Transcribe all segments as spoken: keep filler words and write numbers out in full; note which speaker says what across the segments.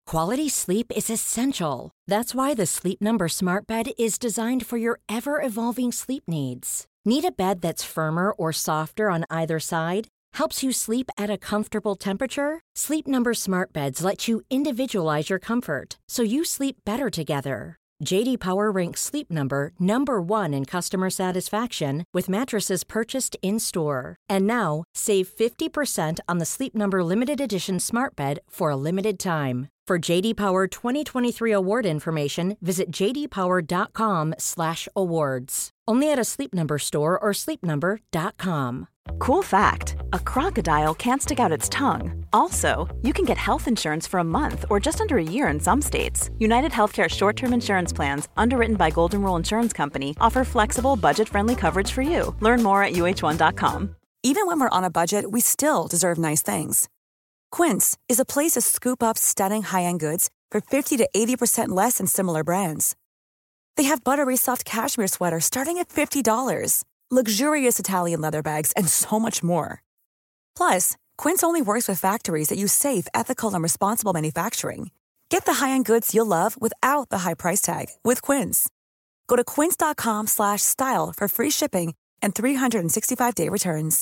Speaker 1: Quality sleep is essential. That's why the Sleep Number Smart Bed is designed for your ever-evolving sleep needs. Need a bed that's firmer or softer on either side? Helps you sleep at a comfortable temperature? Sleep Number Smart Beds let you individualize your comfort, so you sleep better together. J D Power ranks Sleep Number number one in customer satisfaction with mattresses purchased in-store. And now, save fifty percent on the Sleep Number Limited Edition Smart Bed for a limited time. For J D Power twenty twenty-three award information, visit j d power dot com slash awards. Only at a Sleep Number store or sleep number dot com.
Speaker 2: Cool fact, a crocodile can't stick out its tongue. Also, you can get health insurance for a month or just under a year in some states. United Healthcare short-term insurance plans, underwritten by Golden Rule Insurance Company, offer flexible, budget-friendly coverage for you. Learn more at u h one dot com.
Speaker 3: Even when we're on a budget, we still deserve nice things. Quince is a place to scoop up stunning high-end goods for fifty to eighty percent less than similar brands. They have buttery soft cashmere sweaters starting at fifty dollars, luxurious Italian leather bags, and so much more. Plus, Quince only works with factories that use safe, ethical, and responsible manufacturing. Get the high-end goods you'll love without the high price tag with Quince. Go to quince dot com slash style for free shipping and three sixty-five day returns.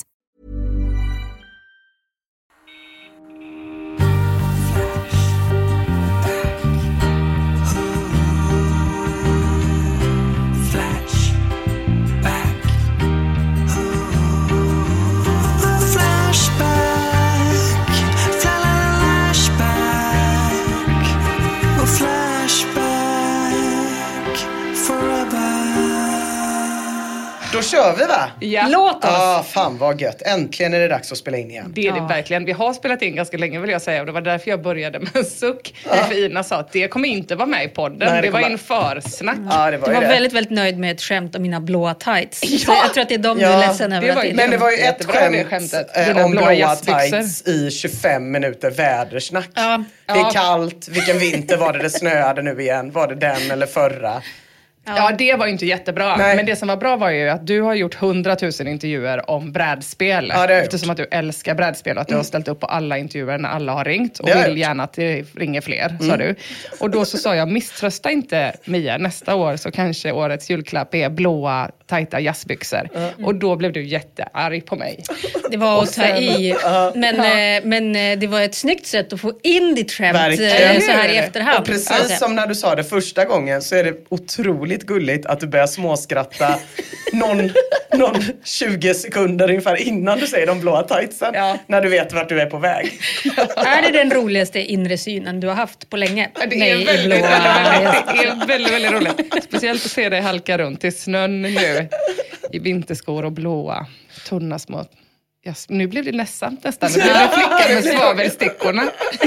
Speaker 4: Då kör vi, va?
Speaker 5: Ja.
Speaker 6: Låt oss!
Speaker 4: Ah, fan vad gött. Äntligen är det dags att spela in igen.
Speaker 5: Det är det
Speaker 6: Ja.
Speaker 5: verkligen. Vi har spelat in ganska länge, vill jag säga. Och det var därför jag började med en suck. Ja. För Ina sa att det kommer inte vara med i podden.
Speaker 4: Nej, det
Speaker 5: det var
Speaker 4: kommer...
Speaker 5: införsnack.
Speaker 4: Ja, det var
Speaker 6: du
Speaker 4: ju
Speaker 6: var
Speaker 4: det.
Speaker 6: väldigt, väldigt nöjd med ett skämt om mina blåa tights.
Speaker 5: Ja.
Speaker 6: Så jag tror att det är de
Speaker 4: Ja.
Speaker 6: du är ledsen över.
Speaker 5: Det var-
Speaker 6: att det är
Speaker 4: Men det var ju ett
Speaker 5: Jättebra, det
Speaker 4: skämt
Speaker 5: skämtet.
Speaker 4: eh,
Speaker 5: Dina
Speaker 4: om
Speaker 5: blåa
Speaker 4: blåa
Speaker 5: jazzbyxor.
Speaker 4: tights i tjugofem minuter vädersnack.
Speaker 6: Ja.
Speaker 4: Det är
Speaker 5: Ja.
Speaker 4: kallt. Vilken vinter var det det snöade nu igen? Var det den eller förra?
Speaker 5: Ja, det var ju inte jättebra.
Speaker 4: Nej.
Speaker 5: Men det som var bra var ju att du har gjort hundratusen intervjuer om brädspel.
Speaker 4: Ja, det har jag
Speaker 5: Eftersom att du älskar brädspel och att du har ställt upp på alla intervjuer när alla har ringt. Och
Speaker 4: Det har jag
Speaker 5: vill
Speaker 4: gjort.
Speaker 5: gärna att det ringer fler, sa du. Och då så sa jag, misströsta inte Mia. Nästa år så kanske årets julklapp är blåa, tajta jazzbyxor. Och då blev du jättearg på mig.
Speaker 6: Det var att ta
Speaker 4: sen-
Speaker 6: i. Men, eh, men eh, det var ett snyggt sätt att få in ditt skämt
Speaker 4: Verkligen.
Speaker 6: eh, så här i efterhand.
Speaker 4: Och precis som när du sa det första gången så är det otroligt gulligt att du börjar småskratta någon, någon tjugo sekunder ungefär innan du säger de blåa tightsen.
Speaker 5: Ja.
Speaker 4: När du vet vart du är på väg.
Speaker 6: Är det den roligaste inre synen du har haft på länge?
Speaker 5: Det är,
Speaker 6: Nej, i
Speaker 5: väldigt,
Speaker 6: blåa.
Speaker 5: det är väldigt, väldigt roligt. Speciellt att se dig halka runt i snön nu. I vinterskor och blåa, tunna små... Yes, nu blev det ledsamt nästan. Nu blev det flickan med svavelstickorna.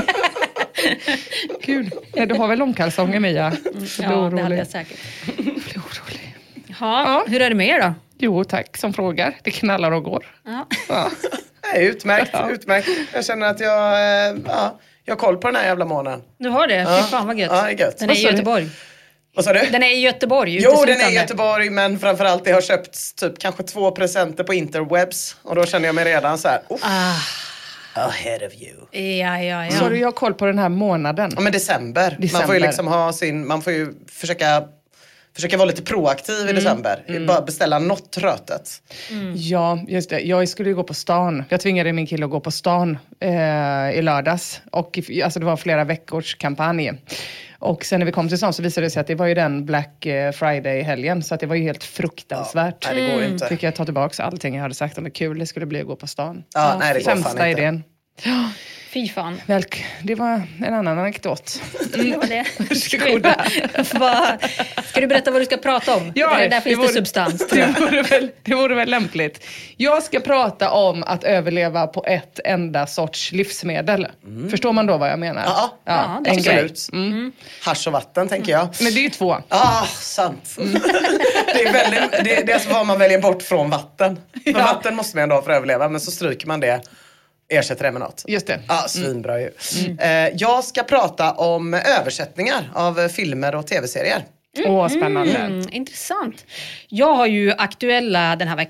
Speaker 5: Gud, nej, du har väl långkalsonger, Mia?
Speaker 6: Ja, det hade jag säkert.
Speaker 5: Jag blir orolig.
Speaker 6: Ja,
Speaker 5: Ja.
Speaker 6: hur är det med er då?
Speaker 5: Jo, tack som frågar. Det knallar och går.
Speaker 6: Ja.
Speaker 5: Ja.
Speaker 4: Nej, utmärkt, utmärkt. Jag känner att jag, eh, ja, jag har koll på den här jävla månaden.
Speaker 6: Du har det?
Speaker 4: Ja.
Speaker 6: Fy fan vad gött.
Speaker 4: Ja, det är gött.
Speaker 6: Den är
Speaker 4: Vad
Speaker 6: i
Speaker 4: sa du?
Speaker 6: Göteborg.
Speaker 4: Vad sa du?
Speaker 6: Den är i Göteborg.
Speaker 4: Jo, den är i
Speaker 6: uteslutande.
Speaker 4: Göteborg, men framförallt det har köpts typ kanske två presenter på interwebs. Och då känner jag mig redan så här, oh,
Speaker 6: Ah,
Speaker 4: ahead of you.
Speaker 6: ja, ja, ja.
Speaker 5: Så du har koll på den här månaden?
Speaker 4: Ja, men december. Man
Speaker 5: December.
Speaker 4: får ju liksom ha sin, man får ju försöka, försöka vara lite proaktiv i december. Bara beställa något rötet.
Speaker 5: Ja, just det. Jag skulle ju gå på stan. Jag tvingade min kille att gå på stan eh, i lördags. Och alltså, det var flera veckors kampanj. Och sen när vi kom till stan så visade det sig att det var ju den Black Friday-helgen. Så att det var ju helt fruktansvärt.
Speaker 4: Ja, nej, det går ju inte.
Speaker 5: Fick jag ta tillbaka allting jag hade sagt om hur kul det skulle bli att gå på stan.
Speaker 4: Ja, nej, det går fan
Speaker 5: Sämsta
Speaker 4: inte.
Speaker 5: idén.
Speaker 6: Fy fan.
Speaker 5: Väl, det var en annan anekdot.
Speaker 6: Det var det.
Speaker 5: Varsågoda.
Speaker 6: Vad- Ska du berätta vad du ska prata om?
Speaker 5: Ja,
Speaker 6: där, där finns
Speaker 5: vore,
Speaker 6: det substans.
Speaker 5: Det vore, väl, det vore väl lämpligt. Jag ska prata om att överleva på ett enda sorts livsmedel. Förstår man då vad jag menar?
Speaker 4: Ja,
Speaker 6: Ja, det
Speaker 5: en
Speaker 6: tycker jag.
Speaker 5: grej.
Speaker 4: absolut. Mm. Hasch och vatten tänker jag.
Speaker 5: Men det är ju två.
Speaker 4: Ah, sant. det, är väldigt, det, det är som vad man väljer bort från vatten. För
Speaker 5: Ja.
Speaker 4: vatten måste man ändå ha för att överleva, men så stryker man det. Ersätter det med något.
Speaker 5: Just det.
Speaker 4: Ja, svinbra ju. Eh, jag ska prata om översättningar av filmer och tv-serier.
Speaker 5: Åh, spännande.
Speaker 6: Mm, intressant. Jag har ju aktuella den här veckan.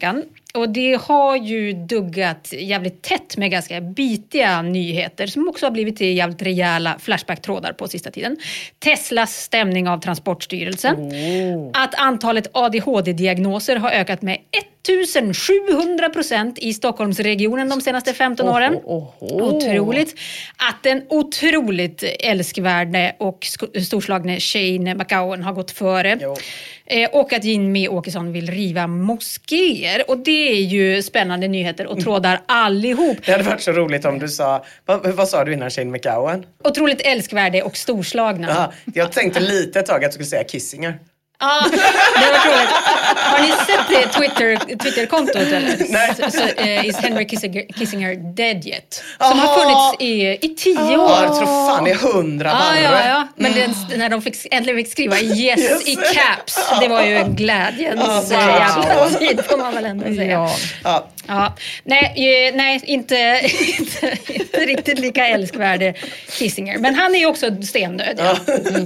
Speaker 6: Och det har ju duggat jävligt tätt med ganska bitiga nyheter som också har blivit jävligt rejäla flashback-trådar på sista tiden. Teslas stämning av Transportstyrelsen. Oh. Att antalet A D H D-diagnoser har ökat med tusen sjuhundra procent i Stockholmsregionen de senaste femton åren. Oh, oh, oh. Otroligt. Att den otroligt älskvärde och storslagne Shane McGowan har gått före. Eh, och att Jimmy Åkesson vill riva moskéer. Och det är ju spännande nyheter och trådar allihop.
Speaker 4: Det hade varit så roligt om du sa, vad, vad sa du innan Shane McGowan?
Speaker 6: Otroligt älskvärde och storslagna.
Speaker 4: Aha, jag tänkte lite ett tag att jag skulle säga Kissinger.
Speaker 6: Ja, det var roligt. Har ni sett det Twitter, Twitter-kontot eller?
Speaker 4: Nej.
Speaker 6: Så, så uh, is Henry Kissinger, Kissinger dead yet? Som Aha. har funnits i, i tio år. Ja,
Speaker 4: jag tror fan det är hundra barre.
Speaker 6: Ja, ja, ja. Men mm. den, när de fick, äntligen fick skriva yes, yes. i caps, det var ju en glädjens oh, wow. jävla tid får man väl ändå säga. Ja. Ja. Ja. Nej, nej inte, inte, inte riktigt lika älskvärde Kissinger. Men han är ju också stendöd. Ja. Mm.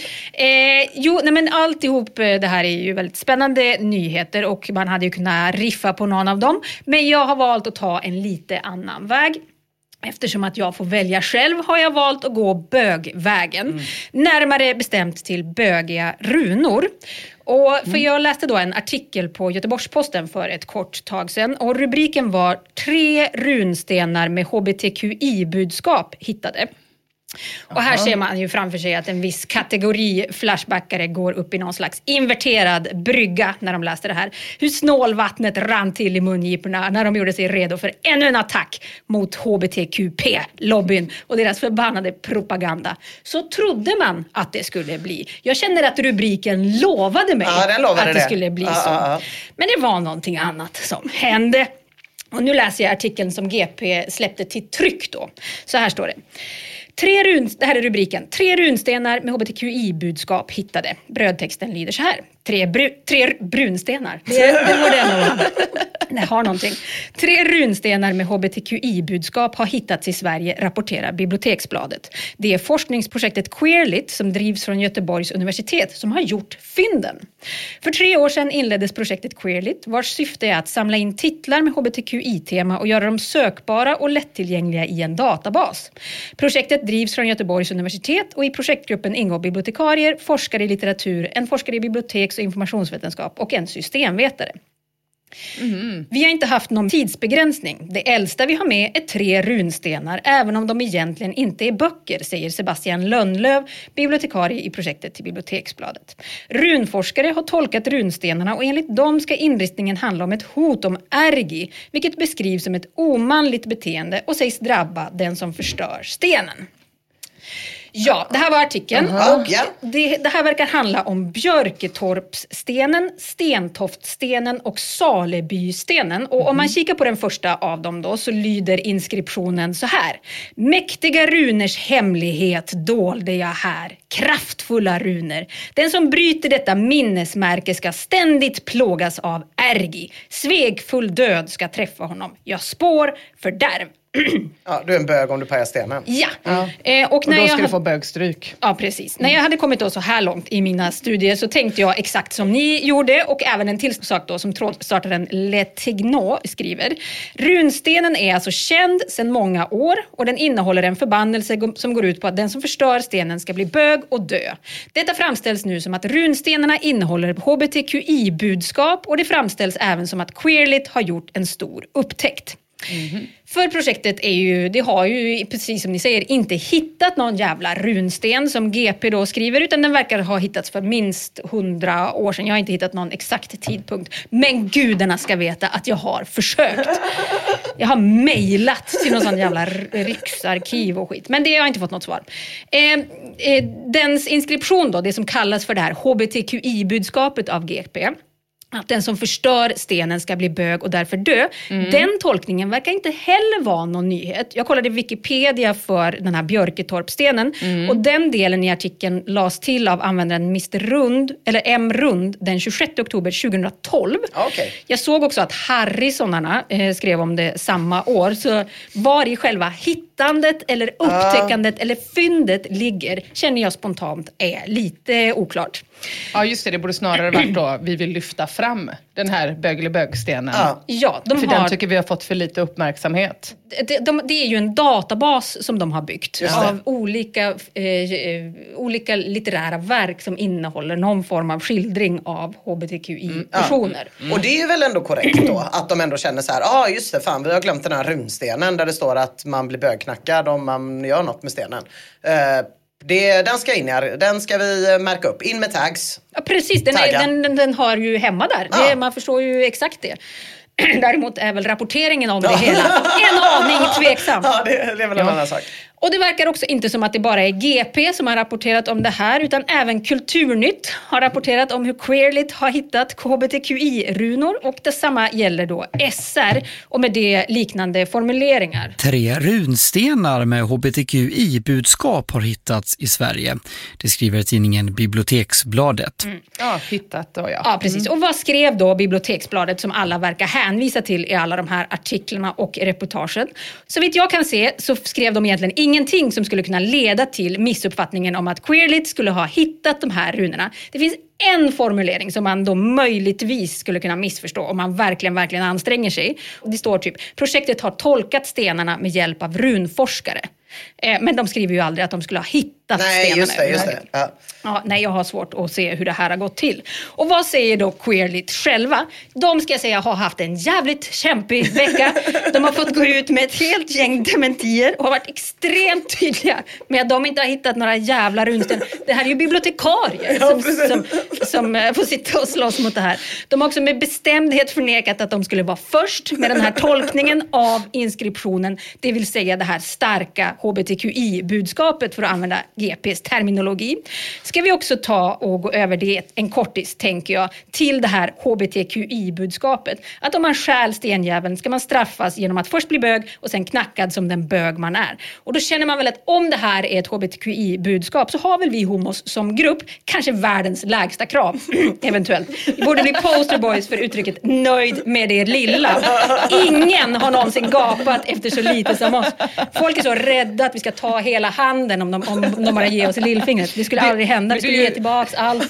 Speaker 6: Eh, jo, nej men alltihop det här är ju väldigt spännande nyheter och man hade ju kunnat riffa på någon av dem. Men jag har valt att ta en lite annan väg. Eftersom att jag får välja själv har jag valt att gå bögvägen. Mm. Närmare bestämt till bögiga runor. Och för mm. jag läste då en artikel på Göteborgs-Posten för ett kort tag sedan. Och rubriken var tre runstenar med H B T Q I-budskap hittade. Och här ser man ju framför sig att en viss kategori flashbackare går upp i någon slags inverterad brygga när de läste det här. Hur snålvattnet rann till i mungiporna när de gjorde sig redo för ännu en attack mot H B T Q P-lobbyn och deras förbannade propaganda. Så trodde man att det skulle bli. Jag känner att rubriken lovade mig
Speaker 4: ja, den lovade
Speaker 6: att det,
Speaker 4: det
Speaker 6: skulle bli
Speaker 4: ja,
Speaker 6: så.
Speaker 4: Ja, ja.
Speaker 6: Men det var någonting annat som hände. Och nu läser jag artikeln som G P släppte till tryck då. Så här står det. Tre run, det här är rubriken. Tre runstenar med H B T Q I-budskap hittade. Brödtexten lyder så här. Tre, bru, tre brunstenar. Det, det var det ändå. Det har någonting. Tre runstenar med H B T Q I-budskap har hittats i Sverige, rapporterar Biblioteksbladet. Det är forskningsprojektet Queerlit som drivs från Göteborgs universitet som har gjort fynden. För tre år sedan inleddes projektet Queerlit vars syfte är att samla in titlar med H B T Q I-tema och göra dem sökbara och lättillgängliga i en databas. Projektet drivs från Göteborgs universitet och i projektgruppen ingår bibliotekarier, forskare i litteratur, en forskare i biblioteks- och informationsvetenskap och en systemvetare. Mm. Vi har inte haft någon tidsbegränsning. Det äldsta vi har med är tre runstenar, även om de egentligen inte är böcker, säger Sebastian Lönnlöv, bibliotekarie i projektet till Biblioteksbladet. Runforskare har tolkat runstenarna och enligt dem ska inriktningen handla om ett hot om ergi, vilket beskrivs som ett omanligt beteende och sägs drabba den som förstör stenen. Ja, det här var artikeln uh-huh. och det, det här verkar handla om Björketorpsstenen, Stentoftstenen och Salebystenen. Och om man kikar på den första av dem då så lyder inskriptionen så här. Mäktiga runers hemlighet dolde jag här. Kraftfulla runer. Den som bryter detta minnesmärke ska ständigt plågas av ergi. Svegfull död ska träffa honom. Jag spår fördärv.
Speaker 4: Ja, du är en bög om du pajar stenen.
Speaker 6: Ja.
Speaker 5: ja. Eh, och, när och då ska jag du få bögstryk.
Speaker 6: Ja, precis. Mm. När jag hade kommit då så här långt i mina studier så tänkte jag exakt som ni gjorde och även en till sak då som trådstartaren Letigno skriver. Runstenen är alltså känd sedan många år och den innehåller en förbannelse som går ut på att den som förstör stenen ska bli bög och dö. Detta framställs nu som att runstenarna innehåller H B T Q I-budskap och det framställs även som att Queerlit har gjort en stor upptäckt. Mm-hmm. För projektet är ju, det har ju precis som ni säger inte hittat någon jävla runsten som G P då skriver, utan den verkar ha hittats för minst hundra år sedan. Jag har inte hittat någon exakt tidpunkt, men gudarna ska veta att jag har försökt. Jag har mejlat till någon sån jävla riksarkiv och skit, men det har jag inte fått något svar. Eh, eh, dens inskription då, det som kallas för det här H B T Q I-budskapet av G P, att den som förstör stenen ska bli bög och därför dö. Mm. Den tolkningen verkar inte heller vara någon nyhet. Jag kollade Wikipedia för den här Björketorpsstenen. Mm. Och den delen i artikeln lades till av användaren mister Rund, eller M. Rund, den tjugosjätte oktober tjugohundratolv.
Speaker 4: Okay.
Speaker 6: Jag såg också att Harry sådana eh, skrev om det samma år. Så var i själva hittade hittandet eller upptäckandet uh. eller fyndet ligger, känner jag spontant är lite oklart.
Speaker 5: Ja, just det. Det borde snarare varit då vi vill lyfta fram den här bögelebögstenen.
Speaker 6: Ja, ja de
Speaker 5: för
Speaker 6: har...
Speaker 5: den tycker vi har fått för lite uppmärksamhet.
Speaker 6: Det, de, det är ju en databas som de har byggt av olika, eh, olika litterära verk som innehåller någon form av skildring av H B T Q I-personer.
Speaker 4: Mm. Mm. Och det är ju väl ändå korrekt då, att de ändå känner så här, ja ah, just det, fan vi har glömt den här runstenen där det står att man blir bögknackad om man gör något med stenen. Uh, Det, den ska in här. Den ska vi märka upp. In med tags.
Speaker 6: Ja, precis. Den, är, den, den, den har ju hemma där. Ja. Det, man förstår ju exakt det. Däremot är väl rapporteringen om det hela en aning tveksam.
Speaker 4: Ja, det, det är väl en ja. annan sak.
Speaker 6: Och det verkar också inte som att det bara är G P som har rapporterat om det här, utan även Kulturnytt har rapporterat om hur Queerlit har hittat H B T Q I-runor, och detsamma gäller då S R och med det liknande formuleringar.
Speaker 7: Tre runstenar med H B T Q I-budskap har hittats i Sverige. Det skriver tidningen Biblioteksbladet.
Speaker 5: Mm. Ja, hittat då, ja.
Speaker 6: Ja, precis. Och vad skrev då Biblioteksbladet som alla verkar hänvisa till i alla de här artiklarna och reportagen? Så vitt jag kan se så skrev de egentligen ingenting som skulle kunna leda till missuppfattningen om att Queerlit skulle ha hittat de här runorna. Det finns en formulering som man då möjligtvis skulle kunna missförstå om man verkligen, verkligen anstränger sig. Det står typ, projektet har tolkat stenarna med hjälp av runforskare. Eh, men de skriver ju aldrig att de skulle ha hittat
Speaker 4: nej,
Speaker 6: stenarna.
Speaker 4: Just det, just det. Ja.
Speaker 6: Ja, nej, jag har svårt att se hur det här har gått till. Och vad säger då Queerlit själva? De ska jag säga har haft en jävligt kämpig vecka. De har fått gå ut med ett helt gäng dementier och har varit extremt tydliga med att de inte har hittat några jävla runsten. Det här är ju bibliotekarier
Speaker 4: ja,
Speaker 6: som, som, som får sitta och slåss mot det här. De har också med bestämdhet förnekat att de skulle vara först med den här tolkningen av inskriptionen. Det vill säga det här starka H B T Q I-budskapet, för att använda G P:s terminologi. Ska vi också ta och gå över det en kortis, tänker jag, till det här H B T Q I-budskapet. Att om man stjäl stenjäveln ska man straffas genom att först bli bög och sen knackad som den bög man är. Och då känner man väl att om det här är ett H B T Q I-budskap så har väl vi homos som grupp kanske världens lägsta krav, eventuellt. Vi borde bli posterboys för uttrycket nöjd med det lilla. Ingen har någonsin gapat efter så lite som oss. Folk är så rädda att vi ska ta hela handen om de, om de bara ger oss lillfingret. Det skulle aldrig hända. Vi skulle ge tillbaka allt.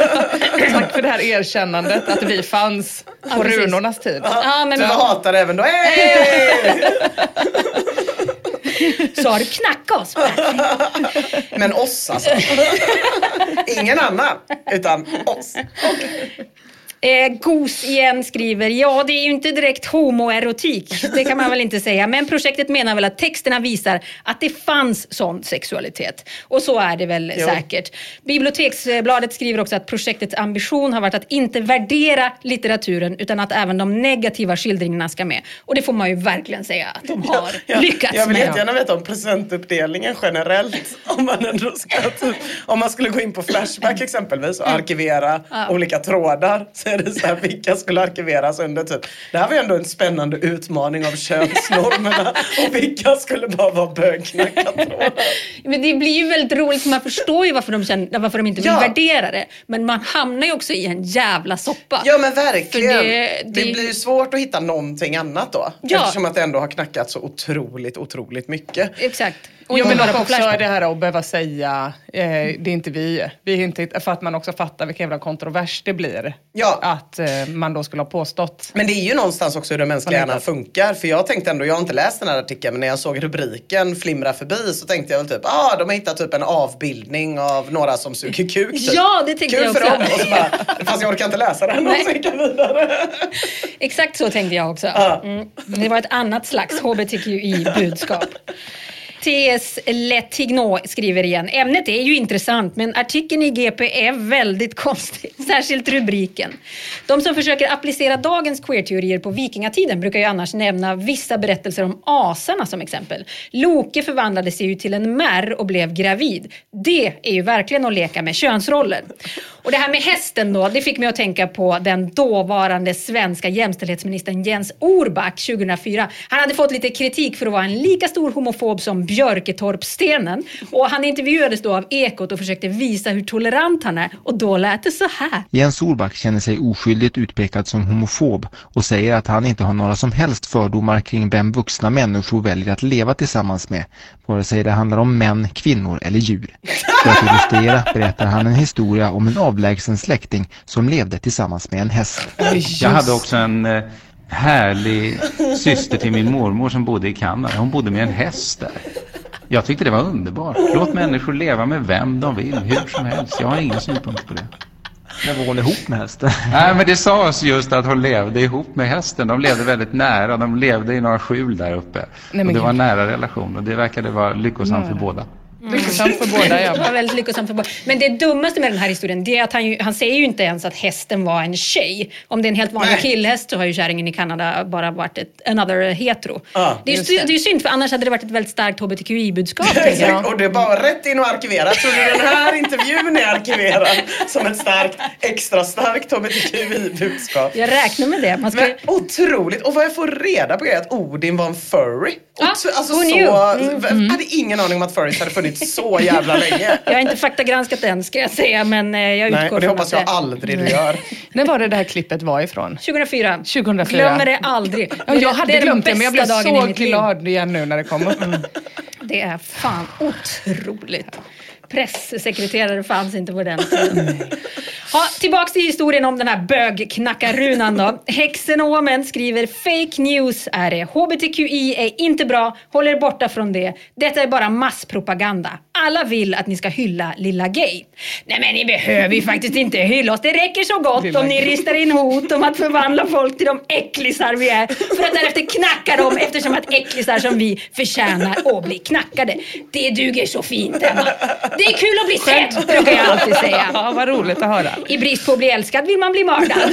Speaker 5: Tack för det här erkännandet att vi fanns på ja, runornas tid.
Speaker 4: Ja, men du hatar även då. Hey!
Speaker 6: Så har du knackat oss.
Speaker 4: Men oss alltså. Ingen annan, utan oss. Okay.
Speaker 6: Eh, Gos igen skriver, ja det är ju inte direkt homoerotik, det kan man väl inte säga, men projektet menar väl att texterna visar att det fanns sån sexualitet. Och så är det väl jo. säkert. Biblioteksbladet skriver också att projektets ambition har varit att inte värdera litteraturen utan att även de negativa skildringarna ska med. Och det får man ju verkligen säga att de har ja, ja. lyckats med.
Speaker 4: Jag vill jättegärna veta om procentuppdelningen generellt, om man ändå ska typ, om man skulle gå in på Flashback exempelvis och mm. arkivera ja. olika trådar. Så är det så här, vilka skulle arkiveras under typ. Det här var ju ändå en spännande utmaning av könsnormerna. Och vilka skulle bara vara bögknackat.
Speaker 6: Men det blir ju väldigt roligt, för man förstår ju varför de, känner, varför de inte vill ja. värdera det. Men man hamnar ju också i en jävla soppa.
Speaker 4: Ja men verkligen. Det, det... det blir ju svårt att hitta någonting annat då. Ja. Eftersom att det ändå har knackat så otroligt, otroligt mycket.
Speaker 6: Exakt.
Speaker 5: Och jag vill också det här att behöva säga, eh, det är inte vi. Vi är inte, för att man också fattar vilken jävla kontrovers det blir.
Speaker 4: Ja.
Speaker 5: Att eh, man då skulle ha påstått.
Speaker 4: Men det är ju någonstans också hur den mänskliga hjärnan funkar. För jag tänkte ändå, jag har inte läst den här artikeln, men när jag såg rubriken flimra förbi så tänkte jag väl typ, ah de har hittat typ en avbildning av några som suger kuk. Typ.
Speaker 6: Ja, det tänkte
Speaker 4: Kul
Speaker 6: jag också.
Speaker 4: Kul för dem. Och så bara, fast jag orkar inte läsa den och skicka vidare.
Speaker 6: Exakt så tänkte jag också.
Speaker 4: Ah.
Speaker 6: Mm. Det var ett annat slags H B T Q I-budskap. T S Letigno skriver igen. Ämnet är ju intressant, men artikeln i G P är väldigt konstig. Särskilt rubriken. De som försöker applicera dagens queer-teorier på vikingatiden brukar ju annars nämna vissa berättelser om asarna som exempel. Loke förvandlade sig ju till en märr och blev gravid. Det är ju verkligen att leka med könsroller. Och det här med hästen då, det fick mig att tänka på den dåvarande svenska jämställdhetsministern Jens Orback tjugohundrafyra. Han hade fått lite kritik för att vara en lika stor homofob som Björketorpsstenen. Och han intervjuades då av Ekot och försökte visa hur tolerant han är. Och då lät det så här.
Speaker 8: Jens Orback känner sig oskyldigt utpekad som homofob och säger att han inte har några som helst fördomar kring vem vuxna människor väljer att leva tillsammans med. Vare sig det handlar om män, kvinnor eller djur. För att illustrera berättar han en historia om en avlägsen släkting som levde tillsammans med en häst.
Speaker 9: Jag hade också en eh, härlig syster till min mormor som bodde i Kanada. Hon bodde med en häst där. Jag tyckte det var underbart. Låt människor leva med vem de vill, hur som helst. Jag har ingen synpunkt på det.
Speaker 8: Men var hon ihop med hästen?
Speaker 9: Nej, men det sades just att hon levde ihop med hästen. De levde väldigt nära. De levde i några skjul där uppe. Nej, och det var en nära relation. Och det verkade vara lyckosamt för båda.
Speaker 6: Mm. Lyckosamt för båda, ja. Det var väldigt lyckosamt för båda. Men det dummaste med den här historien, det är att han, ju, han säger ju inte ens att hästen var en tjej. Om det är en helt vanlig Nej. killhäst så har ju kärringen i Kanada bara varit ett another hetero. Ah, det, är ju, det. det är ju synd, för annars hade det varit ett väldigt starkt H B T Q I-budskap.
Speaker 4: Och det är bara rätt in och arkivera. Tror du den här intervjun är arkiverad som ett starkt, extra starkt H B T Q I-budskap?
Speaker 6: Jag räknar med det. Man ska...
Speaker 4: Men, otroligt. Och vad jag får reda på är att Odin var en furry.
Speaker 6: Ah,
Speaker 4: alltså, så, mm, mm. hade ingen aning om att furries hade funnits så jävla länge.
Speaker 6: Jag har inte faktagranskat än, ska jag säga, men jag utgår
Speaker 4: Nej, och det
Speaker 6: från
Speaker 4: hoppas jag
Speaker 6: det.
Speaker 4: aldrig du gör.
Speaker 5: När var det det här klippet var ifrån?
Speaker 6: tjugohundrafyra.
Speaker 5: tjugohundrafyra.
Speaker 6: Glömmer det aldrig.
Speaker 5: Ja, jag hade
Speaker 6: det
Speaker 5: glömt det, men jag blev så glad
Speaker 6: liv.
Speaker 5: igen nu när det kom upp. Mm.
Speaker 6: Det är fan otroligt. Presssekreterare fanns inte på den tiden. Ja, tillbaks till historien om den här bögknackarunan då. Hexenomen skriver: fake news är det. H B T Q I är inte bra. Håll er borta från det. Detta är bara masspropaganda. Alla vill att ni ska hylla lilla gay. Nej, men ni behöver ju faktiskt inte hylla oss. Det räcker så gott lilla om ni ristar in hot om att förvandla folk till de äcklisar vi är. För att därefter knacka dem, eftersom att äcklisar som vi förtjänar att bli knackade. Det duger så fint, Emma. Det är kul att bli sedd, brukar jag alltid säga.
Speaker 5: Ja, vad roligt att höra.
Speaker 6: I brist på att bli älskad vill man bli mördad.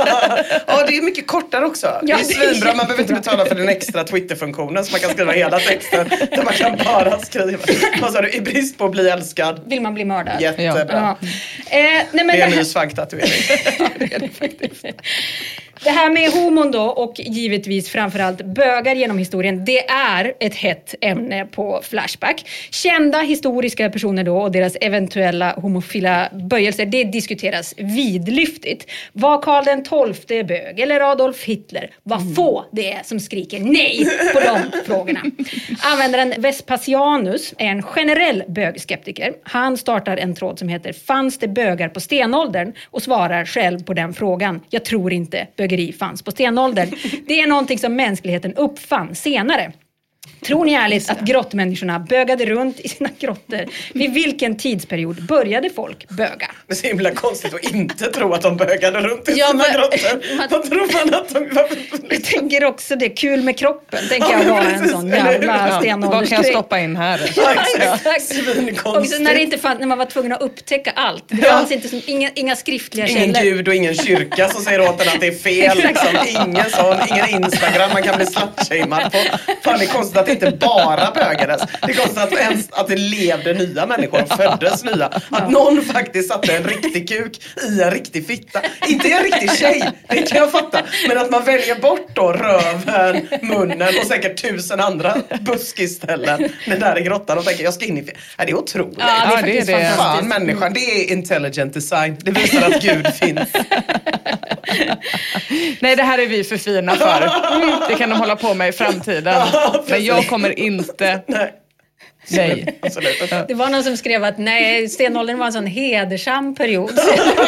Speaker 4: Ja, det är mycket kortare också. Ja, det är svinbra. Man behöver inte betala för den extra Twitter-funktionen så man kan skriva hela texten. Där man kan bara skriva. Vad sa du? I brist på att bli älskad
Speaker 6: vill man bli mördad.
Speaker 4: Jättebra.
Speaker 6: Ja. Eh, nej, men
Speaker 4: det är en
Speaker 6: det
Speaker 4: ny svaggtatuering.
Speaker 5: Ja, det är det faktiskt.
Speaker 6: Det här med homon då, och givetvis framförallt bögar genom historien, det är ett hett ämne på Flashback. Kända historiska personer då och deras eventuella homofila böjelser, det diskuteras vidlyftigt. Var Karl den tolfte bög eller Adolf Hitler? Vad få det är som skriker nej på de frågorna. Användaren Vespasianus är en generell bögskeptiker. Han startar en tråd som heter "Fanns det bögar på stenåldern?" och svarar själv på den frågan. Jag tror inte bögeri fanns på stenåldern. Det är någonting som mänskligheten uppfann senare. Tror ni ärligt att grottmänniskorna bögade runt i sina grottor? Vid vilken tidsperiod började folk böga?
Speaker 4: Det är så himla konstigt att inte tro att de bögade runt i ja, sina men, grottor. Man, Vad tror man att de var?
Speaker 6: Jag tänker också det, kul med kroppen. Tänker jag vara en sån jävla stenåldersgrej.
Speaker 5: Vad kan jag stoppa in här?
Speaker 6: Ja, exakt. Också när, det inte fann, när man var tvungen att upptäcka allt. Det fanns inte som, inga, inga skriftliga
Speaker 4: ingen
Speaker 6: källor.
Speaker 4: Ingen gud och ingen kyrka som säger åt en att det är fel. Liksom. Ingen sån, ingen Instagram man kan bli slutshamead på. Fan, det är konstigt att det inte bara bögades. Det är konstigt att, ens, att det levde nya människor och föddes nya. Att ja. någon faktiskt satte en riktig kuk i en riktig fitta. Inte en riktig tjej, det kan jag fatta. Men att man väljer bort då röven, munnen och säkert tusen andra buskiställen. Den där i grottan och tänker jag ska in i fitta. Nej, det är otroligt.
Speaker 6: Ja, det är faktiskt
Speaker 5: det är det.
Speaker 6: fantastiskt.
Speaker 4: Fan, människan, det är intelligent design. Det visar att Gud finns.
Speaker 5: Nej, det här är vi för fina för. Det kan de hålla på med i framtiden. Ja, men jag kommer inte...
Speaker 4: Nej.
Speaker 5: Nej.
Speaker 4: Absolut.
Speaker 6: Det var någon som skrev att nej, stenåldern var en sån hedersam period.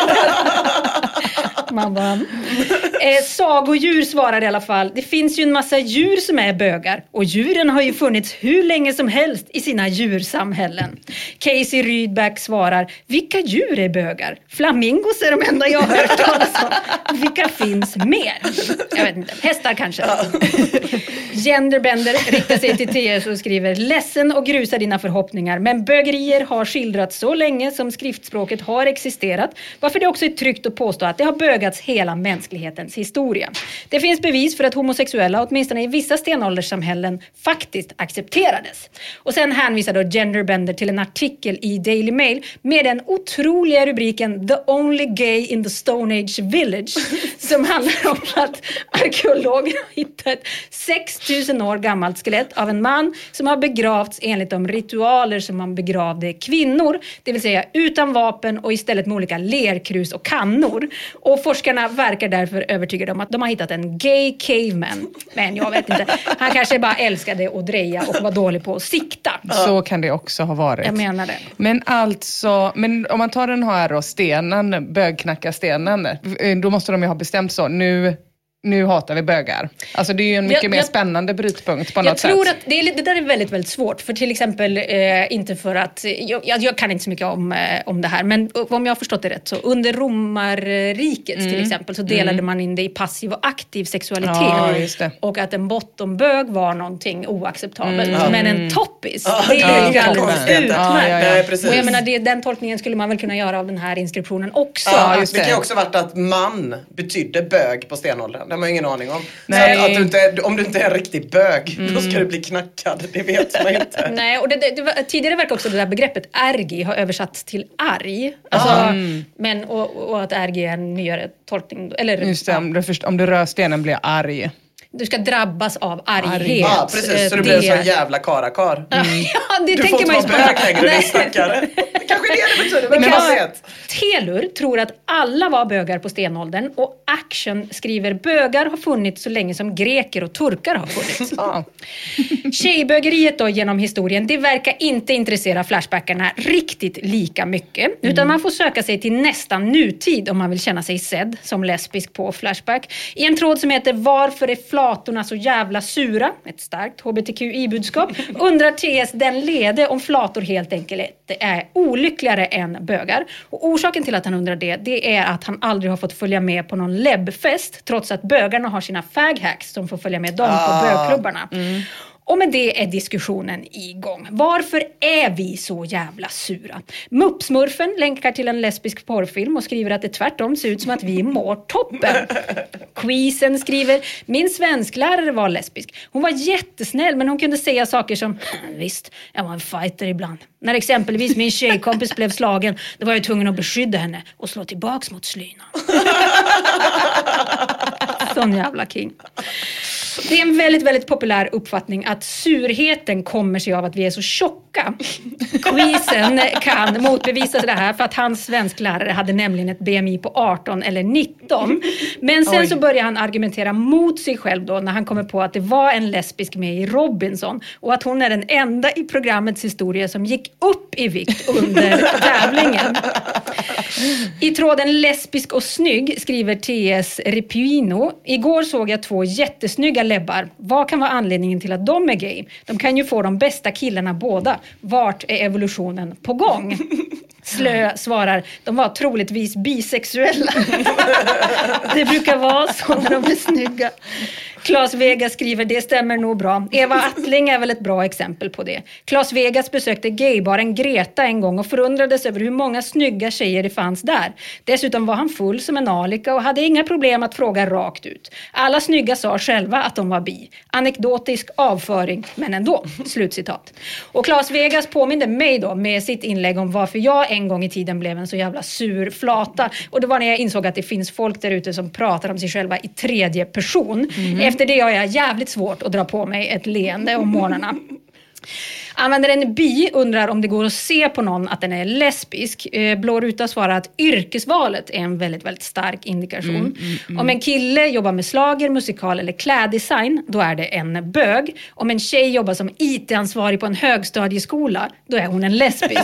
Speaker 6: Man bara... Eh, sagodjur svarar i alla fall. Det finns ju en massa djur som är bögar. Och djuren har ju funnits hur länge som helst i sina djursamhällen. Casey Rydback svarar: vilka djur är bögar? Flamingos är de enda jag har hört talas om. Vilka finns mer? Jag vet inte. Hästar kanske. Genderbender riktar sig till T S och skriver: ledsen och grusar dina förhoppningar. Men bögerier har skildrats så länge som skriftspråket har existerat. Varför det också är tryggt att påstå att det har bögats hela mänsklighetens historia. Det finns bevis för att homosexuella, åtminstone i vissa stenålderssamhällen, faktiskt accepterades. Och sen hänvisar då Genderbender till en artikel i Daily Mail med den otroliga rubriken "The only gay in the Stone Age village", som handlar om att arkeologer har hittat sex sextusen år gammalt skelett av en man som har begravts enligt de ritualer som man begravde kvinnor. Det vill säga utan vapen och istället med olika lerkrus och kannor. Och forskarna verkar därför övertygade om att de har hittat en gay caveman. Men jag vet inte. Han kanske bara älskade att dreja och var dålig på att sikta.
Speaker 5: Så kan det också ha varit.
Speaker 6: Jag menar det.
Speaker 5: Men alltså, men om man tar den här då, stenen, bögknackarstenen, då måste de ju ha bestämt så. Nu... Nu hatar vi bögar. Alltså det är ju en mycket
Speaker 6: jag,
Speaker 5: mer
Speaker 6: jag,
Speaker 5: spännande brytpunkt på
Speaker 6: jag
Speaker 5: något sätt.
Speaker 6: Jag tror att det, är, det där är väldigt, väldigt svårt. För till exempel, eh, inte för att... Jag, jag kan inte så mycket om, eh, om det här. Men om jag har förstått det rätt så under romarriket mm. till exempel så delade mm. man in det i passiv och aktiv sexualitet.
Speaker 5: Ja, just det.
Speaker 6: Och att en bottenbög var någonting oacceptabelt.
Speaker 5: Mm.
Speaker 6: Men en toppis,
Speaker 4: ja,
Speaker 6: det är
Speaker 4: ja,
Speaker 6: alldeles utmärkt.
Speaker 5: Ja, ja, ja.
Speaker 4: Nej,
Speaker 6: och jag menar, det, den tolkningen skulle man väl kunna göra av den här inskriptionen också.
Speaker 4: Ja, just det. Det kan ju också varit att man betydde bög på stenåldern. Det har man ingen aning om.
Speaker 5: Nej.
Speaker 4: Så att, att du inte, om du inte är en riktig bög, mm. då ska du bli knackad. Det vet man inte.
Speaker 6: Nej, och det, det, det var, tidigare verkar också det där begreppet ergi ha översatts till arg. Alltså,
Speaker 5: mm.
Speaker 6: men, och, och att ergi är en nyare tolkning. Eller,
Speaker 5: just det, om du, först, om du rör stenen blir arg.
Speaker 6: Du ska drabbas av arghet.
Speaker 4: Ja, precis. Så du blir en sån jävla karakar. Mm.
Speaker 6: Ja, det
Speaker 4: du
Speaker 6: tänker man ju
Speaker 4: får inte vara bög längre, du stackare. Det kanske är det det betyder, men kan vet.
Speaker 6: Telur tror att alla var bögar på stenåldern och Action skriver bögar har funnits så länge som greker och turkar har funnits.
Speaker 5: Ja.
Speaker 6: Tjejbögeriet då genom historien, det verkar inte intressera flashbackarna riktigt lika mycket. Mm. Utan man får söka sig till nästan nutid om man vill känna sig sedd som lesbisk på Flashback. I en tråd som heter Varför är flatorna så jävla sura? Ett starkt H B T Q I-budskap. Undrar T S den lede om flator helt enkelt är olyckligare än bögar. Och orsaken till att han undrar det, det är att han aldrig har fått följa med på någon lebbfest trots att bögarna har sina faghacks som får följa med dem ah. på bögklubbarna. Mm. Och med det är diskussionen igång. Varför är vi så jävla sura? Muppsmurfen länkar till en lesbisk porrfilm och skriver att det tvärtom ser ut som att vi mår toppen. Quizen skriver, min svensklärare var lesbisk. Hon var jättesnäll men hon kunde säga saker som, visst, jag var en fighter ibland. När exempelvis min tjejkompis blev slagen, då var jag tvungen att beskydda henne och slå tillbaks mot slyna. Sån jävla king. Det är en väldigt, väldigt populär uppfattning att surheten kommer sig av att vi är så tjocka. Quizen kan motbevisa det här för att hans svensklärare hade nämligen ett B M I på arton eller nitton. Men sen Oj. så börjar han argumentera mot sig själv då när han kommer på att det var en lesbisk med i Robinson och att hon är den enda i programmets historia som gick upp i vikt under tävlingen. I tråden lesbisk och snygg skriver T S Repuino. Igår såg jag två jättesnygga lebbar. Vad kan vara anledningen till att de är gay? De kan ju få de bästa killarna båda. Vart är evolutionen på gång? Slö svarar, de var troligtvis bisexuella. Det brukar vara så när de är snygga. Claes Vegas skriver, det stämmer nog bra. Eva Attling är väl ett bra exempel på det. Claes Vegas besökte gaybaren Greta en gång och förundrades över hur många snygga tjejer det fanns där. Dessutom var han full som en alika och hade inga problem att fråga rakt ut. Alla snygga sa själva att de var bi. Anekdotisk avföring, men ändå. Slutcitat. Och Claes Vegas påminde mig då med sitt inlägg om varför jag en gång i tiden blev en så jävla sur flata. Och det var när jag insåg att det finns folk där ute som pratar om sig själva i tredje person. Mm. Efter det har jag jävligt svårt att dra på mig ett leende om morgnarna. Användaren Bi undrar om det går att se på någon att den är lesbisk. Blå ruta svarar att yrkesvalet är en väldigt, väldigt stark indikation. Mm, mm, mm. Om en kille jobbar med slager, musikal eller kläddesign, då är det en bög. Om en tjej jobbar som I T-ansvarig på en högstadieskola, då är hon en lesbisk.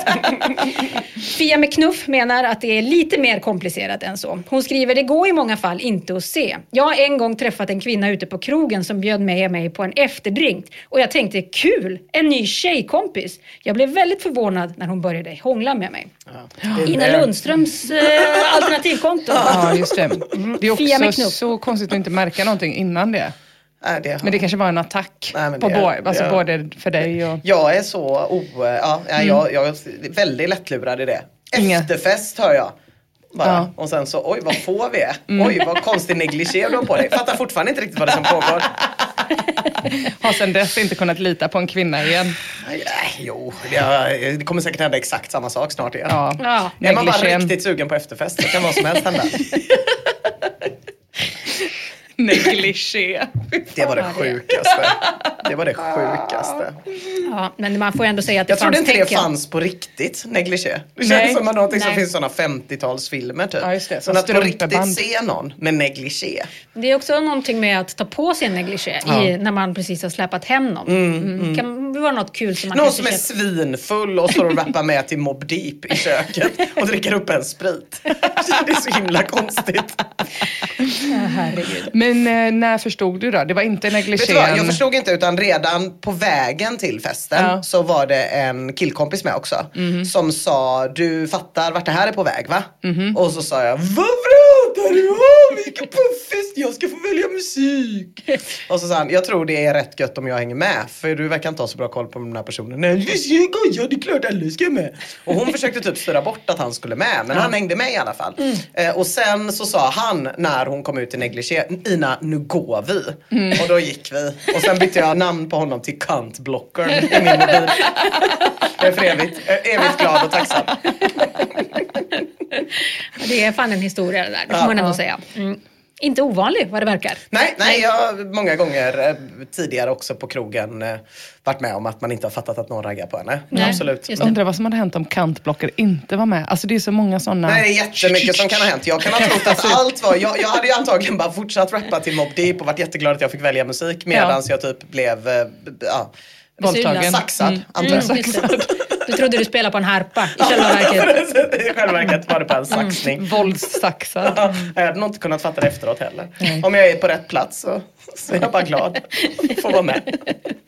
Speaker 6: Fia med knuff menar att det är lite mer komplicerat än så. Hon skriver, det går i många fall inte att se. Jag har en gång träffat en kvinna ute på krogen som bjöd med mig på en efterdrink. Och jag tänkte, kul, en ny tjejkompis. Jag blev väldigt förvånad när hon började hångla med mig. Ja. Ina Lundströms äh, alternativkonto.
Speaker 5: Ja, just det. Mm. Det är också så konstigt att inte märka någonting innan det.
Speaker 4: Nej, det har...
Speaker 5: Men det kanske var en attack.
Speaker 4: Nej,
Speaker 5: på
Speaker 4: det,
Speaker 5: både, alltså
Speaker 4: det,
Speaker 5: både för dig och...
Speaker 4: Jag är så o... Ja, mm. jag, jag är väldigt lättlurad i det.
Speaker 5: Inga.
Speaker 4: Efterfest hör jag. Bara.
Speaker 5: Ja.
Speaker 4: Och sen så, oj vad få vi är. Mm. Oj vad konstig negligé du har på dig. Fattar fortfarande inte riktigt vad det som pågår.
Speaker 5: Har sen dess inte kunnat lita på en kvinna igen.
Speaker 4: Nej, jo, det, det kommer säkert hända exakt samma sak snart igen.
Speaker 5: Ja.
Speaker 6: Ja.
Speaker 4: Är man bara riktigt sugen på efterfest, det kan vara som helst hända.
Speaker 5: Nej, negligé.
Speaker 4: Det var det sjukaste. Det var det sjukaste.
Speaker 6: Ja, men man får ändå säga att det
Speaker 4: Jag trodde
Speaker 6: fanns
Speaker 4: inte
Speaker 6: tecken.
Speaker 4: det fanns på riktigt, negligé. Det känns
Speaker 5: Nej.
Speaker 4: som att någonting som
Speaker 6: Nej.
Speaker 4: finns i sådana femtiotalsfilmer typ.
Speaker 5: Ja, just det. Som
Speaker 4: Men att på
Speaker 5: strumpeband.
Speaker 4: riktigt se någon med negligé.
Speaker 6: Det är också någonting med att ta på sig en negligé
Speaker 4: Ja.
Speaker 6: i, när man precis har släpat hem någon. Mm. Kan det vara något kul som man
Speaker 4: Någon
Speaker 6: kanske
Speaker 4: som är
Speaker 6: köper?
Speaker 4: svinfull och står och rappar med till Mobb Deep i köket och dricker upp en sprit. Det är så himla konstigt.
Speaker 6: Ja, herregud.
Speaker 5: Men eh, när förstod du då? Det var inte
Speaker 4: Vet du vad,
Speaker 5: negligén.
Speaker 4: jag förstod inte utan redan på vägen till festen
Speaker 5: Ja.
Speaker 4: så var det en killkompis med också som sa, du fattar vart det här är på väg va? Och så sa jag, vad pratar du om? Vilken puffest, jag ska få välja musik. Och så sa han, jag tror det är rätt gött om jag hänger med för du verkar inte ha så bra koll på den här personen. Nej, vi ska gå, ja det är klart alla ska med. Och hon försökte typ styra bort att han skulle med men han hängde med i alla fall. Eh, och sen så sa han när hon kom ut i negligé, Ina nu går vi. Och då gick vi. Och sen bytte jag namn på honom till Kantblocker i min mobil. Jag är för evigt, jag är evigt glad och tacksam.
Speaker 6: Det är fan en historia det där, det får
Speaker 4: Ja,
Speaker 6: man ändå
Speaker 4: ja.
Speaker 6: säga. Mm. Inte ovanlig vad det verkar.
Speaker 4: Nej, nej, jag har många gånger eh, tidigare också på krogen eh, varit med om att man inte har fattat att någon raggar på henne.
Speaker 6: Nej,
Speaker 4: Absolut.
Speaker 6: just det.
Speaker 5: Undrar vad som hade hänt om Kantblocker inte var med. Alltså det är så många sådana.
Speaker 4: Nej, det är jättemycket som kan ha hänt. Jag kan ha trott att allt var... Jag, jag hade ju antagligen bara fortsatt rappa till Mobb Deep och varit jätteglad att jag fick välja musik medan jag typ blev eh, ja,
Speaker 5: Våldtagen.
Speaker 4: saxad.
Speaker 5: Mm.
Speaker 4: antar jag.
Speaker 6: Mm, just det. Du trodde du spelade på en harpa i själva verket.
Speaker 4: I själva verket var det bara en saxning.
Speaker 5: Våldssaxad.
Speaker 4: Ja, jag hade nog inte kunnat fatta det efteråt heller. Om jag är på rätt plats så, så är jag bara glad att få vara med.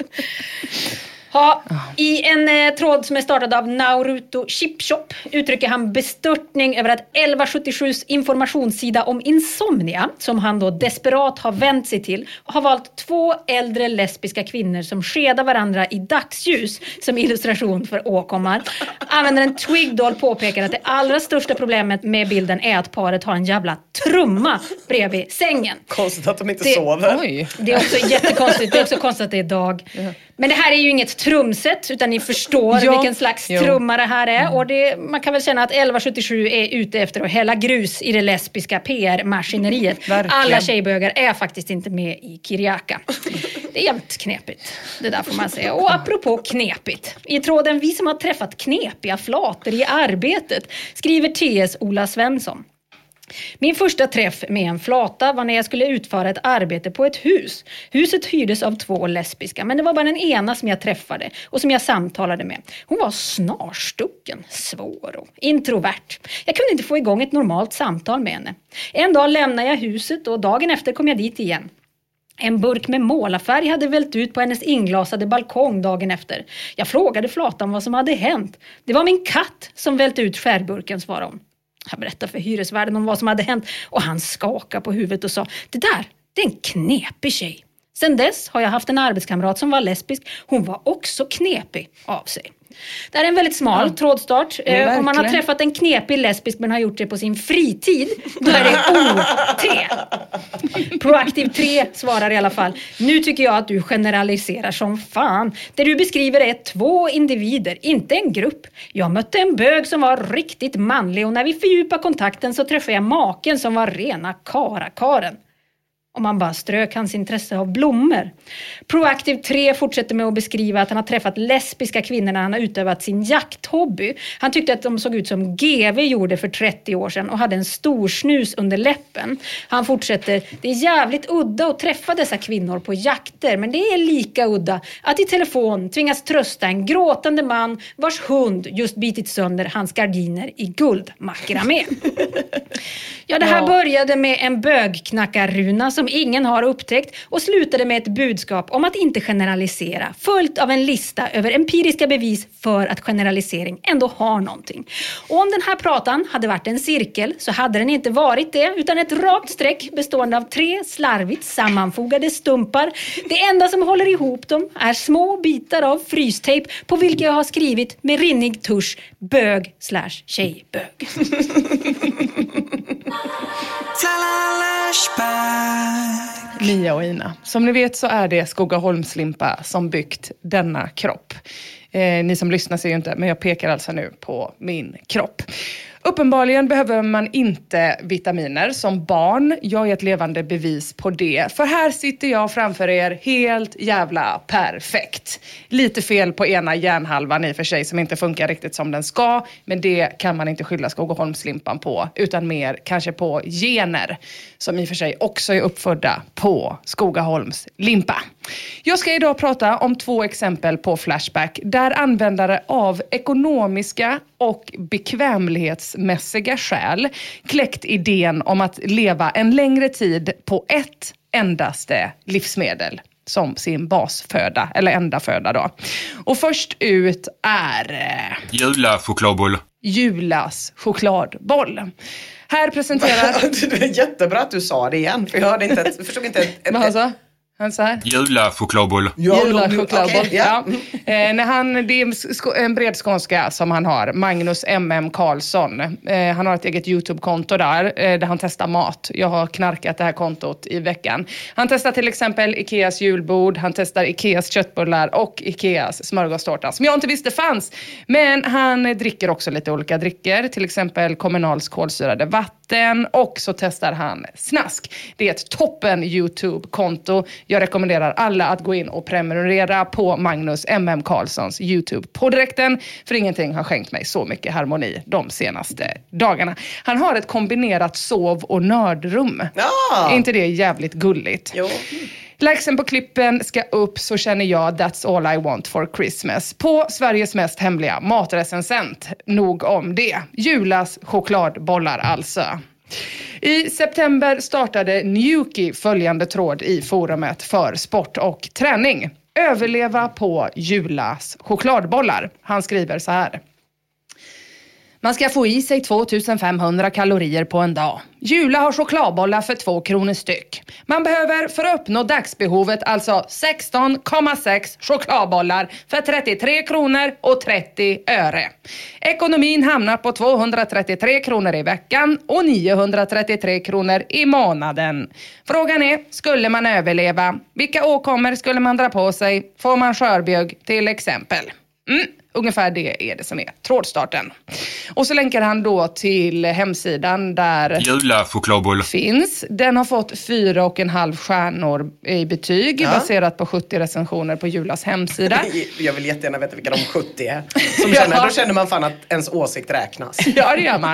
Speaker 6: Ha, I en eh, tråd som är startad av Naruto Chipshop uttrycker han bestörtning över att elva sjuttiosjus informationssida om insomnia, som han då desperat har vänt sig till, har valt två äldre lesbiska kvinnor som skedar varandra i dagsljus som illustration för åkommar. Användaren Twigdoll påpekar att det allra största problemet med bilden är att paret har en jävla trumma bredvid sängen.
Speaker 4: Konstigt att de inte
Speaker 6: Det-
Speaker 4: sover.
Speaker 5: Oj.
Speaker 6: Det är också jättekonstigt. Det är också konstigt att det är dag. Men det här är ju inget trumset, utan ni förstår
Speaker 5: Ja.
Speaker 6: vilken slags
Speaker 5: Jo.
Speaker 6: trumma det här är. Och det, man kan väl känna att elva sjuttiosju är ute efter att hälla grus i det lesbiska P R-maskineriet.
Speaker 5: Verkligen.
Speaker 6: Alla tjejbögar är faktiskt inte med i Kiriaka. Det är jävligt knepigt. Det där får man säga. Och apropå knepigt. I tråden vi som har träffat knepiga flator i arbetet skriver T S Ola Svensson. Min första träff med en flata var när jag skulle utföra ett arbete på ett hus. Huset hyrdes av två lesbiska, men det var bara den ena som jag träffade och som jag samtalade med. Hon var snarstucken, svår och introvert. Jag kunde inte få igång ett normalt samtal med henne. En dag lämnade jag huset och dagen efter kom jag dit igen. En burk med målarfärg hade vält ut på hennes inglasade balkong dagen efter. Jag frågade flatan vad som hade hänt. Det var min katt som välte ut skärburken, svarade hon. Jag berättade för hyresvärden om vad som hade hänt och han skakade på huvudet och sa, det där, det är en knepig tjej. Sen dess har jag haft en arbetskamrat som var lesbisk. Hon var också knepig av sig. Det här är en väldigt smal
Speaker 5: Ja.
Speaker 6: trådstart.
Speaker 5: Ja,
Speaker 6: Eh, om man har
Speaker 5: verkligen.
Speaker 6: träffat en knepig lesbisk men har gjort det på sin fritid, då är det O T. Proaktiv tre svarar i alla fall. Nu tycker jag att du generaliserar som fan. Det du beskriver är två individer, inte en grupp. Jag mötte en bög som var riktigt manlig och när vi fördjupade kontakten så träffade jag maken som var rena karakaren. Om man bara strök hans intresse av blommor. Proaktiv tre fortsätter med att beskriva att han har träffat lesbiska kvinnor när han har utövat sin jakthobby. Han tyckte att de såg ut som G V gjorde för trettio år sedan och hade en stor snus under läppen. Han fortsätter, det är jävligt udda att träffa dessa kvinnor på jakter, men det är lika udda att i telefon tvingas trösta en gråtande man vars hund just bitit sönder hans gardiner i guldmakramé. Ja, det här
Speaker 5: Ja.
Speaker 6: började med en bögknackarruna som ingen har upptäckt och slutade med ett budskap om att inte generalisera, följt av en lista över empiriska bevis för att generalisering ändå har någonting. Och om den här pratan hade varit en cirkel så hade den inte varit det, utan ett rakt streck bestående av tre slarvigt sammanfogade stumpar. Det enda som håller ihop dem är små bitar av frystejp på vilka jag har skrivit med rinnig tusch bög slash tjejbög.
Speaker 5: Mia och Ina. Som ni vet så är det Skogaholmslimpa som byggt denna kropp. Eh, ni som lyssnar ser ju inte, men jag pekar alltså nu på min kropp. Uppenbarligen behöver man inte vitaminer som barn. Jag är ett levande bevis på det. För här sitter jag framför er helt jävla perfekt. Lite fel på ena hjärnhalvan i och för sig som inte funkar riktigt som den ska. Men det kan man inte skylla Skogaholmslimpan på. Utan mer kanske på gener som i och för sig också är uppfödda på Skogaholmslimpa. Jag ska idag prata om två exempel på Flashback där användare av ekonomiska och bekvämlighetsmässiga skäl kläckt idén om att leva en längre tid på ett endaste livsmedel som sin basföda, eller enda föda då. Och först ut är...
Speaker 10: Jula chokladboll.
Speaker 5: Julas chokladboll. Här presenterar...
Speaker 4: Det är jättebra att du sa det igen, för jag hörde inte ett, förstod inte ett... ett
Speaker 5: Vad han sa? Han så här.
Speaker 10: Jula chokladboll.
Speaker 5: Jula chokladboll.
Speaker 4: Okay, yeah.
Speaker 5: Ja. Eh, när han, det är en bred skånska som han har. Magnus M M Karlsson. Eh, han har ett eget YouTube-konto där. Eh, där han testar mat. Jag har knarkat det här kontot i veckan. Han testar till exempel Ikeas julbord. Han testar Ikeas köttbullar. Och Ikeas smörgåstårta. Som jag inte visste fanns. Men han dricker också lite olika drycker. Till exempel Kommunals kolsyrade vatten. Och så testar han snask. Det är ett toppen YouTube-konto. Jag rekommenderar alla att gå in och prenumerera på Magnus M M Karlssons YouTube på direkten. För ingenting har skänkt mig så mycket harmoni de senaste dagarna. Han har ett kombinerat sov- och nördrum.
Speaker 4: Ja.
Speaker 5: Är inte det jävligt gulligt?
Speaker 4: Jo.
Speaker 5: Likesen på klippen ska upp så känner jag That's all I want for Christmas. På Sveriges mest hemliga matrecensent. Nog om det. Julas chokladbollar alltså. I september startade Newki följande tråd i forumet för sport och träning. Överleva på Julas chokladbollar. Han skriver så här. Man ska få i sig tvåtusenfemhundra kalorier på en dag. Jula har chokladbollar för två kronor styck. Man behöver för att uppnå dagsbehovet alltså sexton komma sex chokladbollar för trettiotre kronor och trettio öre. Ekonomin hamnar på tvåhundratrettiotre kronor i veckan och niohundratrettiotre kronor i månaden. Frågan är, skulle man överleva? Vilka åkommor skulle man dra på sig? Får man skörbjugg till exempel? Mm. Ungefär det är det som är trådstarten. Och så länkar han då till hemsidan där
Speaker 10: Jula chokladboll
Speaker 5: finns. Den har fått fyra och en halv stjärnor i betyg ja. Baserat på sjuttio recensioner på Julas hemsida.
Speaker 4: Jag vill jättegärna veta vilka de sjuttio är. Som känner, ja. Då känner man fan att ens åsikt räknas.
Speaker 5: Ja, det gör man.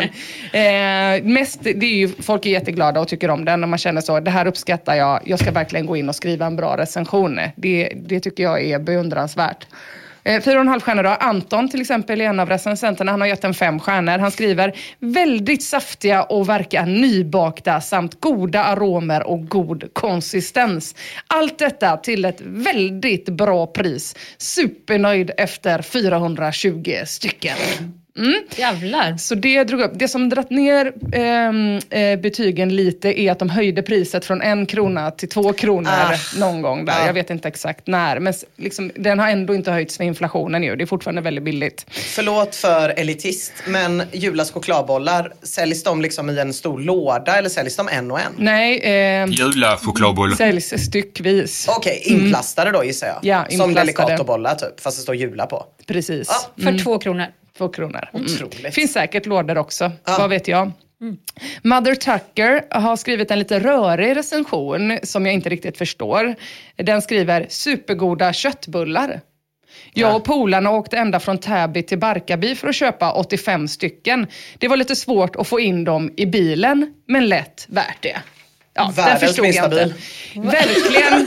Speaker 5: Eh, mest, det är ju, folk är jätteglada och tycker om den och man känner så, det här uppskattar jag. Jag ska verkligen gå in och skriva en bra recension. Det, det tycker jag är beundransvärt. Fyra och en halv stjärnor då. Anton till exempel är en av recensenterna. Han har gett en fem stjärnor. Han skriver väldigt saftiga och verkar nybakta samt goda aromer och god konsistens. Allt detta till ett väldigt bra pris. Supernöjd efter fyrahundratjugo stycken. Mm.
Speaker 6: Jävlar.
Speaker 5: Så det drog upp. Det som dratt ner eh, betygen lite är att de höjde priset från en krona till två kronor ah. någon gång där. Ah. Jag vet inte exakt när. Men liksom, den har ändå inte höjts med inflationen ju. Det är fortfarande väldigt billigt.
Speaker 4: Förlåt för elitist, men Julas chokladbollar, säljs de liksom i en stor låda eller säljs de en och en?
Speaker 5: Nej. Eh,
Speaker 10: Jula chokladboll.
Speaker 5: Säljs styckvis.
Speaker 4: Okej, okay, inplastade då gissar jag.
Speaker 5: Ja, inplastade.
Speaker 4: Som delicatobollar typ, fast det står Jula på.
Speaker 5: Precis.
Speaker 6: Ja, för mm. två kronor.
Speaker 5: Två kronor.
Speaker 4: Otroligt.
Speaker 5: Mm. Finns säkert lådor också.
Speaker 4: Ja.
Speaker 5: Vad vet jag. Mm. Mother Tucker har skrivit en lite rörig recension som jag inte riktigt förstår. Den skriver supergoda köttbullar. Jag och polarna åkte ända från Täby till Barkarby för att köpa åttiofem stycken. Det var lite svårt att få in dem i bilen, men lätt värt det. Ja,
Speaker 4: världens
Speaker 5: den förstod
Speaker 4: minsta
Speaker 5: jag inte.
Speaker 4: Bil.
Speaker 5: Verkligen.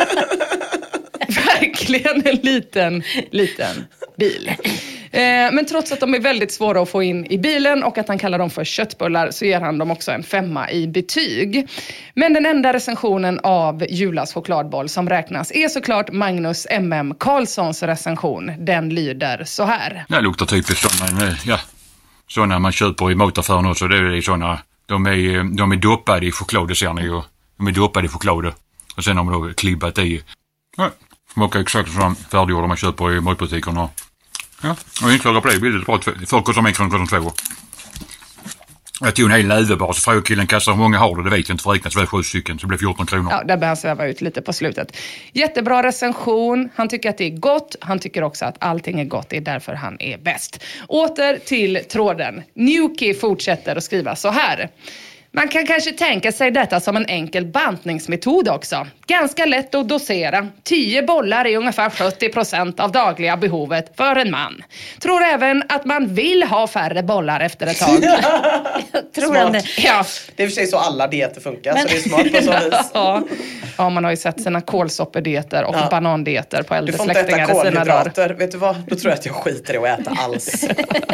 Speaker 5: Verkligen en liten, liten bil. Eh, men trots att de är väldigt svåra att få in i bilen och att han kallar dem för köttbullar så ger han dem också en femma i betyg. Men den enda recensionen av Julas chokladboll som räknas är såklart Magnus M M Karlssons recension. Den lyder så här.
Speaker 10: Det luktar typiskt som ja, sådana man köper i mataffären också. Det är sådana, de är, de är doppade i choklad, det ser ni ju. De är doppade i choklad och sen har man då klibbat i. Ja, smakar exakt som färdiggjorda man köper i matbutikerna. Ja, och inte klaga på det. Billigt bra. Folk kostar mig kronor två. Jag tog en hel näve bara, så frågade killen kastar hur många har du? Det vet jag inte, för räknas väl sju stycken, så det blev fjorton kronor.
Speaker 5: Ja, där behöver han sväva ut lite på slutet. Jättebra recension, han tycker att det är gott, han tycker också att allting är gott, det är därför han är bäst. Åter till tråden. Newkey fortsätter att skriva så här. Man kan kanske tänka sig detta som en enkel bantningsmetod också. Ganska lätt att dosera. tio bollar är ungefär sjuttio procent av dagliga behovet för en man. Tror även att man vill ha färre bollar efter ett tag.
Speaker 6: Jag tror
Speaker 4: Smart.
Speaker 6: det.
Speaker 5: Ja.
Speaker 4: Det är i och för sig så alla dieter funkar, men... så det är smart på så vis.
Speaker 5: Ja. Ja, man har ju sett sina kolsopperdieter och ja. banandieter på äldre släktingar.
Speaker 4: Du får inte äta kolhydrater. Vet du vad? Då tror jag att jag skiter i att äta alls.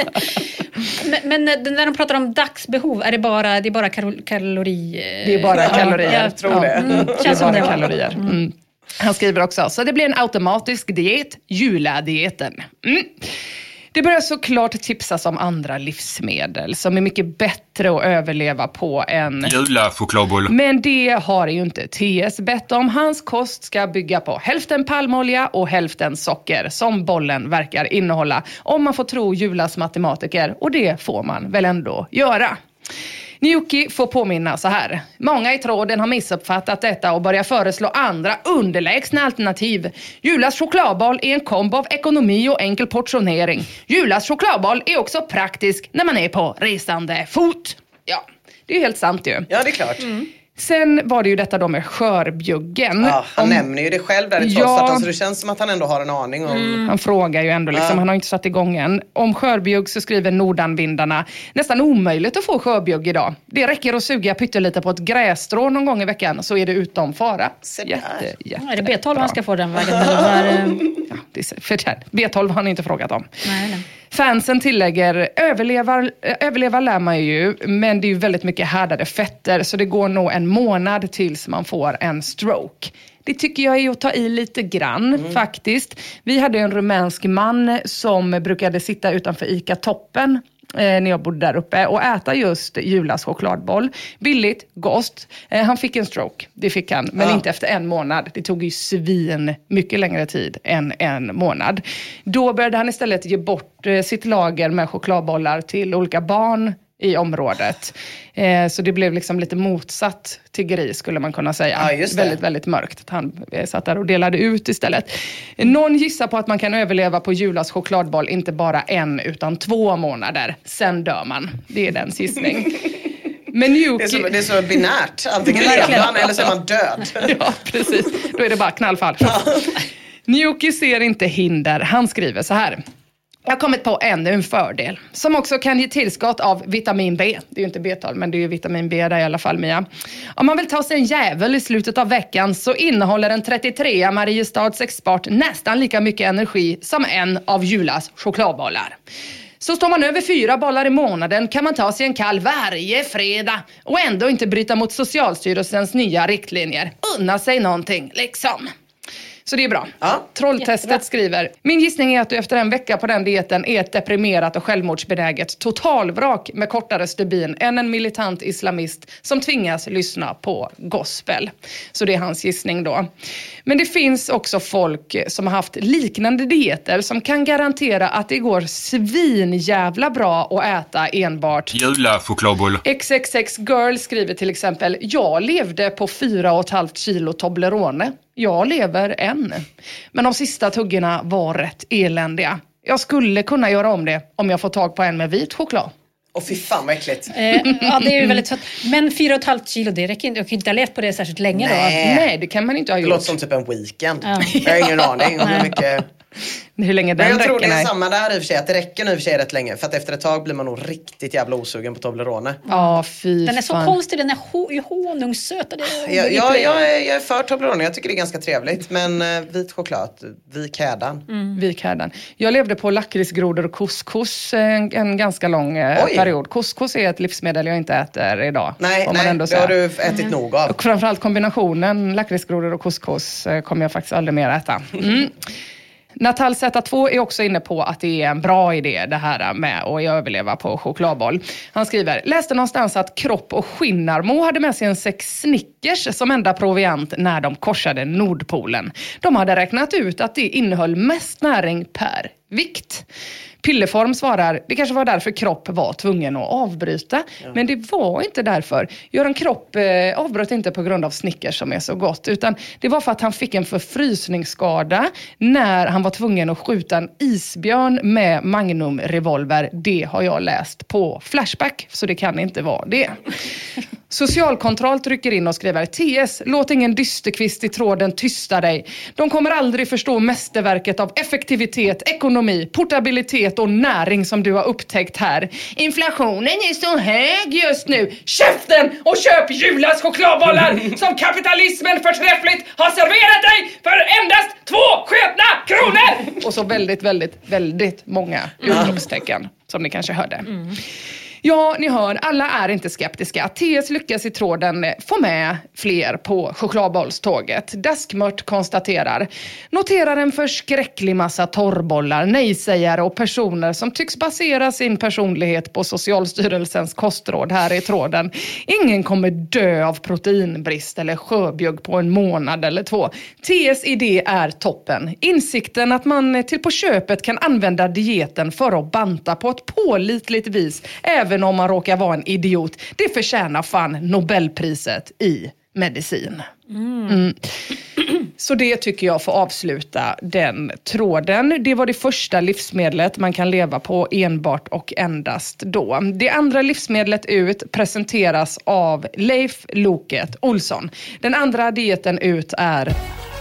Speaker 6: men, men när de pratar om dagsbehov, är det bara, det är bara kal- kalori...
Speaker 5: Det är bara kalorier.
Speaker 4: Ja, jag tror det.
Speaker 5: Mm. Mm. Det är bara kalorier. Mm. Han skriver också, så det blir en automatisk diet, jula-dieten. Mm. Det börjar såklart tipsas om andra livsmedel som är mycket bättre att överleva på än...
Speaker 10: Jula-chokladboll.
Speaker 5: Men det har ju inte T S bett om. Hans kost ska bygga på hälften palmolja och hälften socker som bollen verkar innehålla. Om man får tro Julas matematiker, och det får man väl ändå göra. Newkey får påminna så här. Många i tråden har missuppfattat detta och börjar föreslå andra underlägsna alternativ. Julas chokladboll är en kombo av ekonomi och enkel portionering. Julas chokladboll är också praktisk när man är på resande fot. Ja, det är helt sant ju.
Speaker 4: Ja, det är klart. Mm.
Speaker 5: Sen var det ju detta då med skörbjuggen.
Speaker 4: Ja, han
Speaker 5: om...
Speaker 4: nämner ju det själv där i
Speaker 5: ja,
Speaker 4: trotsarten, så det känns som att han ändå har en aning om...
Speaker 5: Mm. Han frågar ju ändå, liksom, ja. Han har inte satt igång än. Om skörbjugg så skriver Nordanvindarna. Nästan omöjligt att få skörbjugg idag. Det räcker att suga pyttelite på ett grässtrå någon gång i veckan, så är det utom fara. Jätte, jätte,
Speaker 6: är det B tolv han ska få den vägen? Eller?
Speaker 5: Ja, det är för B tolv har han inte frågat om.
Speaker 6: Nej, nej.
Speaker 5: Fansen tillägger, överleva, överleva lär man ju, men det är ju väldigt mycket härdade fetter, så det går nog en månad tills man får en stroke. Det tycker jag är att ta i lite grann, mm. faktiskt. Vi hade en rumänsk man som brukade sitta utanför Ica Toppen eh, när jag bodde där uppe och äta just Julas chokladboll. Billigt, gott. Eh, han fick en stroke, det fick han, men ja. inte efter en månad. Det tog ju svin mycket längre tid än en månad. Då började han istället ge bort eh, sitt lager med chokladbollar till olika barn i området. Eh, så det blev liksom lite motsatt tiggeri, skulle man kunna säga.
Speaker 4: Ja, just det.
Speaker 5: Väldigt, väldigt mörkt. Att han eh, satt där och delade ut istället. Någon gissar på att man kan överleva på Julas chokladboll inte bara en utan två månader. Sen dör man. Det är den gissning. Men Newkey...
Speaker 4: det, är så, det är så binärt. Antingen lever man eller så är man död.
Speaker 5: Ja, precis. Då är det bara knallfall. Newkey ser inte hinder. Han skriver så här. Jag har kommit på ännu en fördel som också kan ge tillskott av vitamin B. Det är ju inte B tolv, men det är ju vitamin B där i alla fall, Mia. Om man vill ta sig en jävel i slutet av veckan så innehåller en trettiotre Mariestads export nästan lika mycket energi som en av Julas chokladbollar. Så står man över fyra bollar i månaden kan man ta sig en kall varje fredag och ändå inte bryta mot Socialstyrelsens nya riktlinjer. Unna sig någonting, liksom. Så det är bra.
Speaker 4: Ja.
Speaker 5: Trolltestet Jättebra. Skriver. Min gissning är att du efter en vecka på den dieten är ett deprimerat och självmordsbenäget totalvrak med kortare stubin än en militant islamist som tvingas lyssna på gospel. Så det är hans gissning då. Men det finns också folk som har haft liknande dieter som kan garantera att det går svinjävla bra att äta enbart
Speaker 10: jula-chokladboll.
Speaker 5: X X X Girl skriver till exempel: jag levde på fyra och ett halvt kilo Toblerone. Jag lever än. Men de sista tuggorna var rätt eländiga. Jag skulle kunna göra om det om jag får tag på en med vit choklad.
Speaker 4: Och fy fan vad äckligt.
Speaker 6: Eh, ja, det är ju väldigt sött. Men fyra och ett halvt kilo, det räcker inte. Jag kan inte ha levt på det särskilt länge.
Speaker 4: Nej.
Speaker 6: Då.
Speaker 5: Nej, det kan man inte ha gjort.
Speaker 4: Det låter som typ en weekend.
Speaker 6: Ja.
Speaker 4: Jag har ingen aning om hur mycket...
Speaker 5: Hur länge den
Speaker 4: Men jag
Speaker 5: räcker,
Speaker 4: tror det är
Speaker 5: nej.
Speaker 4: samma där i och för sig. Att det räcker nu i och för sig rätt länge. För att efter ett tag blir man nog riktigt jävla osugen på Toblerone.
Speaker 5: Ja, fy
Speaker 6: Den är så
Speaker 5: fan.
Speaker 6: konstig, den är ho- honungssöt. Det är
Speaker 4: jag, jag, jag, är, jag är för Toblerone, jag tycker det är ganska trevligt. Men uh, vit choklad, vik härdan.
Speaker 5: Mm. Vik härdan. Jag levde på lakritsgrodor och couscous en, en ganska lång uh, period. Couscous är ett livsmedel jag inte äter idag.
Speaker 4: Nej, nej det har du ätit mm. nog av.
Speaker 5: Och framförallt kombinationen lakritsgrodor och couscous uh, kommer jag faktiskt aldrig mer äta. Mm. Natal Z två är också inne på att det är en bra idé det här med att överleva på chokladboll. Han skriver, läste någonstans att Kropp och Skinnarmo hade med sig en sex Snickers som enda proviant när de korsade Nordpolen. De hade räknat ut att det innehöll mest näring per Vikt. Pilleform svarar, det kanske var därför Kropp var tvungen att avbryta. Ja. Men det var inte därför. Göran Kropp eh, avbröt inte på grund av Snickers som är så gott. Utan det var för att han fick en förfrysningsskada när han var tvungen att skjuta en isbjörn med Magnum-revolver. Det har jag läst på Flashback, så det kan inte vara det. Socialkontroll trycker in och skriver T S, låt ingen dysterkvist i tråden tysta dig. De kommer aldrig förstå mästerverket av effektivitet, ekonomi, portabilitet och näring som du har upptäckt här. Inflationen är så hög just nu. Käften och köp Julas chokladbollar som kapitalismen förträffligt har serverat dig för endast två sketna kronor! Och så väldigt, väldigt, väldigt många utropstecken som ni kanske hörde. Mm. Ja, ni hör, alla är inte skeptiska. T S lyckas i tråden få med fler på chokladbollståget. Daskmört konstaterar. Noterar en förskräcklig massa torrbollar, nejsägare och personer som tycks basera sin personlighet på Socialstyrelsens kostråd här i tråden. Ingen kommer dö av proteinbrist eller sjöbjugg på en månad eller två. T S idé är toppen. Insikten att man till på köpet kan använda dieten för att banta på ett pålitligt vis, även om man råkar vara en idiot. Det förtjänar fan Nobelpriset i medicin. Mm. Mm. Så det tycker jag får avsluta den tråden. Det var det första livsmedlet man kan leva på enbart och endast då. Det andra livsmedlet ut presenteras av Leif Loket Olsson. Den andra dieten ut är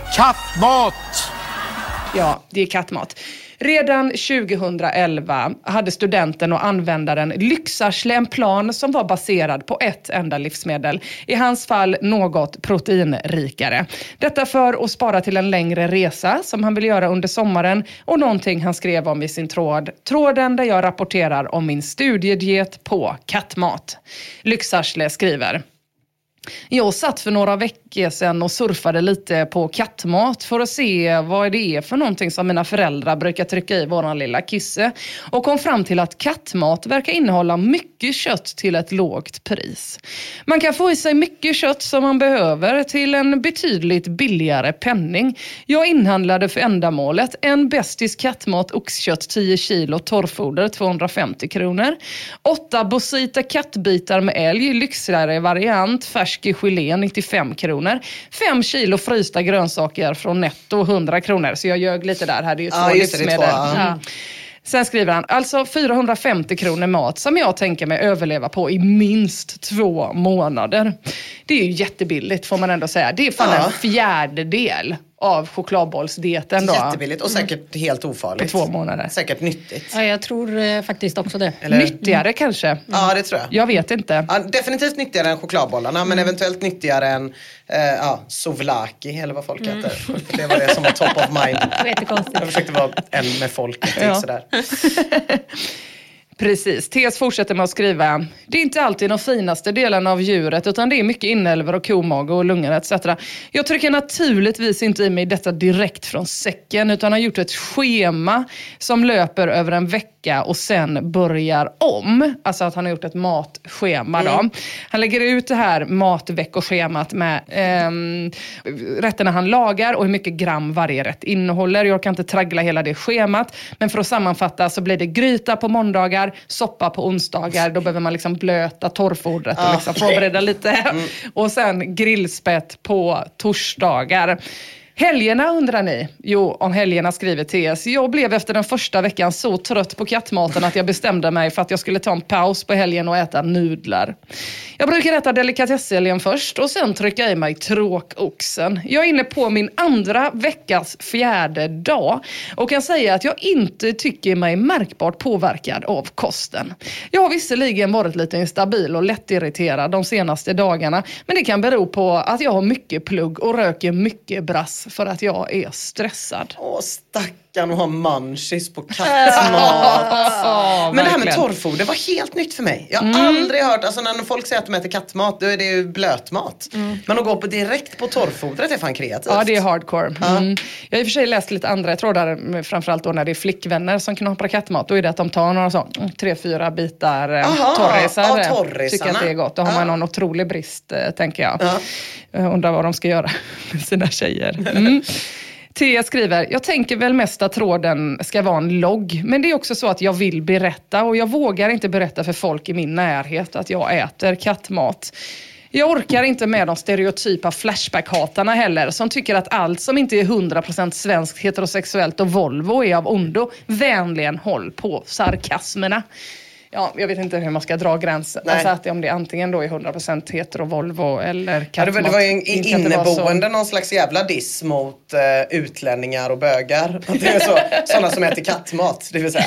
Speaker 11: kattmat!
Speaker 5: Ja, det är kattmat. Redan tjugohundraelva hade studenten och användaren Lyxarsle en plan som var baserad på ett enda livsmedel. I hans fall något proteinrikare. Detta för att spara till en längre resa som han vill göra under sommaren och någonting han skrev om i sin tråd. Tråden där jag rapporterar om min studiediet på kattmat. Lyxarsle skriver. Jag satt för några veckor sedan och surfade lite på kattmat för att se vad det är för någonting som mina föräldrar brukar trycka i våran lilla kisse. Och kom fram till att kattmat verkar innehålla mycket kött till ett lågt pris. Man kan få i sig mycket kött som man behöver till en betydligt billigare penning. Jag inhandlade för ändamålet en Bästis kattmat oxkött tio kilo torrfoder tvåhundrafemtio kronor. Åtta Bosita kattbitar med älg, lyxigare variant, färsk i gelé nittiofem kronor. Fem kilo frysta grönsaker från Netto hundra kronor. Så jag ljög lite där. Här är ju två
Speaker 4: ja, just det,
Speaker 5: livsmedel.
Speaker 4: det är två, ja.
Speaker 5: Ja. Sen skriver han, alltså fyrahundrafemtio kronor mat som jag tänker mig överleva på i minst två månader. Det är ju jättebilligt får man ändå säga. Det är fan ja. en fjärdedel av chokladbollsdieten då.
Speaker 4: Jättebilligt och säkert mm. helt ofarligt.
Speaker 5: På två månader.
Speaker 4: Säkert nyttigt.
Speaker 6: Ja, jag tror eh, faktiskt också det.
Speaker 5: Eller? Nyttigare mm. kanske. Mm.
Speaker 4: Ja, det tror jag.
Speaker 5: Jag vet inte.
Speaker 4: Ja, definitivt nyttigare än chokladbollarna, mm. men eventuellt nyttigare än eh, ja, souvlaki eller vad folk mm. heter. För det var det som var top of mind.
Speaker 6: Det är konstigt.
Speaker 4: Jag försökte vara en med folket. Ja. Sådär.
Speaker 5: Precis. T S fortsätter med att skriva. Det är inte alltid de finaste delarna av djuret utan det är mycket inälvor och komage och lungor et cetera. Jag trycker naturligtvis inte i mig detta direkt från säcken utan har gjort ett schema som löper över en vecka och sen börjar om. Alltså att han har gjort ett matschema mm. då. Han lägger ut det här matveckoschemat med eh, rätterna han lagar och hur mycket gram varje rätt innehåller. Jag kan inte traggla hela det schemat men för att sammanfatta så blir det gryta på måndagar, soppa på onsdagar, då behöver man liksom blöta torrfodret och liksom förbereda lite. Mm. Och sen grillspett på torsdagar. Helgerna undrar ni? Jo, om helgerna skriver T S. Jag blev efter den första veckan så trött på kattmaten att jag bestämde mig för att jag skulle ta en paus på helgen och äta nudlar. Jag brukar äta delikatessälgen först och sen trycka i mig tråkoxen. Jag är inne på min andra veckas fjärde dag och kan säga att jag inte tycker mig märkbart påverkad av kosten. Jag har visserligen varit lite instabil och lättirriterad de senaste dagarna, men det kan bero på att jag har mycket plugg och röker mycket brass för att jag är stressad.
Speaker 4: Åh, stackarn och ha munchies på kattmat.
Speaker 5: Ja,
Speaker 4: men det här med torrfoder var helt nytt för mig. Jag har mm. aldrig hört, alltså när folk säger att de äter kattmat, då är det ju blötmat. Mm. Men att gå på direkt på torrfodret är fan kreativt.
Speaker 5: Ja, det är hardcore. Mm. Jag har i och för sig läst lite andra trådar, framförallt då när det är flickvänner som knaprar kattmat. Då är det att de tar några så, tre, fyra bitar
Speaker 4: Aha,
Speaker 5: torrisar.
Speaker 4: Ja, torrisarna.
Speaker 5: Tycker att det är gott. Då har man någon otrolig brist, tänker jag. Ja. Jag undrar vad de ska göra med sina tjejer. Mm. Thea skriver, jag tänker väl mest att tråden ska vara en logg. Men det är också så att jag vill berätta och jag vågar inte berätta för folk i min närhet att jag äter kattmat. Jag orkar inte med de stereotypa flashback-hatarna heller som tycker att allt som inte är hundra procent svenskt, heterosexuellt och Volvo är av ondo. Vänligen håll på sarkasmerna. Ja, jag vet inte hur man ska dra gränsen. Alltså att om det antingen då är hundra procent hetero, Volvo eller kattmat.
Speaker 4: Ja, det var ju en inneboende någon slags jävla diss mot uh, utlänningar och bögar. Att det är så, sådana som äter kattmat, det vill säga.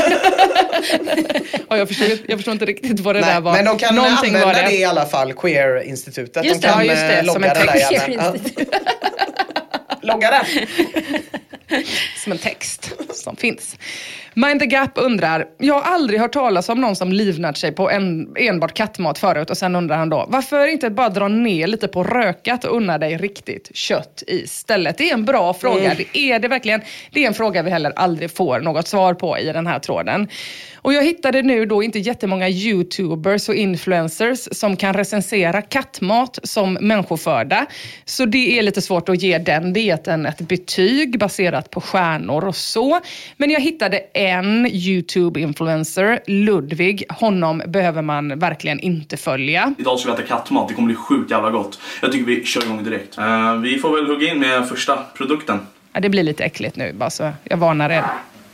Speaker 5: Ja, jag, förstår, jag förstår inte riktigt vad det
Speaker 4: Nej,
Speaker 5: där var.
Speaker 4: Men de kan
Speaker 5: Någonting
Speaker 4: använda
Speaker 5: var det.
Speaker 4: det i alla fall, Queer-institutet.
Speaker 5: Just
Speaker 4: de kan
Speaker 5: det, ja, just det,
Speaker 4: logga
Speaker 5: som en
Speaker 4: det där
Speaker 5: text.
Speaker 4: jäveln. Ja. Logga den.
Speaker 5: Som en text som finns. Mind the Gap undrar, jag har aldrig hört talas om någon som livnat sig på en, enbart kattmat förut. Och sen undrar han då, varför inte bara dra ner lite på rökat och unna dig riktigt kött istället? Det är en bra fråga, mm. det är det verkligen. Det är en fråga vi heller aldrig får något svar på i den här tråden. Och jag hittade nu då inte jättemånga YouTubers och influencers som kan recensera kattmat som människoföda. Så det är lite svårt att ge den dieten ett betyg baserat på stjärnor och så. Men jag hittade en YouTube-influencer, Ludvig. Honom behöver man verkligen inte följa.
Speaker 12: Idag ska vi äta kattmat, det kommer bli sjukt jävla gott. Jag tycker vi kör igång direkt. Uh, vi får väl hugga in med första produkten.
Speaker 5: Ja, det blir lite äckligt nu, bara så jag varnar er.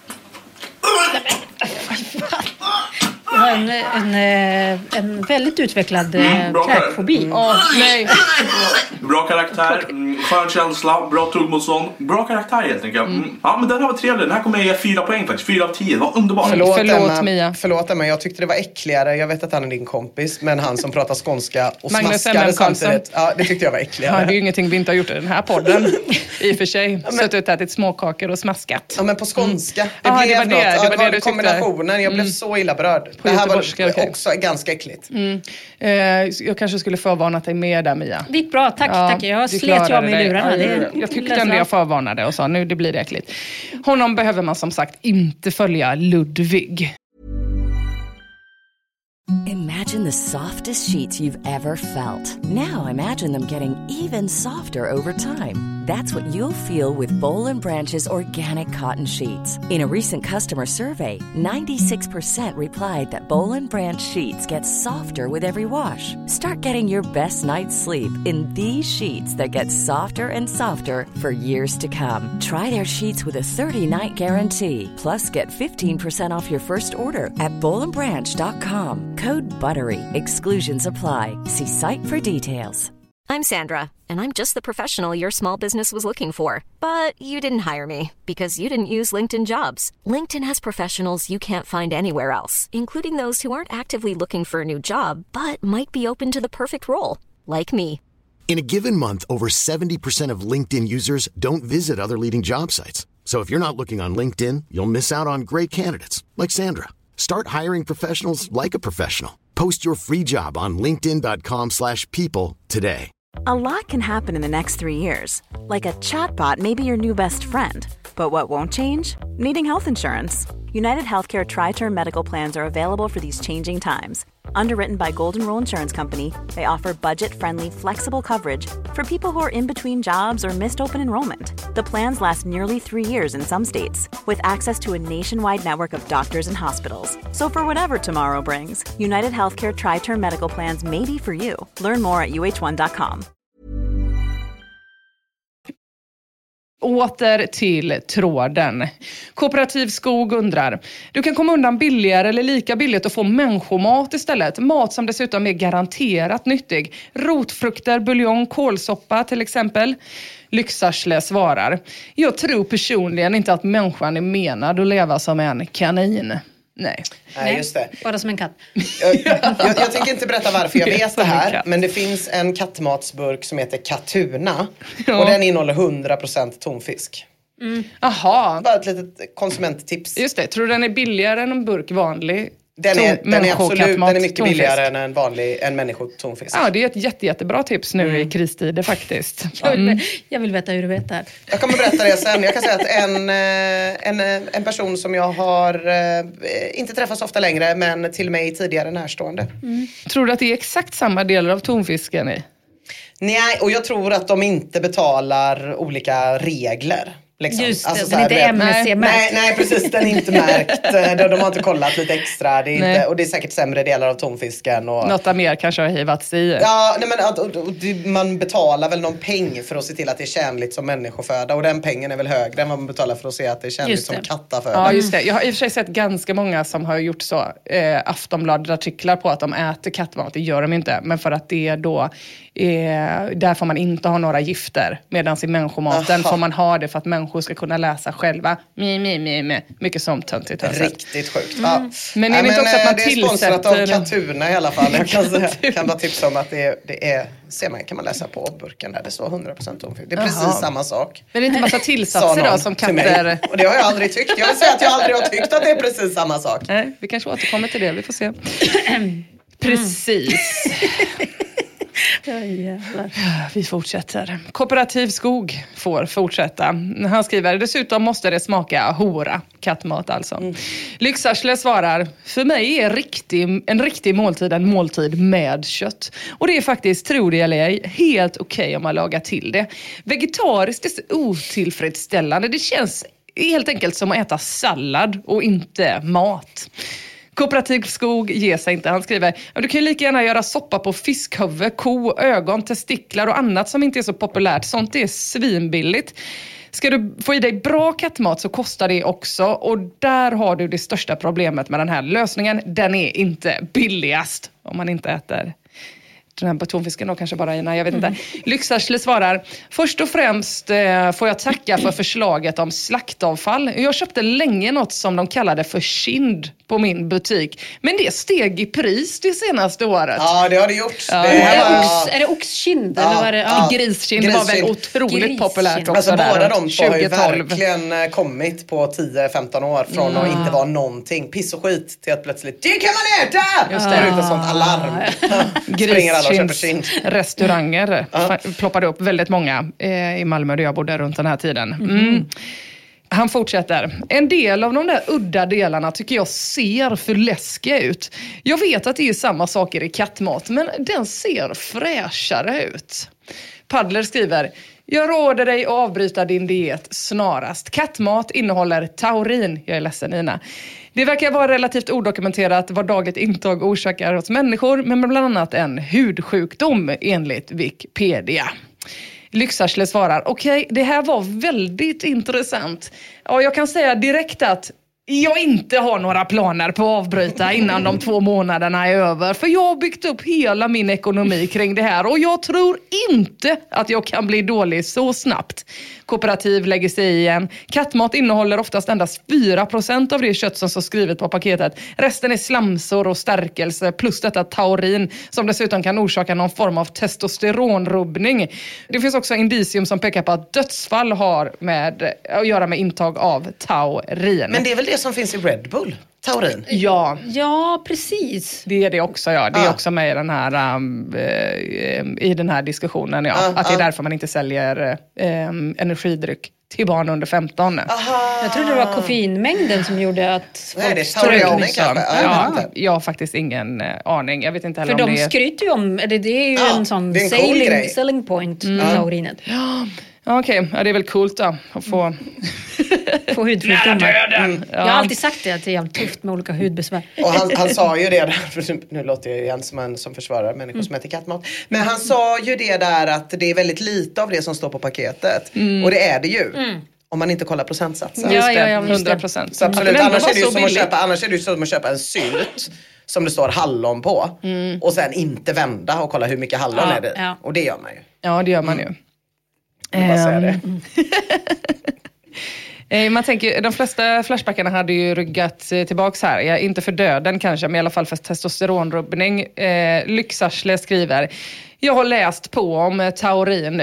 Speaker 6: Jag har en, en, en väldigt utvecklad mm, kräkfobi.
Speaker 12: Mm.
Speaker 5: Oh, nej.
Speaker 12: Bra karaktär, mm, skön känsla, bra tuggmotstånd. Bra karaktär helt enkelt. Mm. Ja, men den här var trevlig. Den här kommer jag ge fyra poäng faktiskt. Fyra av tio. Det var underbart.
Speaker 4: Förlåt,
Speaker 5: Förlåt
Speaker 4: Emma.
Speaker 5: Mia.
Speaker 4: Förlåt Emma, jag tyckte det var äckligare. Jag vet att han är din kompis, men han som pratar skånska och
Speaker 5: Magnus
Speaker 4: smaskade samtidigt. Ja, det tyckte jag var äckligare.
Speaker 5: Ja, det är ju ingenting vi inte har gjort i den här podden. I och för sig. Ja, men... Suttit och ätit småkakor och smaskat.
Speaker 4: Ja, men på skånska.
Speaker 5: Mm.
Speaker 4: Det
Speaker 5: ah,
Speaker 4: blev
Speaker 5: det var
Speaker 4: något.
Speaker 5: det.
Speaker 4: Ja,
Speaker 5: Det var, det
Speaker 4: det
Speaker 5: du
Speaker 4: kombinationen. Jag blev
Speaker 5: mm.
Speaker 4: så illa berörd.
Speaker 5: På
Speaker 4: det här var
Speaker 5: okay.
Speaker 4: också ganska äckligt.
Speaker 5: Mm. Eh, jag kanske skulle förvarna dig med där, Mia.
Speaker 6: Det gick bra, tack.
Speaker 5: Ja,
Speaker 6: tack. Jag slet jag med lurarna.
Speaker 5: Ja, det, jag tyckte ändå jag förvarnade och sa nu det blir det äckligt. Honom behöver man som sagt inte följa. Ludvig.
Speaker 13: Imagine the softest sheets you've ever felt. Now imagine them getting even softer over time. That's what you'll feel with Boll and Branch's organic cotton sheets. In a recent customer survey, ninety-six percent replied that Boll and Branch sheets get softer with every wash. Start getting your best night's sleep in these sheets that get softer and softer for years to come. Try their sheets with a thirty-night guarantee. Plus, get fifteen percent off your first order at boll and branch dot com. Code BUTTERY. Exclusions apply. See site for details.
Speaker 14: I'm Sandra, and I'm just the professional your small business was looking for. But you didn't hire me because you didn't use LinkedIn Jobs. LinkedIn has professionals you can't find anywhere else, including those who aren't actively looking for a new job, but might be open to the perfect role, like me.
Speaker 15: In a given month, over seventy percent of LinkedIn users don't visit other leading job sites. So if you're not looking on LinkedIn, you'll miss out on great candidates, like Sandra. Start hiring professionals like a professional. Post your free job on linkedin dot com slash people today.
Speaker 2: A lot can happen in the next three years. Like a chatbot may be your new best friend. But what won't change? Needing health insurance. United Healthcare Tri-Term Medical Plans are available for these changing times. Underwritten by Golden Rule Insurance Company, they offer budget-friendly, flexible coverage for people who are in between jobs or missed open enrollment. The plans last nearly three years in some states, with access to a nationwide network of doctors and hospitals. So for whatever tomorrow brings, United Healthcare Tri-Term Medical Plans may be for you. Learn more at u h one dot com.
Speaker 5: Åter till tråden. Kooperativ Skog undrar. Du kan komma undan billigare eller lika billigt och få människomat istället. Mat som dessutom är garanterat nyttig. Rotfrukter, buljong, kålsoppa till exempel. Lyxarsle svarar. Jag tror personligen inte att människan är menad att leva som en kanin. Nej.
Speaker 4: Nej, just det.
Speaker 6: Bara som en katt.
Speaker 4: Jag, jag, jag tänker inte berätta varför jag vet det här. Men det finns en kattmatsburk som heter Katuna. Ja. Och den innehåller hundra procent tonfisk.
Speaker 5: Mm. Aha.
Speaker 4: Bara ett litet konsumenttips.
Speaker 5: Just det, tror du den är billigare än en burk vanlig?
Speaker 4: Den är, den är absolut den är mycket tonfisk. Billigare än en vanlig en människotonfisk.
Speaker 5: Ja, det är ett jätte, jättebra tips nu mm. i kristider faktiskt.
Speaker 6: Jag vill, jag vill veta hur du vet det här.
Speaker 4: Jag kommer berätta det sen. Jag kan säga att en, en, en person som jag har inte träffat så ofta längre, men till mig tidigare närstående.
Speaker 5: Mm. Tror du att det är exakt samma delar av tonfisken i?
Speaker 4: Nej, och jag tror att de inte betalar olika regler. Liksom.
Speaker 6: Just det,
Speaker 4: alltså,
Speaker 6: den är inte M S C-märkt.
Speaker 4: Nej, nej, precis, den är inte märkt. De, de har inte kollat lite extra. Det är inte, och det är säkert sämre delar av tonfisken. Och,
Speaker 5: något mer kanske har hivats i.
Speaker 4: Ja, nej, men att, och, och, man betalar väl någon peng för att se till att det är tjänligt som människoföda. Och den pengen är väl högre än vad man betalar för att se att det är tjänligt som kattaföda.
Speaker 5: Ja, just det. Jag har i och för sig sett ganska många som har gjort så. Eh, Aftonbladet-artiklar på att de äter kattmat. Det gör de inte. Men för att det då... Eh, där får man inte ha några gifter. Medan i människomaten Aha. får man ha det för att människor ska kunna läsa själva. Mi, mi, mi, mi. Mycket som töntigt.
Speaker 4: Riktigt sjukt. Mm. Ja.
Speaker 5: Men jag vet
Speaker 4: men,
Speaker 5: också att man
Speaker 4: det är
Speaker 5: tillsätter...
Speaker 4: sponsrat av Katuna i alla fall. Jag kan, säga, kan bara tipsa om att det är, det är ser man, kan man läsa på burken där det står hundra procent tonfisk. Det är precis Aha. samma sak.
Speaker 5: Men det är inte massa tillsatser då som katter...
Speaker 4: Och det har jag aldrig tyckt. Jag vill säga att jag aldrig har tyckt att det är precis samma sak.
Speaker 5: Nej, vi kanske återkommer till det. Vi får se. Precis.
Speaker 6: Oh,
Speaker 5: vi fortsätter. Kooperativ skog får fortsätta. Han skriver, dessutom måste det smaka hora. Kattmat alltså. Mm. Lyxarsle svarar, för mig är riktig, en riktig måltid en måltid med kött. Och det är faktiskt, tror det eller ej, helt okej okay om man lagar till det. Vegetariskt är så otillfredsställande. Det känns helt enkelt som att äta sallad och inte mat. Kooperativ skog ger sig inte. Han skriver, du kan ju lika gärna göra soppa på fiskhuvud, ko, ögon, testiklar och annat som inte är så populärt. Sånt är svinbilligt. Ska du få i dig bra kattmat så kostar det också. Och där har du det största problemet med den här lösningen. Den är inte billigast om man inte äter den här batonfisken då kanske bara i, nej jag vet inte. Mm. Lyxarsle svarar, först och främst eh, får jag tacka för förslaget om slaktavfall. Jag köpte länge något som de kallade för kind på min butik. Men det steg i pris det senaste året.
Speaker 4: Ja, det har det gjort.
Speaker 6: Ja.
Speaker 4: Det
Speaker 6: är, det ox, är det oxkind?
Speaker 4: Ja,
Speaker 6: eller var det?
Speaker 5: Ja. Griskind, det var väl otroligt
Speaker 6: Griskind.
Speaker 5: populärt också.
Speaker 4: Alltså
Speaker 5: där,
Speaker 4: båda de två har ju
Speaker 5: tjugo tolv
Speaker 4: verkligen kommit på tio femton år från mm. att inte vara någonting. Piss och skit till att plötsligt, det kan man äta!
Speaker 5: Just
Speaker 4: det.
Speaker 5: det.
Speaker 4: Ut ett sånt alarm. Springer alla och köper kind.
Speaker 5: Restauranger ja. ploppade upp väldigt många eh, i Malmö där jag bodde runt den här tiden. Mm. Mm. Han fortsätter. En del av de där udda delarna tycker jag ser för läskiga ut. Jag vet att det är samma saker i kattmat, men den ser fräschare ut. Paddler skriver, jag råder dig att avbryta din diet snarast. Kattmat innehåller taurin. Jag är ledsen, Nina. Det verkar vara relativt odokumenterat vad dagligt intag orsakar hos människor, men bland annat en hudsjukdom enligt Wikipedia. Lyxarsle svarar, okej, okay, det här var väldigt intressant. Ja, jag kan säga direkt att jag inte har några planer på att avbryta innan de två månaderna är över. För jag har byggt upp hela min ekonomi kring det här. Och jag tror inte att jag kan bli dålig så snabbt. Kooperativ lägger sig i igen. Kattmat innehåller oftast endast fyra procent av det kött som står skrivet på paketet. Resten är slamsor och stärkelse plus detta taurin som dessutom kan orsaka någon form av testosteronrubbning. Det finns också indicium som pekar på att dödsfall har med att göra med intag av taurin.
Speaker 4: Men det är väl det som finns i Red Bull? Taurin?
Speaker 5: Ja.
Speaker 6: Ja, precis.
Speaker 5: Det är det också, ja. Det är
Speaker 4: ah.
Speaker 5: också med i den här, um, uh, i den här diskussionen, ja. Ah, att det är ah. därför man inte säljer um, energidryck till barn under femton.
Speaker 6: Aha. Jag trodde det var koffeinmängden som gjorde att
Speaker 4: folk... Nej, det är taurin kanske.
Speaker 5: Ja, jag har faktiskt ingen uh, aning. Jag vet inte heller
Speaker 6: För
Speaker 5: om
Speaker 6: de
Speaker 5: det är...
Speaker 6: skryter ju om, det, det är ju
Speaker 4: ja,
Speaker 6: en sån
Speaker 4: en
Speaker 6: selling,
Speaker 4: cool
Speaker 6: selling point, mm. taurinet.
Speaker 5: Ja. Okej, okay. Ja, det är väl coolt då att få...
Speaker 6: få hudflykdomar.
Speaker 5: Mm. Ja.
Speaker 6: Jag har alltid sagt det, att det är jävligt tufft med olika hudbesvär.
Speaker 4: Och han, han sa ju det där, nu låter jag igen som en som försvarar människor mm. som äter kattmat. Men han sa ju det där att det är väldigt lite av det som står på paketet. Mm. Och det är det ju. Mm. Om man inte kollar procentsatsen.
Speaker 6: Ja, ja, ja,
Speaker 5: hundra procent.
Speaker 4: Så absolut, mm. annars, är det ju som att köpa, annars är det ju som att köpa en sylt som det står hallon på. Mm. Och sen inte vända och kolla hur mycket hallon ja, är det. Ja. Och det gör man ju.
Speaker 5: Ja, det gör man ju.
Speaker 4: Mm. Jag bara säga det.
Speaker 5: Man tänker, de flesta flashbackarna hade ju ryggat tillbaks här. Ja, inte för döden kanske, men i alla fall för testosteronrubbning. Eh, Lyxarsle skriver, jag har läst på om taurin nu.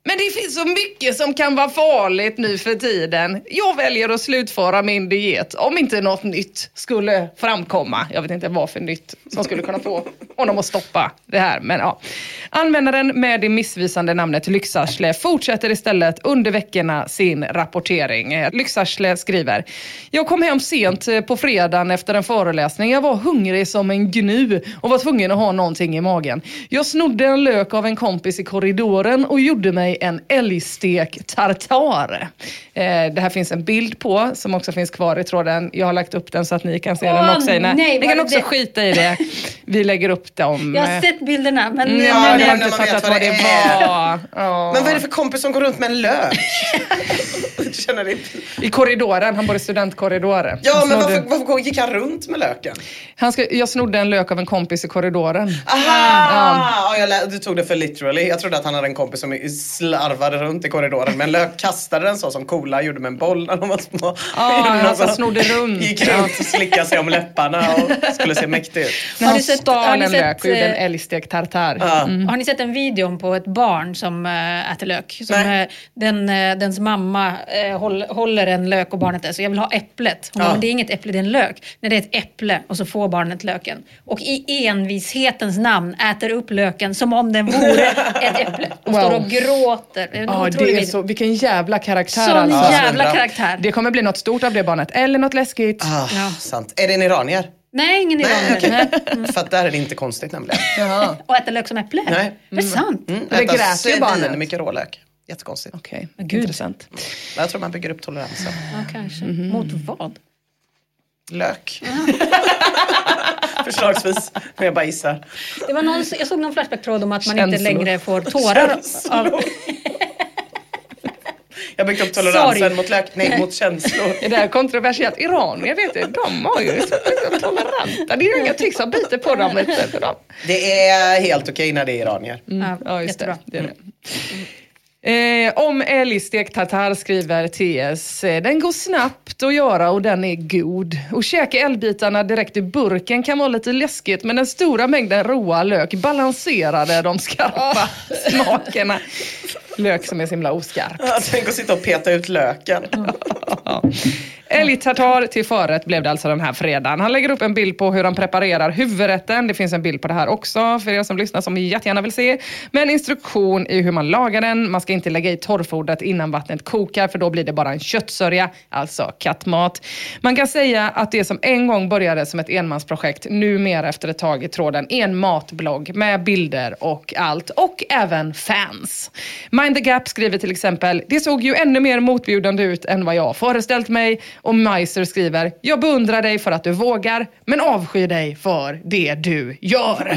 Speaker 5: Men det finns så mycket som kan vara farligt nu för tiden. Jag väljer att slutföra min diet om inte något nytt skulle framkomma. Jag vet inte vad för nytt som skulle kunna få honom att stoppa det här. Men ja. Användaren med det missvisande namnet Lyxarsle fortsätter istället under veckorna sin rapportering. Lyxarsle skriver: Jag kom hem sent på fredagen efter en föreläsning. Jag var hungrig som en gnu och var tvungen att ha någonting i magen. Jag snodde en lök av en kompis i korridoren och gjorde mig en älgstek tartar. Eh, det här finns en bild på som också finns kvar i tråden. Jag har lagt upp den så att ni kan se
Speaker 6: Åh,
Speaker 5: den också. Nej,
Speaker 6: nej,
Speaker 5: ni kan också
Speaker 6: det?
Speaker 5: skita i det. Vi lägger upp dem.
Speaker 6: Jag har sett bilderna, men...
Speaker 5: Mm,
Speaker 6: ja,
Speaker 5: men
Speaker 6: men
Speaker 5: jag har inte fattat vad det var.
Speaker 4: Ja. Men vad är det för kompis som går runt med en lök? Känner det.
Speaker 5: I korridoren, han bor i studentkorridoren.
Speaker 4: Ja,
Speaker 5: Han
Speaker 4: men
Speaker 5: snodde...
Speaker 4: varför, varför gick han runt med löken?
Speaker 5: Han ska, jag snodde en lök av en kompis i korridoren.
Speaker 4: Aha!
Speaker 5: Ja.
Speaker 4: Ja, jag lä- du tog det för literally. Jag trodde att han hade en kompis som slarvade runt i korridoren. Men lök kastade den så som Cola gjorde med en boll när de var små.
Speaker 5: Ja, han som snodde runt.
Speaker 4: Gick runt och slickade sig om läpparna och skulle se mäktig ut.
Speaker 5: När han
Speaker 6: sett-
Speaker 5: stal
Speaker 6: har ni
Speaker 5: en
Speaker 6: sett,
Speaker 5: lök och gjorde en
Speaker 6: eh,
Speaker 5: älgstek tartar.
Speaker 4: Mm.
Speaker 6: Har ni sett en video på ett barn som äh, äter lök? Som, äh, den, äh, dens mamma äh, håll, håller en lök och barnet är så jag vill ha äpplet. Hon
Speaker 4: Ja.
Speaker 6: bara, men det är inget äpple, det är en lök. Nej, det är ett äpple och så får barnet löken. Och i envishetens namn äter upp löken som om den vore ett äpple. Och
Speaker 5: Wow.
Speaker 6: står och gråter. En
Speaker 5: Ja,
Speaker 6: otrolig
Speaker 5: det är
Speaker 6: video.
Speaker 5: så, vilken jävla karaktär
Speaker 6: Sån
Speaker 5: alltså.
Speaker 6: jävla
Speaker 4: bra.
Speaker 6: karaktär.
Speaker 5: Det kommer bli något stort av det barnet. Eller något läskigt.
Speaker 4: Ah,
Speaker 6: Ja.
Speaker 4: sant. Är det en iranier?
Speaker 6: Nej, ingen
Speaker 4: Nej,
Speaker 6: iranier.
Speaker 4: okej.
Speaker 6: Nej.
Speaker 4: För att där är det inte konstigt nämligen.
Speaker 5: Jaha.
Speaker 6: Och äta lök som äpple?
Speaker 4: Nej.
Speaker 6: Det är sant.
Speaker 4: Mm,
Speaker 5: Det
Speaker 4: äta
Speaker 5: grät ju barnet.
Speaker 4: svin, mycket rålök. Jättekonstigt.
Speaker 5: Okej,
Speaker 6: Men gud.
Speaker 5: intressant.
Speaker 4: Jag tror man bygger upp toleransen.
Speaker 6: Ja, kanske. Mot vad?
Speaker 4: Lök. Förslagsvis. Men jag bara gissar.
Speaker 6: Det var någon, jag såg någon flashback-tråd om att man inte
Speaker 5: Känslor.
Speaker 6: längre får tårar av...
Speaker 4: Jag har byggt upp toleransen
Speaker 6: Sorry.
Speaker 4: mot lök. Nej, mot känslor.
Speaker 5: Det där är kontroversiellt. Iranier, vet du, de har ju så toleranta. Det är ju inga tycks som biter på dem lite för dem.
Speaker 4: Det är helt okej när det är iranier.
Speaker 5: Mm. Ja, just
Speaker 6: jättebra.
Speaker 5: det. det, är det. Eh, om älgstek tartar skriver T S. Den går snabbt att göra och den är god. Och käka älgbitarna direkt i burken kan vara lite läskigt. Men den stora mängden råa lök balanserade de skarpa smakerna. Lök som är så himla oskarp.
Speaker 4: Jag tänker att sitta och peta ut löken.
Speaker 5: Älgtartar till förrätt blev det alltså den här fredagen. Han lägger upp en bild på hur han preparerar huvudrätten. Det finns en bild på det här också för er som lyssnar som jättegärna vill se. Med en instruktion i hur man lagar den. Man ska inte lägga i torrfodret innan vattnet kokar för då blir det bara en köttsörja, alltså kattmat. Man kan säga att det som en gång började som ett enmansprojekt numera efter ett tag i tråden är en matblogg med bilder och allt. Och även fans. Mind the Gap skriver till exempel: det såg ju ännu mer motbjudande ut än vad jag föreställt mig. Och Meiser skriver: jag beundrar dig för att du vågar, men avskyr dig för det du gör.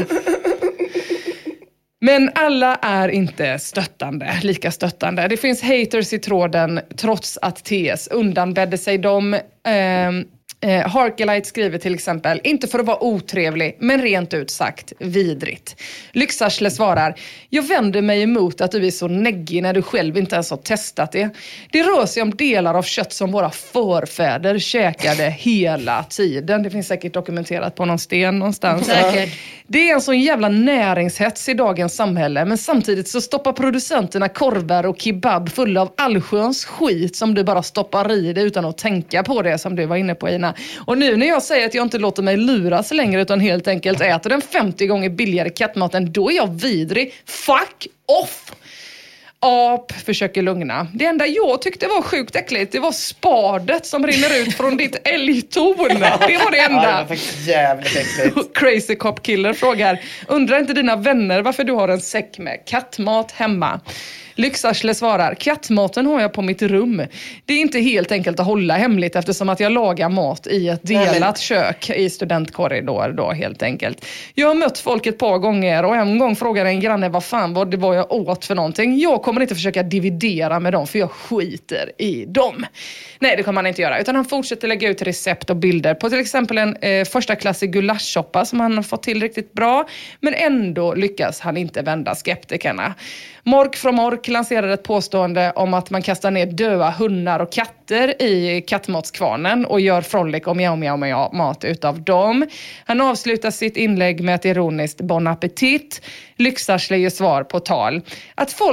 Speaker 5: Men alla är inte stöttande, lika stöttande. Det finns haters i tråden trots att T S undanbädde sig dem. Eh, Eh, Harkelite skriver till exempel: inte för att vara otrevlig, men rent ut sagt vidrigt. Lyxarsle svarar: jag vänder mig emot att du är så neggig när du själv inte ens har testat det. Det rör sig om delar av kött som våra förfäder käkade hela tiden. Det finns säkert dokumenterat på någon sten någonstans.
Speaker 6: Säkert.
Speaker 5: Det är en sån jävla näringshets i dagens samhälle, men samtidigt så stoppar producenterna korvar och kebab fulla av allsköns skit som du bara stoppar i dig utan att tänka på det, som du var inne på, Ina. Och nu när jag säger att jag inte låter mig luras längre utan helt enkelt äter den femtio gånger billigare kattmaten, då är jag vidrig. Fuck off! Ap försöker lugna. Det enda jag tyckte var sjukt äckligt, det var spadet som rinner ut från ditt älgtorn. Det var det enda.
Speaker 4: Ja, det var faktiskt jävligt äckligt.
Speaker 5: Crazy Cop Killer frågar: undrar inte dina vänner varför du har en säck med kattmat hemma? Lyxarsle svarar: kattmaten har jag på mitt rum. Det är inte helt enkelt att hålla hemligt eftersom att jag lagar mat i ett delat kök i studentkorridor då, helt enkelt. Jag har mött folk ett par gånger och en gång frågade en granne vad fan vad det var jag åt för någonting. Jag kommer inte försöka dividera med dem för jag skiter i dem. Nej, det kommer han inte göra, utan han fortsätter lägga ut recept och bilder på till exempel en eh, första klassig gulaschsoppa som han har fått till riktigt bra, men ändå lyckas han inte vända skeptikerna. Mork från Mork lanserade ett påstående om att man kastar ner döda hundar och katter i kattmatskvarnen och gör frolic och mjau mjau mjau mat utav dem. Han avslutar sitt inlägg med ett ironiskt bon appetit. Lyxarsle ger svar på tal. Att folk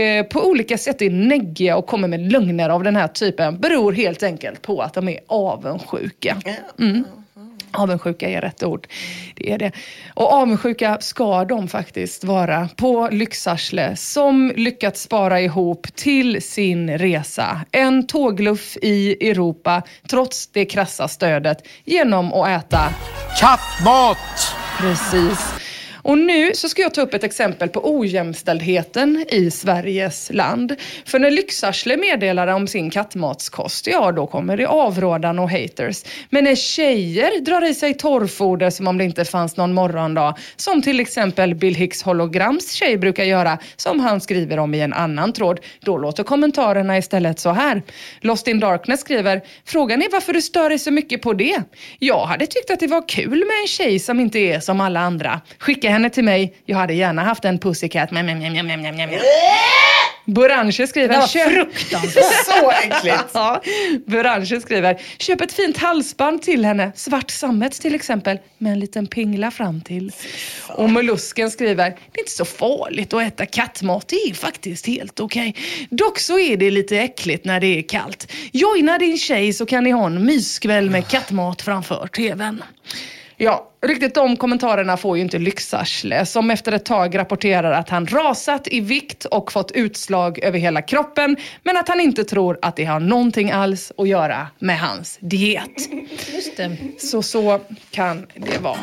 Speaker 5: eh, på olika sätt är neggiga och kommer med lögner av den här typen beror helt enkelt på att de är avundsjuka. Mm. Avundsjuka är rätt ord. Det är det. Och avundsjuka ska de faktiskt vara på Lyxarsle som lyckats spara ihop till sin resa. En tågluff i Europa trots det krassa stödet genom att äta
Speaker 11: kattmat.
Speaker 5: Precis. Och nu så ska jag ta upp ett exempel på ojämställdheten i Sveriges land. För när Lyxarsle meddelar om sin kattmatskost, ja då kommer det avrådan och haters. Men när tjejer drar i sig torrfoder som om det inte fanns någon morgondag, som till exempel Bill Hicks holograms tjej brukar göra, som han skriver om i en annan tråd, då låter kommentarerna istället så här. Lost in Darkness skriver, frågan är varför du stör dig så mycket på det. Jag hade tyckt att det var kul med en tjej som inte är som alla andra. Skicka henne till mig. Jag hade gärna haft en pussycat. Mm, mm, mm, mm, mm, mm. Borange skriver...
Speaker 6: Det var fruktansvärt.
Speaker 4: Så äckligt.
Speaker 5: Ja, Borange skriver... Köp ett fint halsband till henne. Svart sammet till exempel. Med en liten pingla fram till. Och Mollusken skriver... Det är inte så farligt att äta kattmat. Det är faktiskt helt okej. Okay. Dock så är det lite äckligt när det är kallt. Joina din tjej så kan ni ha en myskväll med kattmat framför tvn. Ja, riktigt de kommentarerna får ju inte Lyxarsle som efter ett tag rapporterar att han rasat i vikt och fått utslag över hela kroppen, men att han inte tror att det har någonting alls att göra med hans diet.
Speaker 6: Just det.
Speaker 5: Så så kan det vara.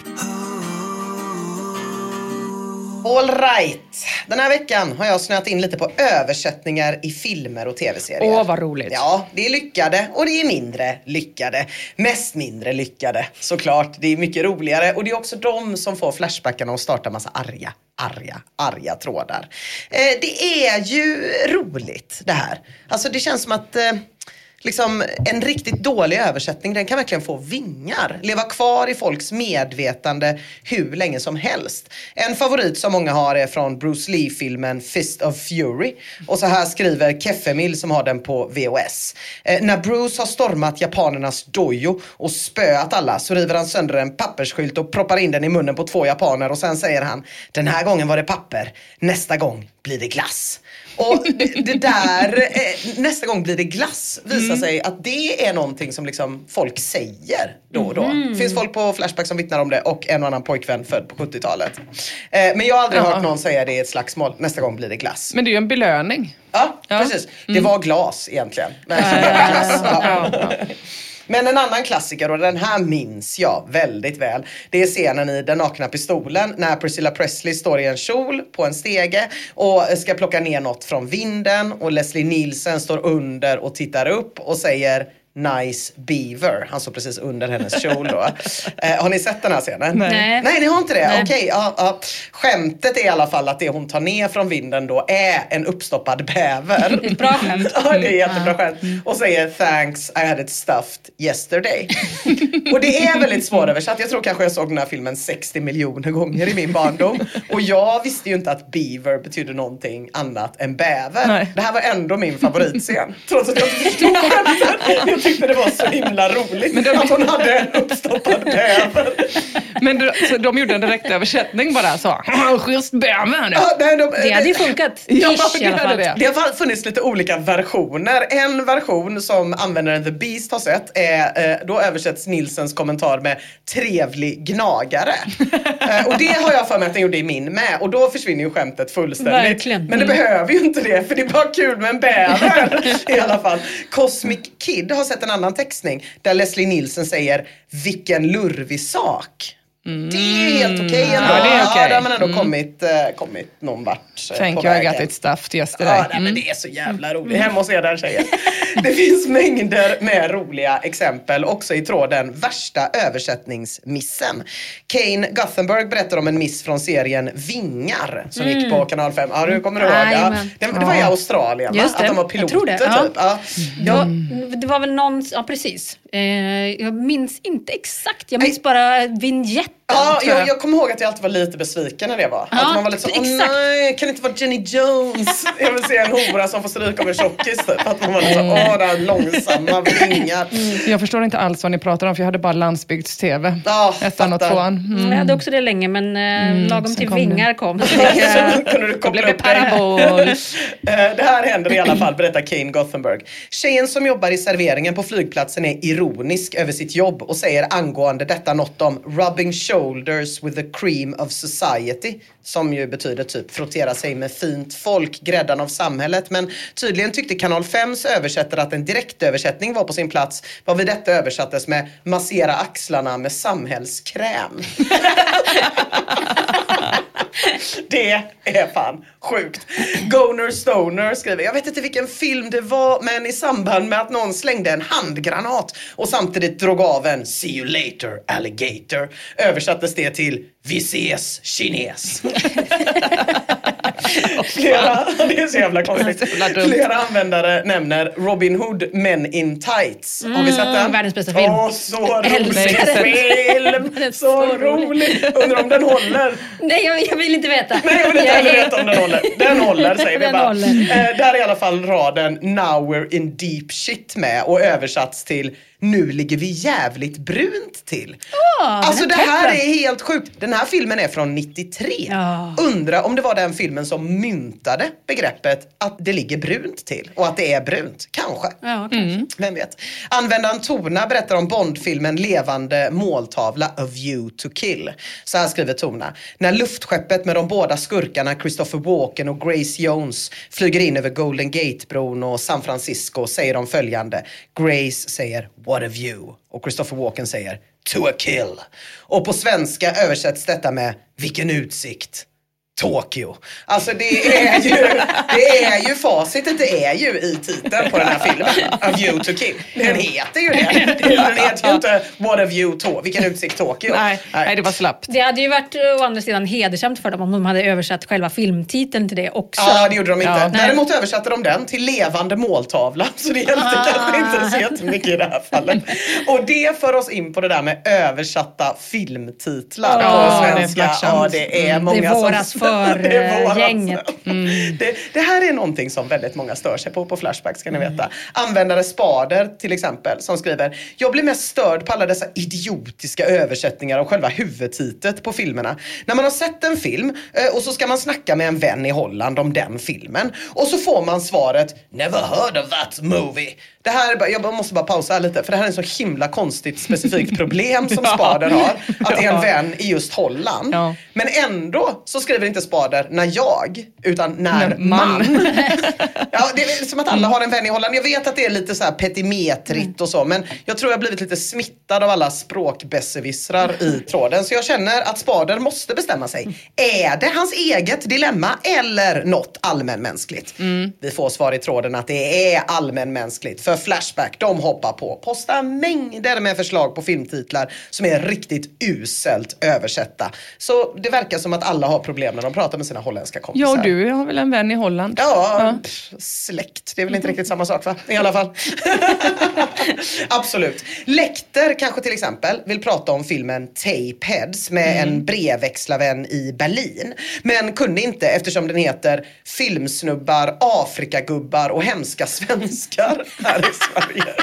Speaker 4: All right. Den här veckan har jag snöat in lite på översättningar i filmer och tv-serier.
Speaker 5: Åh, vad roligt.
Speaker 4: Ja, det är lyckade och det är mindre lyckade. Mest mindre lyckade, såklart. Det är mycket roligare och det är också de som får flashbackarna och startar massa arga, arga, arga trådar. Eh, det är ju roligt det här. Alltså det känns som att... Eh, Liksom en riktigt dålig översättning, den kan verkligen få vingar. Leva kvar i folks medvetande hur länge som helst. En favorit som många har är från Bruce Lee-filmen Fist of Fury. Och så här skriver Keffemil som har den på V H S. Eh, när Bruce har stormat japanernas dojo och spöat alla så river han sönder en pappersskylt och proppar in den i munnen på två japaner. Och sen säger han, den här gången var det papper, nästa gång blir det glass. Och det, det där, eh, nästa gång blir det glass, visar mm. sig att det är någonting som liksom folk säger då och då. Mm. Det finns folk på Flashback som vittnar om det och en och annan pojkvän född på sjuttiotalet. Eh, men jag har aldrig ja. hört någon säga det i ett slagsmål, nästa gång blir det glass.
Speaker 5: Men det är ju en belöning.
Speaker 4: Ja, ja. precis. Det mm. var glas egentligen. Men så blev det glass. Ja. Ja. Men en annan klassiker, och den här minns jag väldigt väl. Det är scenen i Den nakna pistolen när Priscilla Presley står i en kjol på en stege och ska plocka ner något från vinden. Och Leslie Nielsen står under och tittar upp och säger... Nice beaver. Han står precis under hennes kjol då. eh, har ni sett den här scenen?
Speaker 6: Nej.
Speaker 4: Nej, ni har inte det? Okej, okay, ja, ja. Skämtet är i alla fall att det hon tar ner från vinden då är en uppstoppad bäver.
Speaker 6: Ett bra skämt.
Speaker 4: Ja, det är jättebra skämt. Och säger thanks, I had it stuffed yesterday. Och det är väldigt svåröversatt. Jag tror kanske jag såg den här filmen sextio miljoner gånger i min barndom. Och jag visste ju inte att beaver betyder någonting annat än bäver. Nej. Det här var ändå min favoritscen. Trots att jag inte förstod skämtet. Jag tyckte det var så himla roligt men de... att hon hade en uppstoppad bäver.
Speaker 5: Men de, så de gjorde en direkt översättning bara så. Schysst bäver.
Speaker 6: Ja, de, de, det hade ju funkat.
Speaker 4: Ja, Ish, det, hade det. det har funnits lite olika versioner. En version som användaren The Beast har sett är, då översätts Nilsens kommentar med trevlig gnagare. Och det har jag för mig att den gjorde i min med. Och då försvinner ju skämtet fullständigt.
Speaker 6: Verkligen.
Speaker 4: Men det mm. behöver ju inte det, för det är bara kul med en bäver i alla fall. Cosmic Kid har sett en annan textning där Leslie Nielsen säger vilken lurvig sak. Mm. Det är helt okej okay ändå.
Speaker 5: Ja, det är okay.
Speaker 4: Ja, där har man ändå mm. kommit, uh, kommit någon vart uh,
Speaker 5: Thank you, I got it stuffed yesterday.
Speaker 4: Ja, nej, men det är så jävla roligt. Hemma hos er där tjejer. Det finns mängder med roliga exempel också i tråden värsta översättningsmissen. Kane Gothenburg berättar om en miss från serien Vingar som mm. gick på kanal fem. Ja, du kommer du ihåg? Ja. Det, det var i Australien, va? Att de var piloter typ. Ja.
Speaker 6: Ja. Ja, det var väl någon, ja precis. Eh, jag minns inte exakt. Jag minns Nej. bara vignetten.
Speaker 4: Ja, jag. Jag, jag kommer ihåg att jag alltid var lite besviken när det var. Ja, att man var lite så, åh nej, kan det inte vara Jenny Jones? Jag vill se en hora som får stryka av en tjockis. Att man var lite så, åh, det här långsamma vingar.
Speaker 5: Mm. Jag förstår inte alls vad ni pratar om, för jag hade bara landsbygds-tv.
Speaker 4: Ja,
Speaker 5: ettan och tvåan. Mm.
Speaker 6: Jag hade också det länge, men eh, mm, lagom till vingar det. kom. Så
Speaker 4: kunde du koppla upp parabol. Det här händer i alla fall, berättar Kane Gothenburg. Tjejen som jobbar i serveringen på flygplatsen är ironisk över sitt jobb och säger angående detta något om rubbing shoulders with the cream of society, som ju betyder typ frottera sig med fint folk, gräddan av samhället. Men tydligen tyckte kanal fems översättare att en direktöversättning var på sin plats, vad vid detta översattes med massera axlarna med samhällskräm. Det är fan sjukt. Goner Stoner skriver, jag vet inte vilken film det var, men i samband med att någon slängde en handgranat och samtidigt drog av en see you later alligator översattes det till vi ses kines. Flera, det är så jävla konstigt. Flera användare nämner Robin Hood Men in Tights. Har vi sett den?
Speaker 6: Mm, världens bästa film.
Speaker 4: Åh, så rolig film. Så rolig. Undrar om den håller.
Speaker 6: Nej, jag, jag vill inte veta.
Speaker 4: Nej, jag vill inte heller veta om den håller. Den håller, säger vi
Speaker 6: den
Speaker 4: bara.
Speaker 6: Eh,
Speaker 4: där är i alla fall raden Now we're in deep shit med och översats till nu ligger vi jävligt brunt till.
Speaker 6: Oh,
Speaker 4: alltså det här är helt sjukt. Den här filmen är från nittiotre. Oh. Undra om det var den filmen som myntade begreppet att det ligger brunt till. Och att det är brunt. Kanske.
Speaker 6: Ja, kanske. Mm.
Speaker 4: Vem vet. Användaren Tona berättar om Bondfilmen Levande måltavla A View to Kill. Så här skriver Tona. När luftskeppet med de båda skurkarna Christopher Walken och Grace Jones flyger in över Golden Gate-bron och San Francisco säger de följande. Grace säger what a view. Och Christopher Walken säger to a kill. Och på svenska översätts detta med vilken utsikt. Tokyo. Alltså det är ju det är ju facitet, det är ju i titeln på den här filmen A View to Kill. Den heter ju det. Den heter ju inte What a View to, vilken utsikt Tokyo.
Speaker 5: Nej, nej. nej, det var slappt.
Speaker 6: Det hade ju varit å andra sidan hedersamt för dem om de hade översatt själva filmtiteln till det också.
Speaker 4: Ja, det gjorde de inte.
Speaker 6: Ja,
Speaker 4: Däremot översatte de den till levande måltavla. Så det hjälpte ah. kanske inte så jättemycket i det här fallet. Och det för oss in på det där med översatta filmtitlar
Speaker 6: oh,
Speaker 4: på svenska.
Speaker 6: Det
Speaker 4: ja, det är många
Speaker 6: det är våras som... för det är gänget.
Speaker 4: Mm. Det, det här är någonting som väldigt många stör sig på på Flashback, ska ni veta. Användare Spader till exempel som skriver: jag blir mest störd på alla dessa idiotiska översättningar av själva huvudtiteln på filmerna. När man har sett en film och så ska man snacka med en vän i Holland om den filmen och så får man svaret never heard of that movie. Det här, jag måste bara pausa här lite, för det här är en så himla konstigt specifikt problem som Spader har. Att det är en vän i just Holland. Ja. Men ändå så skriver inte Spader när jag, utan när, när man. man. Ja, det är som att alla har en vän i Holland. Jag vet att det är lite så här petimetrigt och så, men jag tror jag har blivit lite smittad av alla språkbesserwissrar i tråden. Så jag känner att Spader måste bestämma sig. Är det hans eget dilemma eller något allmänmänskligt? Mm. Vi får svar i tråden att det är allmänmänskligt. För Flashback, de hoppar på. Posta mängder med förslag på filmtitlar som är riktigt uselt översätta. Så det verkar som att alla har problem när de pratar med sina holländska kompisar.
Speaker 5: Ja, du har väl en vän i Holland?
Speaker 4: Ja, ja. Pff, släkt. Det är väl inte riktigt samma sak, va? I alla fall. Absolut. Lekter kanske till exempel vill prata om filmen Tapeheads med mm. en brevväxlarvän i Berlin. Men kunde inte eftersom den heter Filmsnubbar, Afrikagubbar och hemska svenskar här i Sverige.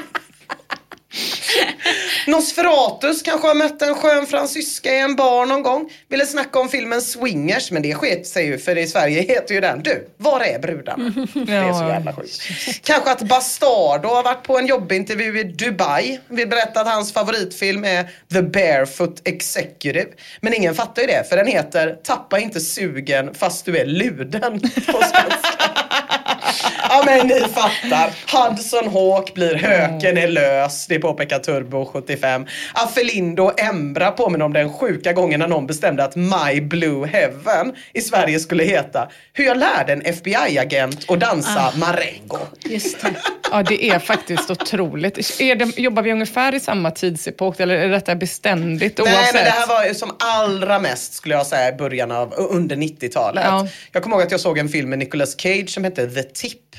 Speaker 4: Nosferatus kanske har mött en skön fransyska i en bar någon gång. Ville snacka om filmen Swingers, men det sket sig ju, för i Sverige heter ju den du, var är brudarna? Det är så jävla sjukt. Kanske att Bastardo har varit på en jobbintervju i Dubai. Vill berätta att hans favoritfilm är The Barefoot Executive. Men ingen fattar ju det, för den heter Tappa inte sugen fast du är luden på svenska. Ja, men ni fattar. Hudson Hawk blir höken är lös. Det påpekar Turbo sjuttiofem. Affelindo och Embra påminner om den sjuka gången när någon bestämde att My Blue Heaven i Sverige skulle heta hur jag lärde en F B I-agent att dansa ah. marengo.
Speaker 6: Just det.
Speaker 5: Ja, det är faktiskt otroligt. Är det, jobbar vi ungefär i samma tidsepok eller är detta beständigt oavsett?
Speaker 4: Nej, men det här var ju som allra mest skulle jag säga i början av under nittiotalet. Ja. Jag kommer ihåg att jag såg en film med Nicolas Cage som hette The Tip.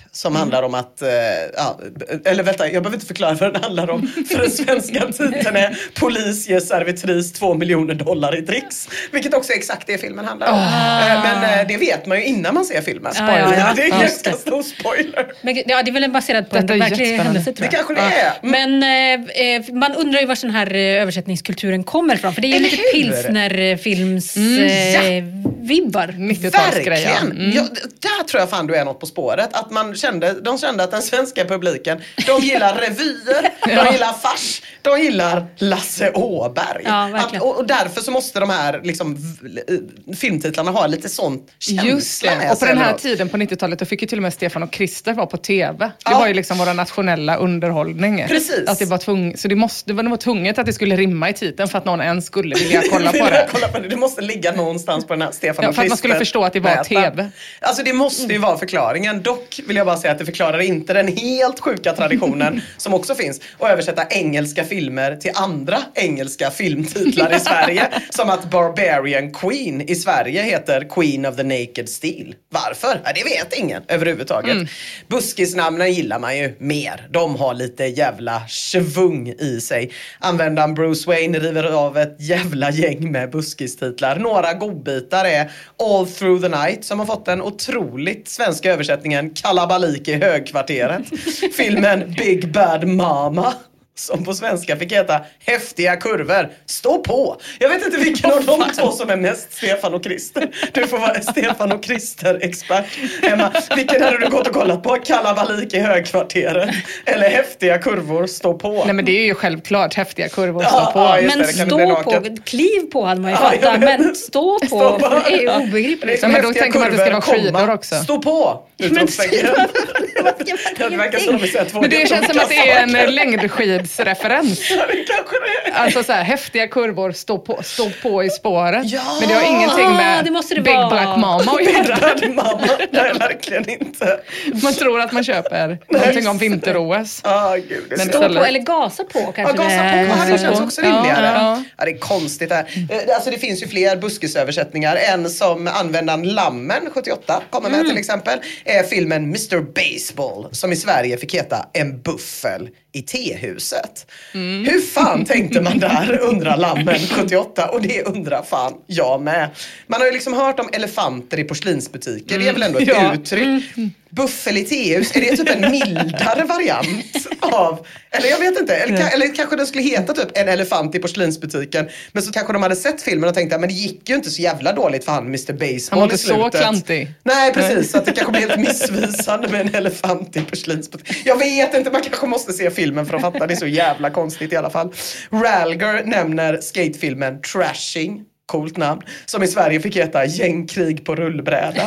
Speaker 4: som mm. handlar om att, eh, ja, eller vänta, jag behöver inte förklara vad den handlar om, för den svenska titeln är Polis ger servitris två miljoner dollar i dricks, vilket också är exakt det filmen handlar om. Oh. Eh, men eh, det vet man ju innan man ser filmen. Spoiler. Ja, ja, ja. Det är en ganska stor spoiler.
Speaker 6: Men, ja, det är väl baserat på en verklig händelse, tror jag.
Speaker 4: Det kanske det är.
Speaker 6: Mm. Men eh, man undrar ju var den här översättningskulturen kommer ifrån, för det är ju lite pilsnerfilms mm. eh, vibbar.
Speaker 4: Verkligen. Mm. Ja, där tror jag fan du är något på spåret. Att man kände, de kände att den svenska publiken, de gillar revyer, ja. de gillar fars, de gillar Lasse Åberg.
Speaker 6: Ja,
Speaker 4: att, och, och därför så måste de här liksom, filmtitlarna ha lite sånt känsla.
Speaker 5: Just det. Och på den här tiden på nittiotalet då fick ju till och med Stefan och Krister vara på tv. Det ja. var ju liksom våra nationella underhållning.
Speaker 4: Precis.
Speaker 5: Att det var tvung, så det, måste, det var tvunget att det skulle rimma i titeln för att någon ens skulle vilja kolla på det.
Speaker 4: kolla på det. Det måste ligga någonstans på den här Stefan
Speaker 5: ja,
Speaker 4: och Krister.
Speaker 5: För att man skulle förstå att det var tv.
Speaker 4: Alltså det måste ju vara förklaringen. Dock vill jag bara säga att det förklarar inte den helt sjuka traditionen som också finns att översätta engelska filmer till andra engelska filmtitlar i Sverige. Som att Barbarian Queen i Sverige heter Queen of the Naked Steel. Varför? Ja, det vet ingen överhuvudtaget. Mm. Buskisnamnen gillar man ju mer. De har lite jävla svung i sig. Användaren Bruce Wayne river av ett jävla gäng med buskistitlar. Några godbitar är All Through the Night som har fått den otroligt svenska översättningen Kalabalik i högkvarteret. Filmen Big Bad Mama som på svenska fick heta Häftiga kurvor. Stå på! Jag vet inte vilken av de två som är mest Stefan och Krister. Du får vara Stefan och Krister-expert. Emma, vilken hade du gått och kollat på? Kalabalik i högkvarteret eller Häftiga kurvor, stå på?
Speaker 5: Nej, men det är ju självklart Häftiga kurvor, stå
Speaker 4: ja,
Speaker 5: på.
Speaker 4: Ja,
Speaker 6: men
Speaker 4: det,
Speaker 6: stå på, kliv på hade man ju fattat. Ja, men stå på, stå på. Det är obegripligt.
Speaker 5: Ja, men då tänker man att det ska vara skidor också.
Speaker 4: Stå på!
Speaker 6: Men
Speaker 4: det verkar som att vi sett två.
Speaker 5: Men det känns som att det är en längdskidsreferens.
Speaker 4: Ja, det kanske det är.
Speaker 5: Alltså så här, häftiga kurvor, stå på, stå på i spåret.
Speaker 4: Ja.
Speaker 5: Men det har ingenting med
Speaker 6: det måste det
Speaker 5: Big
Speaker 6: vara.
Speaker 5: Black Mama att göra.
Speaker 4: Big Black Mama, det är verkligen inte.
Speaker 5: Man tror att man köper någonting om vinter-O S.
Speaker 4: Ah, gud,
Speaker 6: stå istället på eller gasa på kanske.
Speaker 4: Ja, gasa på, det, det känns också rimligare.
Speaker 5: Ja, ja.
Speaker 4: Ja, det är konstigt där. Alltså det finns ju fler buskisöversättningar. En som användaren Lammen sjuttioåtta kommer med mm. till exempel är filmen mister Baseball som i Sverige fick heta En buffel i tehuset. Mm. Hur fan tänkte man där, undrar Lammen sjuttioåtta, och det undrar fan jag med. Man har ju liksom hört om elefanter i porslinsbutiker, mm. det är väl ändå ett ja. uttryck. Mm. Buffel i tehus, är det typ en mildare variant av, eller jag vet inte, eller, mm. eller kanske den skulle heta typ En elefant i porslinsbutiken, men så kanske de hade sett filmen och tänkte, men det gick ju inte så jävla dåligt för han mister Baseball.
Speaker 5: Han var inte så klantig.
Speaker 4: Nej, precis, så att det kanske blir helt missvisande med en elefant i porslinsbutiken. Jag vet inte, man kanske måste se filmen för att fatta, det är så jävla konstigt i alla fall. Ralger nämner skatefilmen Trashing, coolt namn, som i Sverige fick heta Gängkrig på rullbräda.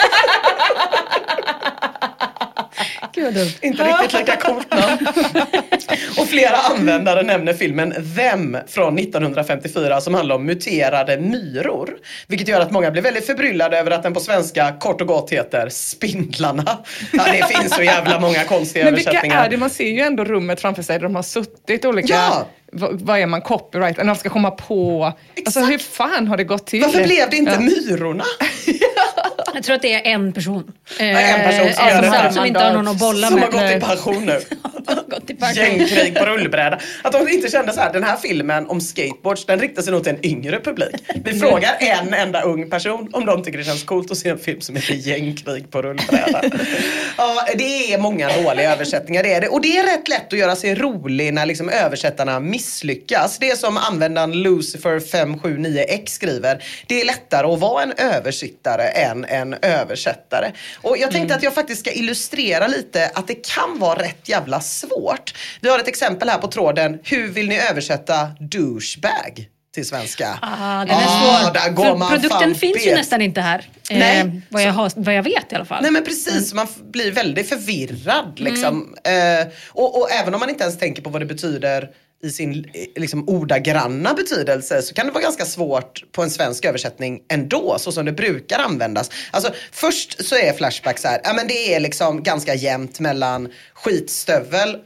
Speaker 4: Inte riktigt lika coolt namn. Och flera användare nämner filmen Them från nittonhundrafemtiofyra som handlar om muterade myror. Vilket gör att många blir väldigt förbryllade över att den på svenska kort och gott heter Spindlarna. Ja, det finns så jävla många konstiga
Speaker 5: men
Speaker 4: översättningar.
Speaker 5: Men vilka är det? Man ser ju ändå rummet framför sig där de har suttit olika... Ja. V- vad är man? Copyright? När de ska komma på... Exakt. Alltså hur fan har det gått till?
Speaker 4: Varför blev det inte ja. myrorna?
Speaker 6: Jag tror att det är en person.
Speaker 4: Ja, en person som,
Speaker 6: eh,
Speaker 4: gör det här.
Speaker 6: Som inte har någon att bolla
Speaker 4: som
Speaker 6: med.
Speaker 4: Som har gått i pension nu.
Speaker 6: gått i pension.
Speaker 4: Gängkrig på rullbräda. Att de inte kände så här, den här filmen om skateboards, den riktar sig nog till en yngre publik. Vi frågar en enda ung person om de tycker det känns coolt att se en film som heter Gängkrig på rullbräda. Ja, det är många dåliga översättningar, det är det. Och det är rätt lätt att göra sig rolig när liksom översättarna misslyckas. Det är som användaren Lucifer fem sju nio X skriver. Det är lättare att vara en översittare än en översättare. Och jag tänkte mm. att jag faktiskt ska illustrera lite att det kan vara rätt jävla svårt. Vi har ett exempel här på tråden. Hur vill ni översätta douchebag till svenska?
Speaker 6: Ah, den är ah, svår.
Speaker 4: Där går
Speaker 6: För
Speaker 4: man
Speaker 6: produkten finns bet. ju nästan inte här.
Speaker 4: Nej.
Speaker 6: Eh, vad, jag har, vad jag vet i alla fall.
Speaker 4: Nej, men precis. Mm. Man blir väldigt förvirrad. Liksom. Mm. Eh, och, och även om man inte ens tänker på vad det betyder i sin liksom, ordagranna betydelse, så kan det vara ganska svårt på en svensk översättning ändå, så som det brukar användas. Alltså, först så är Flashback så här, ja men det är liksom ganska jämnt mellan skitstövel och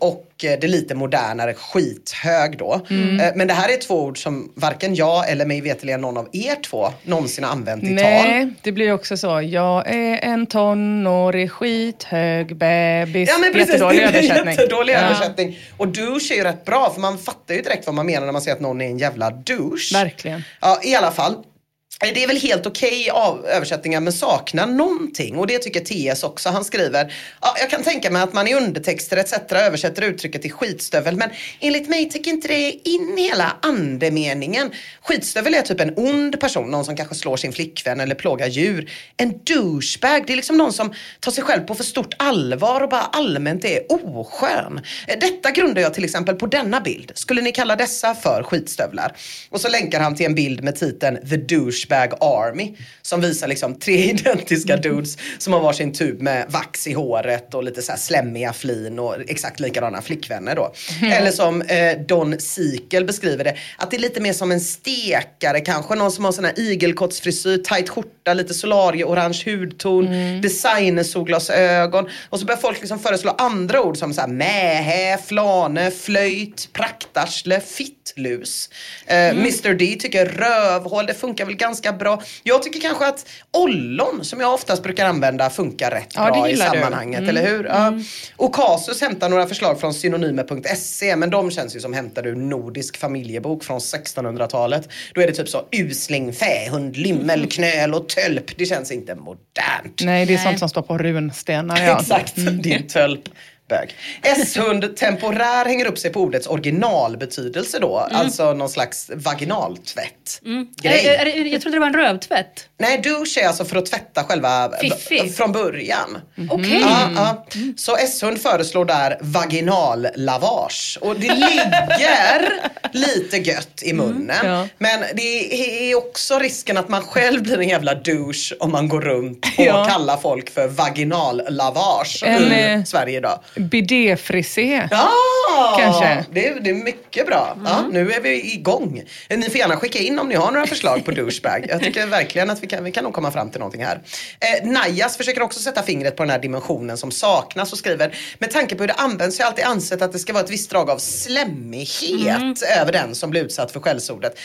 Speaker 4: det lite modernare skithög då. Mm. Men det här är två ord som varken jag eller mig vetligen någon av er två någonsin har använt i
Speaker 5: Nej,
Speaker 4: tal.
Speaker 5: Nej, det blir också så. Jag är en tonårig skithög bebis.
Speaker 4: Ja, men precis,
Speaker 5: jättedålig
Speaker 4: det är
Speaker 5: översättning.
Speaker 4: Jättedålig
Speaker 5: ja.
Speaker 4: översättning. Och douche är ju rätt bra, för man fattar ju direkt vad man menar när man säger att någon är en jävla douche.
Speaker 5: Verkligen.
Speaker 4: Ja, i alla fall. Det är väl helt okej av översättningar, men saknar någonting. Och det tycker T S också. Han skriver: ja, jag kan tänka mig att man i undertexter et cetera översätter uttrycket till skitstövel, men enligt mig tycker inte det in hela andemeningen. Skitstövel är typ en ond person, någon som kanske slår sin flickvän eller plågar djur. En douchebag, det är liksom någon som tar sig själv på för stort allvar och bara allmänt är oskön. Detta grundar jag till exempel på denna bild. Skulle ni kalla dessa för skitstövlar? Och så länkar han till en bild med titeln The Douchebag Army, som visar liksom tre identiska dudes som har varsin tub med vax i håret och lite så här slemmiga flin och exakt likadana flickvänner då. Mm. Eller som eh, Don Siegel beskriver det, att det är lite mer som en stekare kanske, någon som har sån här igelkottsfrisyr, tight skjorta, lite solarieorange hudton, mm. designersolglasögon, och så börjar folk liksom föreslå andra ord som så här mähä, flane, flöjt, praktarsle, fittlus. Eh, mm. mister D tycker rövhål, det funkar väl ganska bra. Jag tycker kanske att ollon, som jag oftast brukar använda, funkar rätt ja, bra i sammanhanget, mm. eller hur? Ja. Mm. Och Kasus hämtar några förslag från synonymer punkt se, men de känns ju som hämtade ur Nordisk familjebok från sextonhundratalet. Då är det typ så usling, fähund, lymmel, knöl och tölp. Det känns inte modernt.
Speaker 5: Nej, det är Nej. sånt som står på runstenar. Ja.
Speaker 4: Exakt, mm. din tölp. Bög. S-hund temporär hänger upp sig på ordets originalbetydelse då. Mm. Alltså någon slags vaginaltvätt.
Speaker 6: Mm. Är, är, är, jag trodde det var en rövtvätt.
Speaker 4: Nej, douche är alltså för att tvätta själva b- från början.
Speaker 6: Mm. Okej. Okay.
Speaker 4: Ja, ja. Så S-hund föreslår där vaginallavage. Och det ligger lite gött i munnen. Mm. Ja. Men det är också risken att man själv blir en jävla douche om man går runt och ja. kallar folk för vaginallavage en, i Sverige idag.
Speaker 5: Bidéfrisé.
Speaker 4: Ja,
Speaker 5: kanske.
Speaker 4: Det är, det är mycket bra. Mm. Ja, nu är vi igång. Ni får gärna skicka in om ni har några förslag på douchebag. Jag tycker verkligen att vi kan, vi kan nog komma fram till någonting här. Eh, Najas försöker också sätta fingret på den här dimensionen som saknas och skriver: med tanke på hur det används har jag alltid ansett att det ska vara ett visst drag av slemmighet mm. över den som blir utsatt för skällsordet.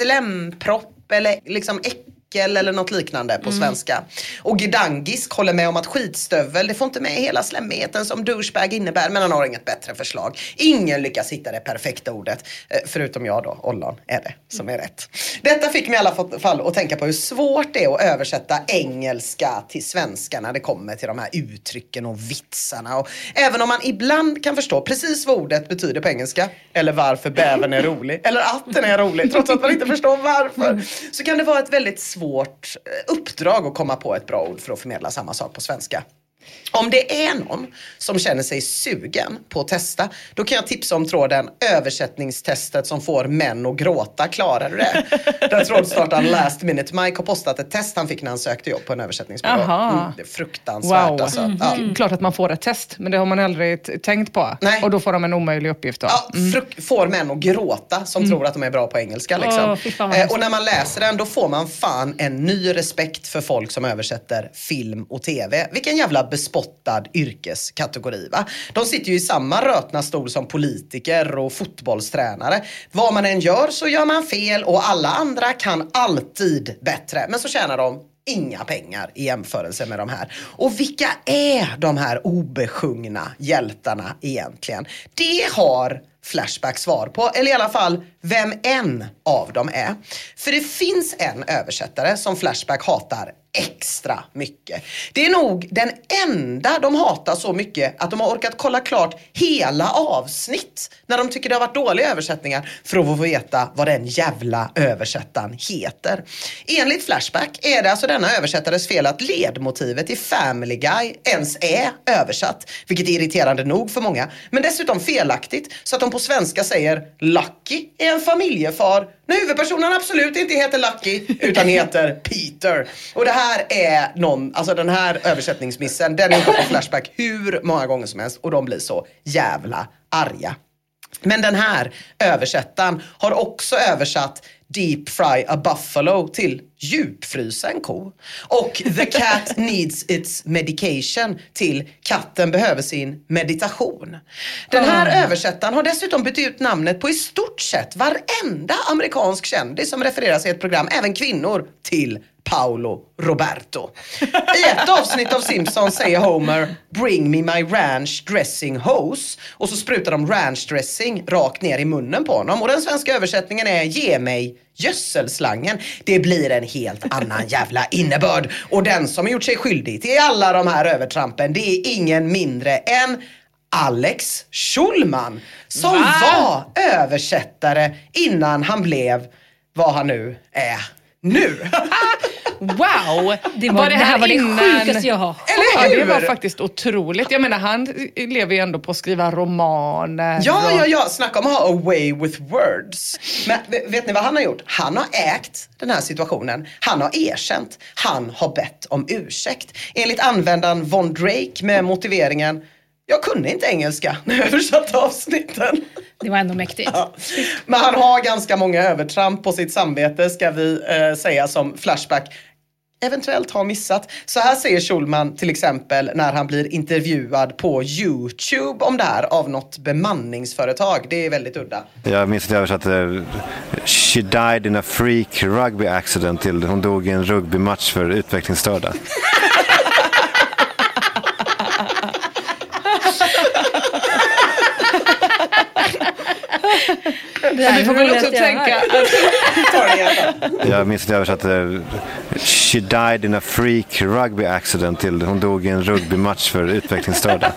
Speaker 4: Slempropp eller liksom äck eller något liknande på mm. svenska. Och Gidangisk håller med om att skitstövel, det får inte med hela slemmigheten som douchebag innebär, men han har inget bättre förslag. Ingen lyckas hitta det perfekta ordet, förutom jag då, ollon är det som är rätt. Detta fick mig i alla fall att tänka på hur svårt det är att översätta engelska till svenska när det kommer till de här uttrycken och vitsarna. Och även om man ibland kan förstå precis vad ordet betyder på engelska, eller varför bäven är rolig, eller att den är rolig, trots att man inte förstår varför, så kan det vara ett väldigt svårt uppdrag att komma på ett bra ord för att förmedla samma sak på svenska. Om det är någon som känner sig sugen på att testa, då kan jag tipsa om tråden översättningstestet som får män att gråta. Klarar du det? Den trådstartaren Last Minute Mike har postat ett test han fick när han sökte jobb på en översättningsbyrå. Mm, det är fruktansvärt.
Speaker 5: Wow.
Speaker 4: Alltså.
Speaker 5: Mm.
Speaker 4: Ja.
Speaker 5: Klart att man får ett test, men det har man aldrig t- tänkt på. Nej. Och då får de en omöjlig uppgift. Då.
Speaker 4: Ja, fruk- får män att gråta som mm. tror att de är bra på engelska. Liksom.
Speaker 5: Oh,
Speaker 4: eh, och när man läser den, då får man fan en ny respekt för folk som översätter film och tv. Vilken jävla bespottad yrkeskategori, va? De sitter ju i samma rötna stol som politiker och fotbollstränare. Vad man än gör så gör man fel och alla andra kan alltid bättre. Men så tjänar de inga pengar i jämförelse med de här. Och vilka är de här obesjungna hjältarna egentligen? Det har Flashback svar på, eller i alla fall vem en av dem är. För det finns en översättare som Flashback hatar extra mycket. Det är nog den enda de hatar så mycket att de har orkat kolla klart hela avsnitt när de tycker det har varit dåliga översättningar för att få veta vad den jävla översättaren heter. Enligt Flashback är det alltså denna översättares fel att ledmotivet i Family Guy ens är översatt, vilket är irriterande nog för många, men dessutom felaktigt så att de på svenska säger Lucky är en familjefar när huvudpersonen absolut inte heter Lucky utan heter Peter. Och det här är någon, alltså den här översättningsmissen, den är uppe på Flashback hur många gånger som helst och de blir så jävla arga. Men den här översättaren har också översatt deep fry a buffalo till djupfrysa en ko. Och the cat needs its medication till katten behöver sin meditation. Den här mm. översättaren har dessutom bytt ut namnet på i stort sett varenda amerikansk kändis som refereras i ett program, även kvinnor, till Paolo Roberto. I ett avsnitt av Simpsons säger Homer "Bring me my ranch dressing hose" och så sprutar de ranch dressing rakt ner i munnen på honom. Och den svenska översättningen är "Ge mig gödselslangen". Det blir en helt annan jävla innebörd. Och den som har gjort sig skyldig till alla de här övertrampen, det är ingen mindre än Alex Schulman, som Va? var översättare innan han blev vad han nu är nu.
Speaker 5: Wow!
Speaker 6: Det, var, var det, här det här var innan... det sjukaste jag har.
Speaker 5: Eller hur? Ja, det var faktiskt otroligt. Jag menar, han lever ju ändå på att skriva romaner.
Speaker 4: Ja, och... ja, ja. Snacka om att ha a way with words. Men vet ni vad han har gjort? Han har ägt den här situationen. Han har erkänt. Han har bett om ursäkt. Enligt användaren Von Drake med motiveringen: jag kunde inte engelska när jag översatte avsnitten.
Speaker 6: Det var ändå mäktigt. Ja.
Speaker 4: Men han har ganska många övertramp på sitt samvete, ska vi eh, säga, som Flashback eventuellt har missat. Så här säger Schulman till exempel när han blir intervjuad på YouTube om det här av något bemanningsföretag. Det är väldigt udda.
Speaker 16: Jag minns att jag översatte "She died in a freak rugby accident" till "hon dog i en rugbymatch för utvecklingsstörda".
Speaker 5: Vi får väl också tänka att...
Speaker 16: Jag minns att jag översatte "She died in a freak rugby accident" till "hon dog i en rugbymatch för utvecklingsstörda".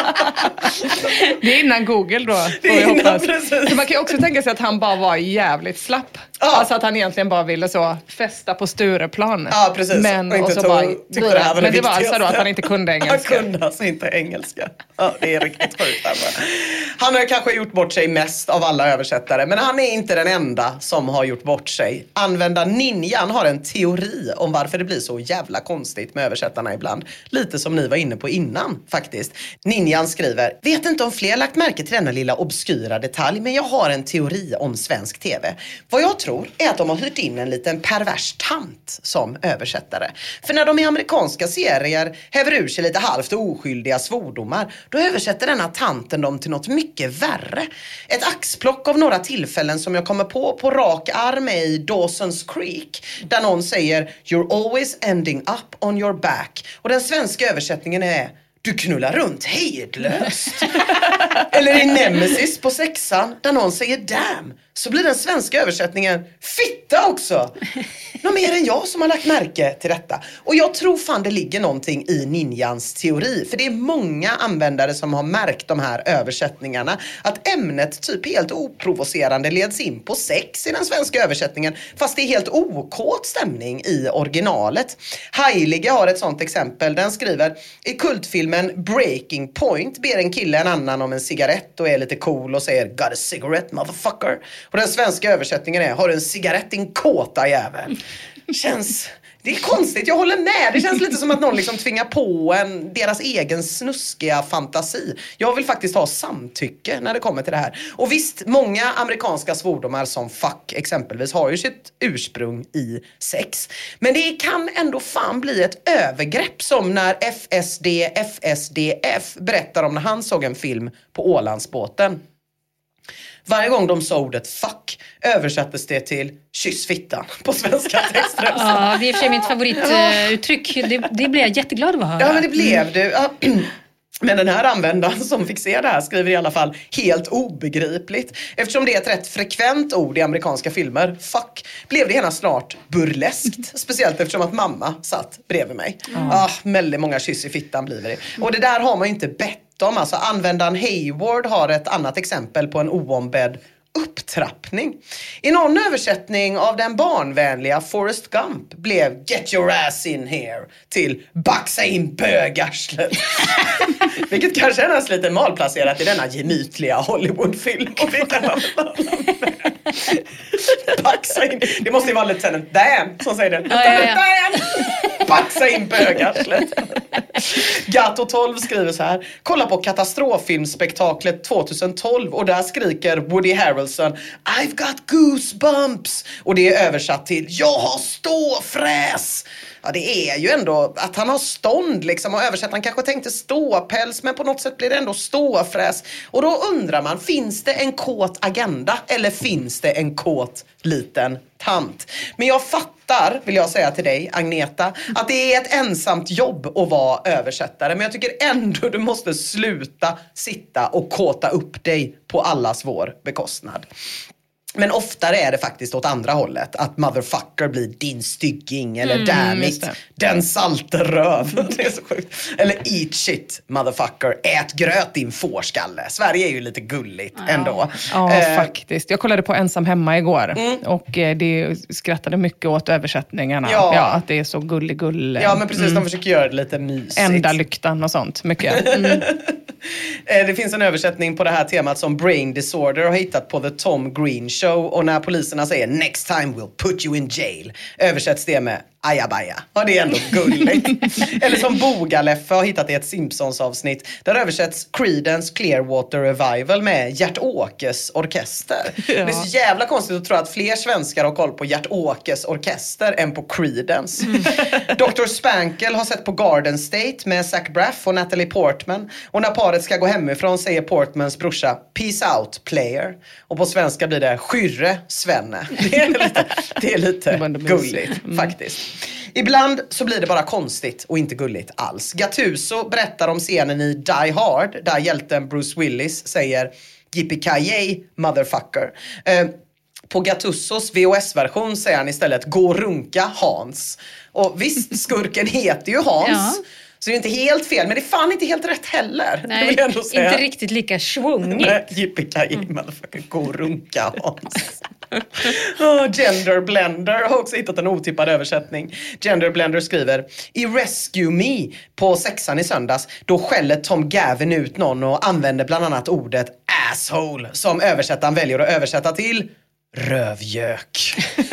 Speaker 5: Det är innan Google då, får vi hoppas. Så man kan ju också tänka sig att han bara var jävligt slapp. Ja. Alltså att han egentligen bara ville så festa på Stureplan.
Speaker 4: Ja, precis.
Speaker 5: Men,
Speaker 4: och inte
Speaker 5: och så
Speaker 4: tog,
Speaker 5: bara,
Speaker 4: det här var
Speaker 5: men det var alltså då att han inte kunde engelska.
Speaker 4: Han kunde alltså inte engelska. Ja, det är riktigt sjukt. Han har kanske gjort bort sig mest av alla översättare, men han är inte den enda som har gjort bort sig. Använda Ninjan har en teori om varför det blir så jävla konstigt med översättarna ibland. Lite som ni var inne på innan faktiskt. Ninjan skriver: vet inte om fler lagt märke till denna lilla obskyra detalj, men jag har en teori om svensk tv. Vad jag tror är att de har hyrt in en liten pervers tant som översättare. För när de i amerikanska serier häver ur sig lite halvt oskyldiga svordomar, då översätter denna tanten dem till något mycket värre. Ett axplock av några tillfällen som jag kommer på på rak arm i Dawson's Creek, där någon säger "You're always ending up on your back", och den svenska översättningen är "Du knullar runt hejdlöst". Eller i Nemesis på sexan, där någon säger "damn", så blir den svenska översättningen "fitta" också. Någon mer än jag som har lagt märke till detta. Och jag tror fan det ligger någonting i Ninjans teori. För det är många användare som har märkt de här översättningarna. Att ämnet typ helt oprovocerande leds in på sex i den svenska översättningen. Fast det är helt okåt stämning i originalet. Heilige har ett sånt exempel. Den skriver: i kultfilmen Breaking Point ber en kille en annan om en cigarett och är lite cool och säger "Got a cigarette, motherfucker". Och den svenska översättningen är "Har du en cigarett, din kåta jävel". Känns... Det är konstigt, jag håller med. Det känns lite som att någon liksom tvingar på en deras egen snuskiga fantasi. Jag vill faktiskt ha samtycke när det kommer till det här. Och visst, många amerikanska svordomar som fuck exempelvis har ju sitt ursprung i sex. Men det kan ändå fan bli ett övergrepp, som när F S D F S D F berättar om när han såg en film på Ålandsbåten. Varje gång de sa ordet fuck översattes det till "kyss fittan" på svenska texter.
Speaker 6: Ja, det är i och för sig mitt favorituttryck. Det, det blev jag jätteglad av att höra.
Speaker 4: Ja, men det blev du. Ja. Men den här användaren som fick se det här skriver i alla fall helt obegripligt. Eftersom det är ett rätt frekvent ord i amerikanska filmer, fuck, blev det hela snart burleskt. Speciellt eftersom att mamma satt bredvid mig. Mm. Ah, väldigt många kyss i fittan blir det. Och det där har man ju inte bett om. Alltså användaren Hayward har ett annat exempel på en oombedd upptrappning. I någon översättning av den barnvänliga Forrest Gump blev "get your ass in here" till "baxa in bögarslet". Vilket kanske är nästan lite malplacerat i denna gemytliga Hollywoodfilm. Och vi kan baxa in. Det måste ju vara lite sen en damn som säger det.
Speaker 6: Ja, ja, ja.
Speaker 4: baxa in på högarslet. Gato tolv skriver så här: kolla på katastroffilmspektaklet tjugohundratolv och där skriker Woody Harrelson I've got goosebumps, och det är översatt till jag har ståfräs. Ja, det är ju ändå att han har stånd liksom, och översättaren kanske tänkte ståpäls, men på något sätt blir det ändå ståfräs. Och då undrar man, finns det en kåt agenda eller finns det en kåt liten tant? Men jag fattar, vill jag säga till dig, Agneta, att det är ett ensamt jobb att vara översättare. Men jag tycker ändå du måste sluta sitta och kåta upp dig på allas vår bekostnad. Men oftare är det faktiskt åt andra hållet. Att motherfucker blir din stygging. Eller
Speaker 5: Mm,
Speaker 4: damn
Speaker 5: just
Speaker 4: it,
Speaker 5: det.
Speaker 4: den salte röv. Det är så sjukt. Eller eat shit motherfucker. Ät gröt din fårskalle. Sverige är ju lite gulligt ändå.
Speaker 5: Ja,
Speaker 4: Eh,
Speaker 5: faktiskt. Jag kollade på Ensam hemma igår.
Speaker 4: Mm.
Speaker 5: Och eh, det skrattade mycket åt översättningarna.
Speaker 4: Ja.
Speaker 5: Ja, att det är så gullig-gull.
Speaker 4: Ja, men precis.
Speaker 5: Mm.
Speaker 4: De försöker göra det lite mysigt.
Speaker 5: Enda lyktan och sånt. Mycket. Mm.
Speaker 4: Eh, Det finns en översättning på det här temat som Brain Disorder har hittat på The Tom Green Show. Och när poliserna säger next time we'll put you in jail, översätts det med ajabaja. Ja, det är ändå gulligt. Eller som Bogaleffe har hittat i ett Simpsons-avsnitt. Där översätts Creedence Clearwater Revival med Gert-Åkes orkester.
Speaker 5: Ja.
Speaker 4: Det är så jävla konstigt att tro att fler svenskar har koll på Gert-Åkes orkester än på Creedence. Mm. doktor Spankel har sett på Garden State med Zach Braff och Natalie Portman. Och när paret ska gå hemifrån säger Portmans brorsa peace out player. Och på svenska blir det skyrre Svenne. Det är lite, det är lite gulligt faktiskt. Ibland så blir det bara konstigt och inte gulligt alls. Gattuso berättar om scenen i Die Hard där hjälten Bruce Willis säger yippee-ki-yay motherfucker. Eh, på Gattusos V H S-version säger han istället gå runka Hans. Och visst, skurken heter ju Hans.
Speaker 6: Ja.
Speaker 4: Så det är inte helt fel, men det är fan inte helt rätt heller.
Speaker 6: Nej,
Speaker 4: det vill jag ändå säga.
Speaker 6: inte riktigt lika svungigt.
Speaker 4: Nej, yippee-ki-yay motherfucker, gå runka Hans. Oh, Gender Blender har också hittat en otippad översättning. Gender Blender skriver i Rescue Me på sexan i söndags, då skäller Tom Gavin ut någon och använder bland annat ordet asshole som översättaren väljer att översätta till rövgök.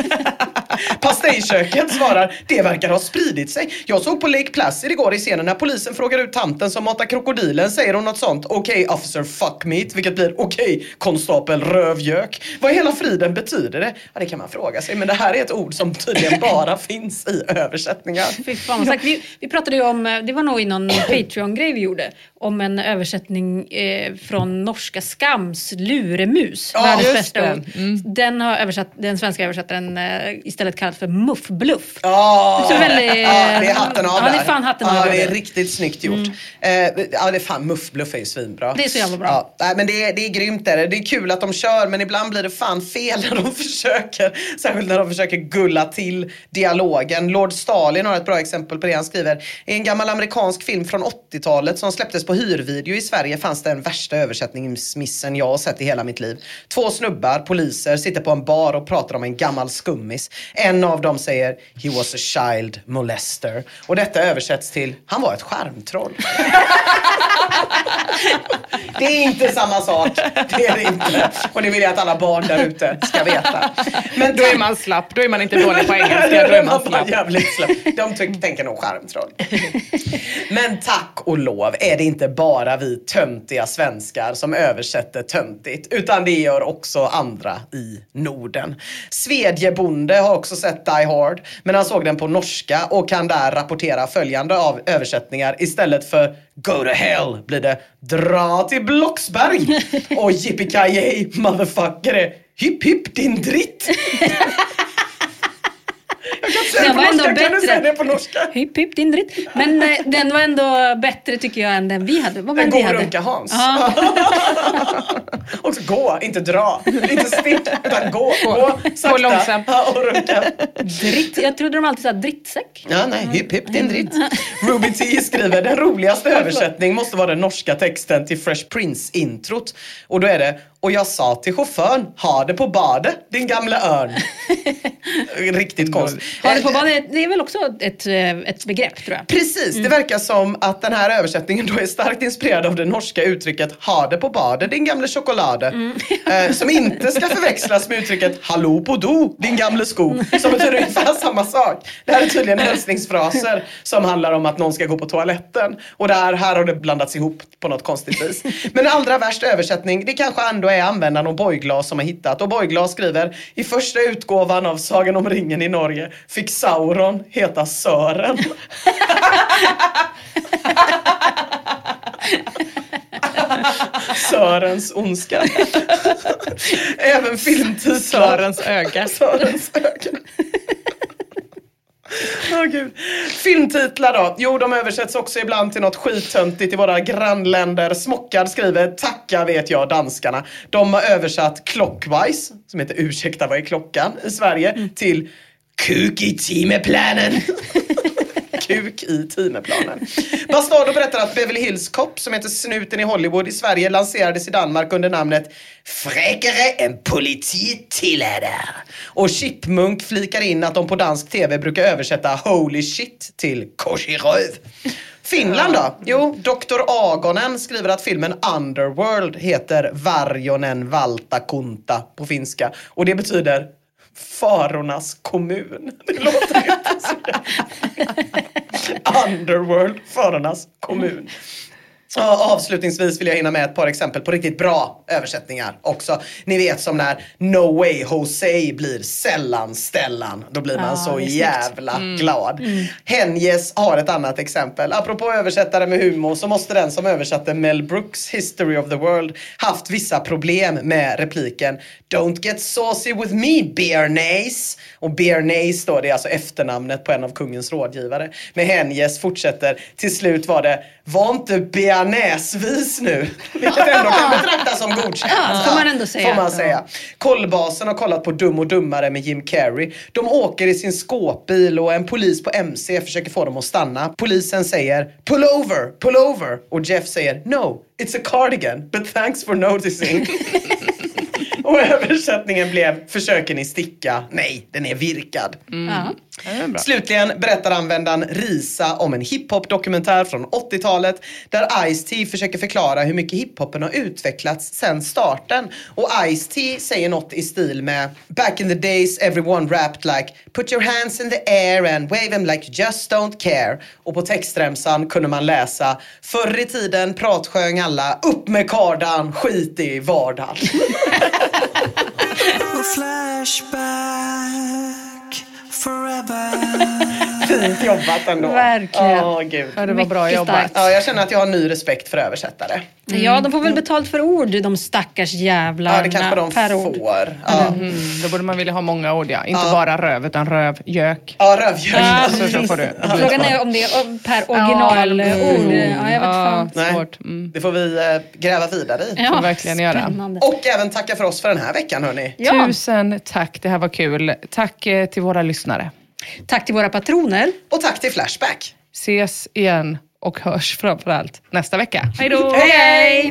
Speaker 4: Pastejköket svarar, det verkar ha spridit sig. Jag såg på Lake Placid igår i scenen när polisen frågar ut tanten som matar krokodilen, säger hon något sånt. Okej, okay, officer fuck meat, vilket blir okej, okay, konstapel rövgök. Vad i hela friden betyder det? Ja, det kan man fråga sig, men det här är ett ord som tydligen bara finns i översättningar.
Speaker 6: Fy fan, sagt, vi, vi pratade ju om, det var nog i någon Patreon-grej vi gjorde, om en översättning eh, från norska Skams Luremus.
Speaker 5: Ja,
Speaker 6: världens
Speaker 5: just
Speaker 6: bästa
Speaker 5: det.
Speaker 6: ord.
Speaker 5: Mm.
Speaker 6: Den har översatt, den svenska översättaren eh, istället kallat för muffbluff.
Speaker 4: Ja,
Speaker 6: Så väldigt,
Speaker 4: ja, det är hatten av
Speaker 6: ja,
Speaker 4: där.
Speaker 6: det är fan hatten av
Speaker 4: ja,
Speaker 6: där.
Speaker 4: det är riktigt snyggt gjort. Mm. Eh, ja, det är fan, muffbluff är ju svinbra.
Speaker 6: Det är så jävla bra.
Speaker 4: Ja, nej, men det är, det är grymt där. Det är kul att de kör, men ibland blir det fan fel när de försöker. Särskilt när de försöker gulla till dialogen. Lord Stalin har ett bra exempel på det. Han skriver, i en gammal amerikansk film från åttiotalet som släpptes på hyrvideo i Sverige fanns det en värsta översättningsmissen jag har sett i hela mitt liv. Två snubbar, poliser, sitter på en bar och pratar om en gammal skummis. En av dem säger, he was a child molester. Och detta översätts till, han var ett skärmtroll. Det är inte samma sak. Det är det inte. Och det vill jag att alla barn där ute ska veta. Men
Speaker 5: då är man slapp. Då är man inte dålig på engelska. Då är man slapp.
Speaker 4: Jävligt slapp. De ty- tänker nog skärmtroll. Men tack och lov är det inte bara vi töntiga svenskar som översätter töntigt. Utan det gör också andra i Norden. Svedjebonde har också sett Die Hard. Men han såg den på norska och kan där rapportera följande av översättningar. Istället för go to hell blir det dra till Blocksberg. Och yippee-ki-yay motherfucker är hipp hipp din dritt.
Speaker 6: Den var ändå
Speaker 4: kan du säga det
Speaker 6: bättre.
Speaker 4: på norska?
Speaker 6: Hipp hipp din dritt. Men eh, den var ändå bättre tycker jag än den vi hade. Vad var
Speaker 4: En
Speaker 6: den vi
Speaker 4: god
Speaker 6: hade?
Speaker 4: runka Hans.
Speaker 6: Ja.
Speaker 4: Också gå, inte dra. Inte stick, utan gå. Gå, sakta.
Speaker 5: Gå långsamt.
Speaker 4: Ja, och runka.
Speaker 6: Dritt. Jag trodde de alltid sa drittsäck.
Speaker 4: Ja, nej, hipp hipp din dritt. Ruby T skriver, den roligaste översättning måste vara den norska texten till Fresh Prince-introt. Och då är det, Och jag sa till chauffören, ha det på badet, din gamla örn. Riktigt konstigt.
Speaker 6: Ha det på badet, det är väl också ett, ett begrepp, tror jag.
Speaker 4: Precis, mm. det verkar som att den här översättningen då är starkt inspirerad av det norska uttrycket ha det på badet, din gamla choklad. Mm. Eh, som inte ska förväxlas med uttrycket hallå på do, din gamla sko. Som betyder ungefär samma sak. Det här är tydligen hälsningsfraser som handlar om att någon ska gå på toaletten. Och där, här har det blandats ihop på något konstigt vis. Men allra värst översättning, det kanske ändå är användaren och Borgglas som har hittat. Och Borgglas skriver, i första utgåvan av Sagan om ringen i Norge fick Sauron heta Sören. Sörens ondska. Även filmtitlar.
Speaker 5: Sörens öga.
Speaker 4: Sörens öga. Åh oh, gud. Filmtitlar då? Jo, de översätts också ibland till något skittöntigt i våra grannländer. Smockad skriver, tacka vet jag danskarna. De har översatt Clockwise, som heter ursäkta vad är klockan i Sverige, mm. till kuk i timeplanen. Kuk i timeplanen. Bastardo berättar att Beverly Hills Cop, som heter Snuten i Hollywood i Sverige, lanserades i Danmark under namnet Fräckare än polititillhärdar. Och Chipmunk flikar in att de på dansk tv brukar översätta holy shit till korsiröv. Finland då? Jo, doktor Agonen skriver att filmen Underworld heter Varjonen Valtakunta på finska. Och det betyder Farornas kommun. Det låter inte så. Underworld, Farornas kommun. Och avslutningsvis vill jag hinna med ett par exempel på riktigt bra översättningar också. Ni vet som när No Way Jose blir sällan Stellan. Då blir man ah, så jävla mm. glad. Mm. Henjes har ett annat exempel. Apropå översättare med humor så måste den som översatte Mel Brooks History of the World haft vissa problem med repliken Don't get saucy with me, Bearnaise. Och Bearnaise då, det är alltså efternamnet på en av kungens rådgivare. Men Henjes fortsätter, till slut var det var inte bearnaisvis nu. Vilket ändå kan betraktas som godkänt.
Speaker 6: Ja, får man ändå säga.
Speaker 4: Får man säga. Kollbasen har kollat på Dum och dummare med Jim Carrey. De åker i sin skåpbil och en polis på M C försöker få dem att stanna. Polisen säger pull over, pull over. Och Jeff säger no, it's a cardigan, but thanks for noticing. Och översättningen blev försöker ni sticka? Nej, den är virkad. Mm. Ja. Slutligen berättar användaren Risa om en hiphop-dokumentär från åttiotalet där Ice-T försöker förklara hur mycket hiphopen har utvecklats sedan starten. Och Ice-T säger något i stil med back in the days everyone rapped like put your hands in the air and wave them like you just don't care. Och på textremsan kunde man läsa förr i tiden pratsjöng alla upp med kardan, skit i vardagen.
Speaker 17: Flashback forever.
Speaker 4: Fint jobbat ändå.
Speaker 6: Verkligen.
Speaker 4: Åh, gud.
Speaker 5: Ja, det var bra jobbat.
Speaker 4: Ja, jag känner att jag har ny respekt för översättare.
Speaker 6: Mm. Ja, de får väl betalt för ord, de stackars jävlarna.
Speaker 4: Ja, det kanske de
Speaker 6: per
Speaker 4: får.
Speaker 6: Ord.
Speaker 4: Ja.
Speaker 5: Mm. Då borde man vilja ha många ord, ja. Inte
Speaker 4: ja.
Speaker 5: bara röv, utan rövgök.
Speaker 4: Ja, rövgök.
Speaker 6: Ja,
Speaker 5: så, så får du.
Speaker 6: Frågan är om det är per originalord. Ja, ja, jag vet fan.
Speaker 5: Ja, svårt. Mm.
Speaker 4: Det får vi äh, gräva vidare i.
Speaker 5: Ja, får verkligen göra.
Speaker 4: Och även tacka för oss för den här veckan, hörni.
Speaker 6: Ja.
Speaker 5: Tusen tack, det här var kul. Tack eh, till våra lyssnare.
Speaker 6: Tack till våra patroner.
Speaker 4: Och tack till Flashback.
Speaker 5: Ses igen och hörs framförallt nästa vecka.
Speaker 6: Hej då! Hej, hej!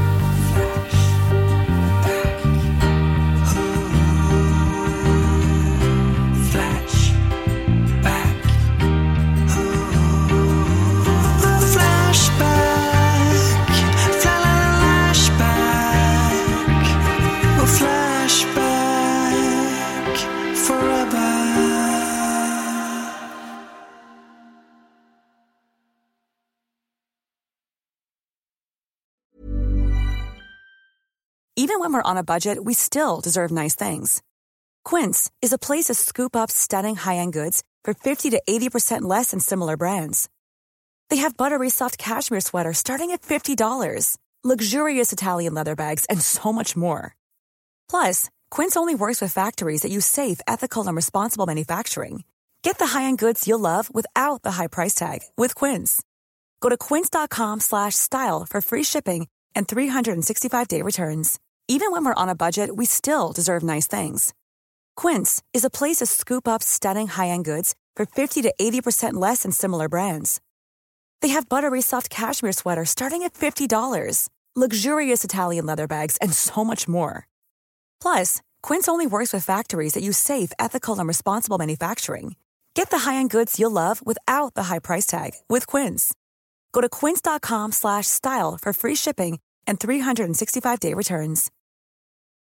Speaker 3: Even when we're on a budget, we still deserve nice things. Quince is a place to scoop up stunning high-end goods for fifty to eighty percent less than similar brands. They have buttery soft cashmere sweaters starting at fifty dollars, luxurious Italian leather bags, and so much more. Plus, Quince only works with factories that use safe, ethical, and responsible manufacturing. Get the high-end goods you'll love without the high price tag with Quince. Go to quince.com slash style for free shipping and three sixty-five day returns. Even when we're on a budget, we still deserve nice things. Quince is a place to scoop up stunning high-end goods for fifty to eighty percent less than similar brands. They have buttery soft cashmere sweaters starting at fifty dollars, luxurious Italian leather bags, and so much more. Plus, Quince only works with factories that use safe, ethical, and responsible manufacturing. Get the high-end goods you'll love without the high price tag with Quince. Go to quince dot com slash style for free shipping and three sixty-five day returns.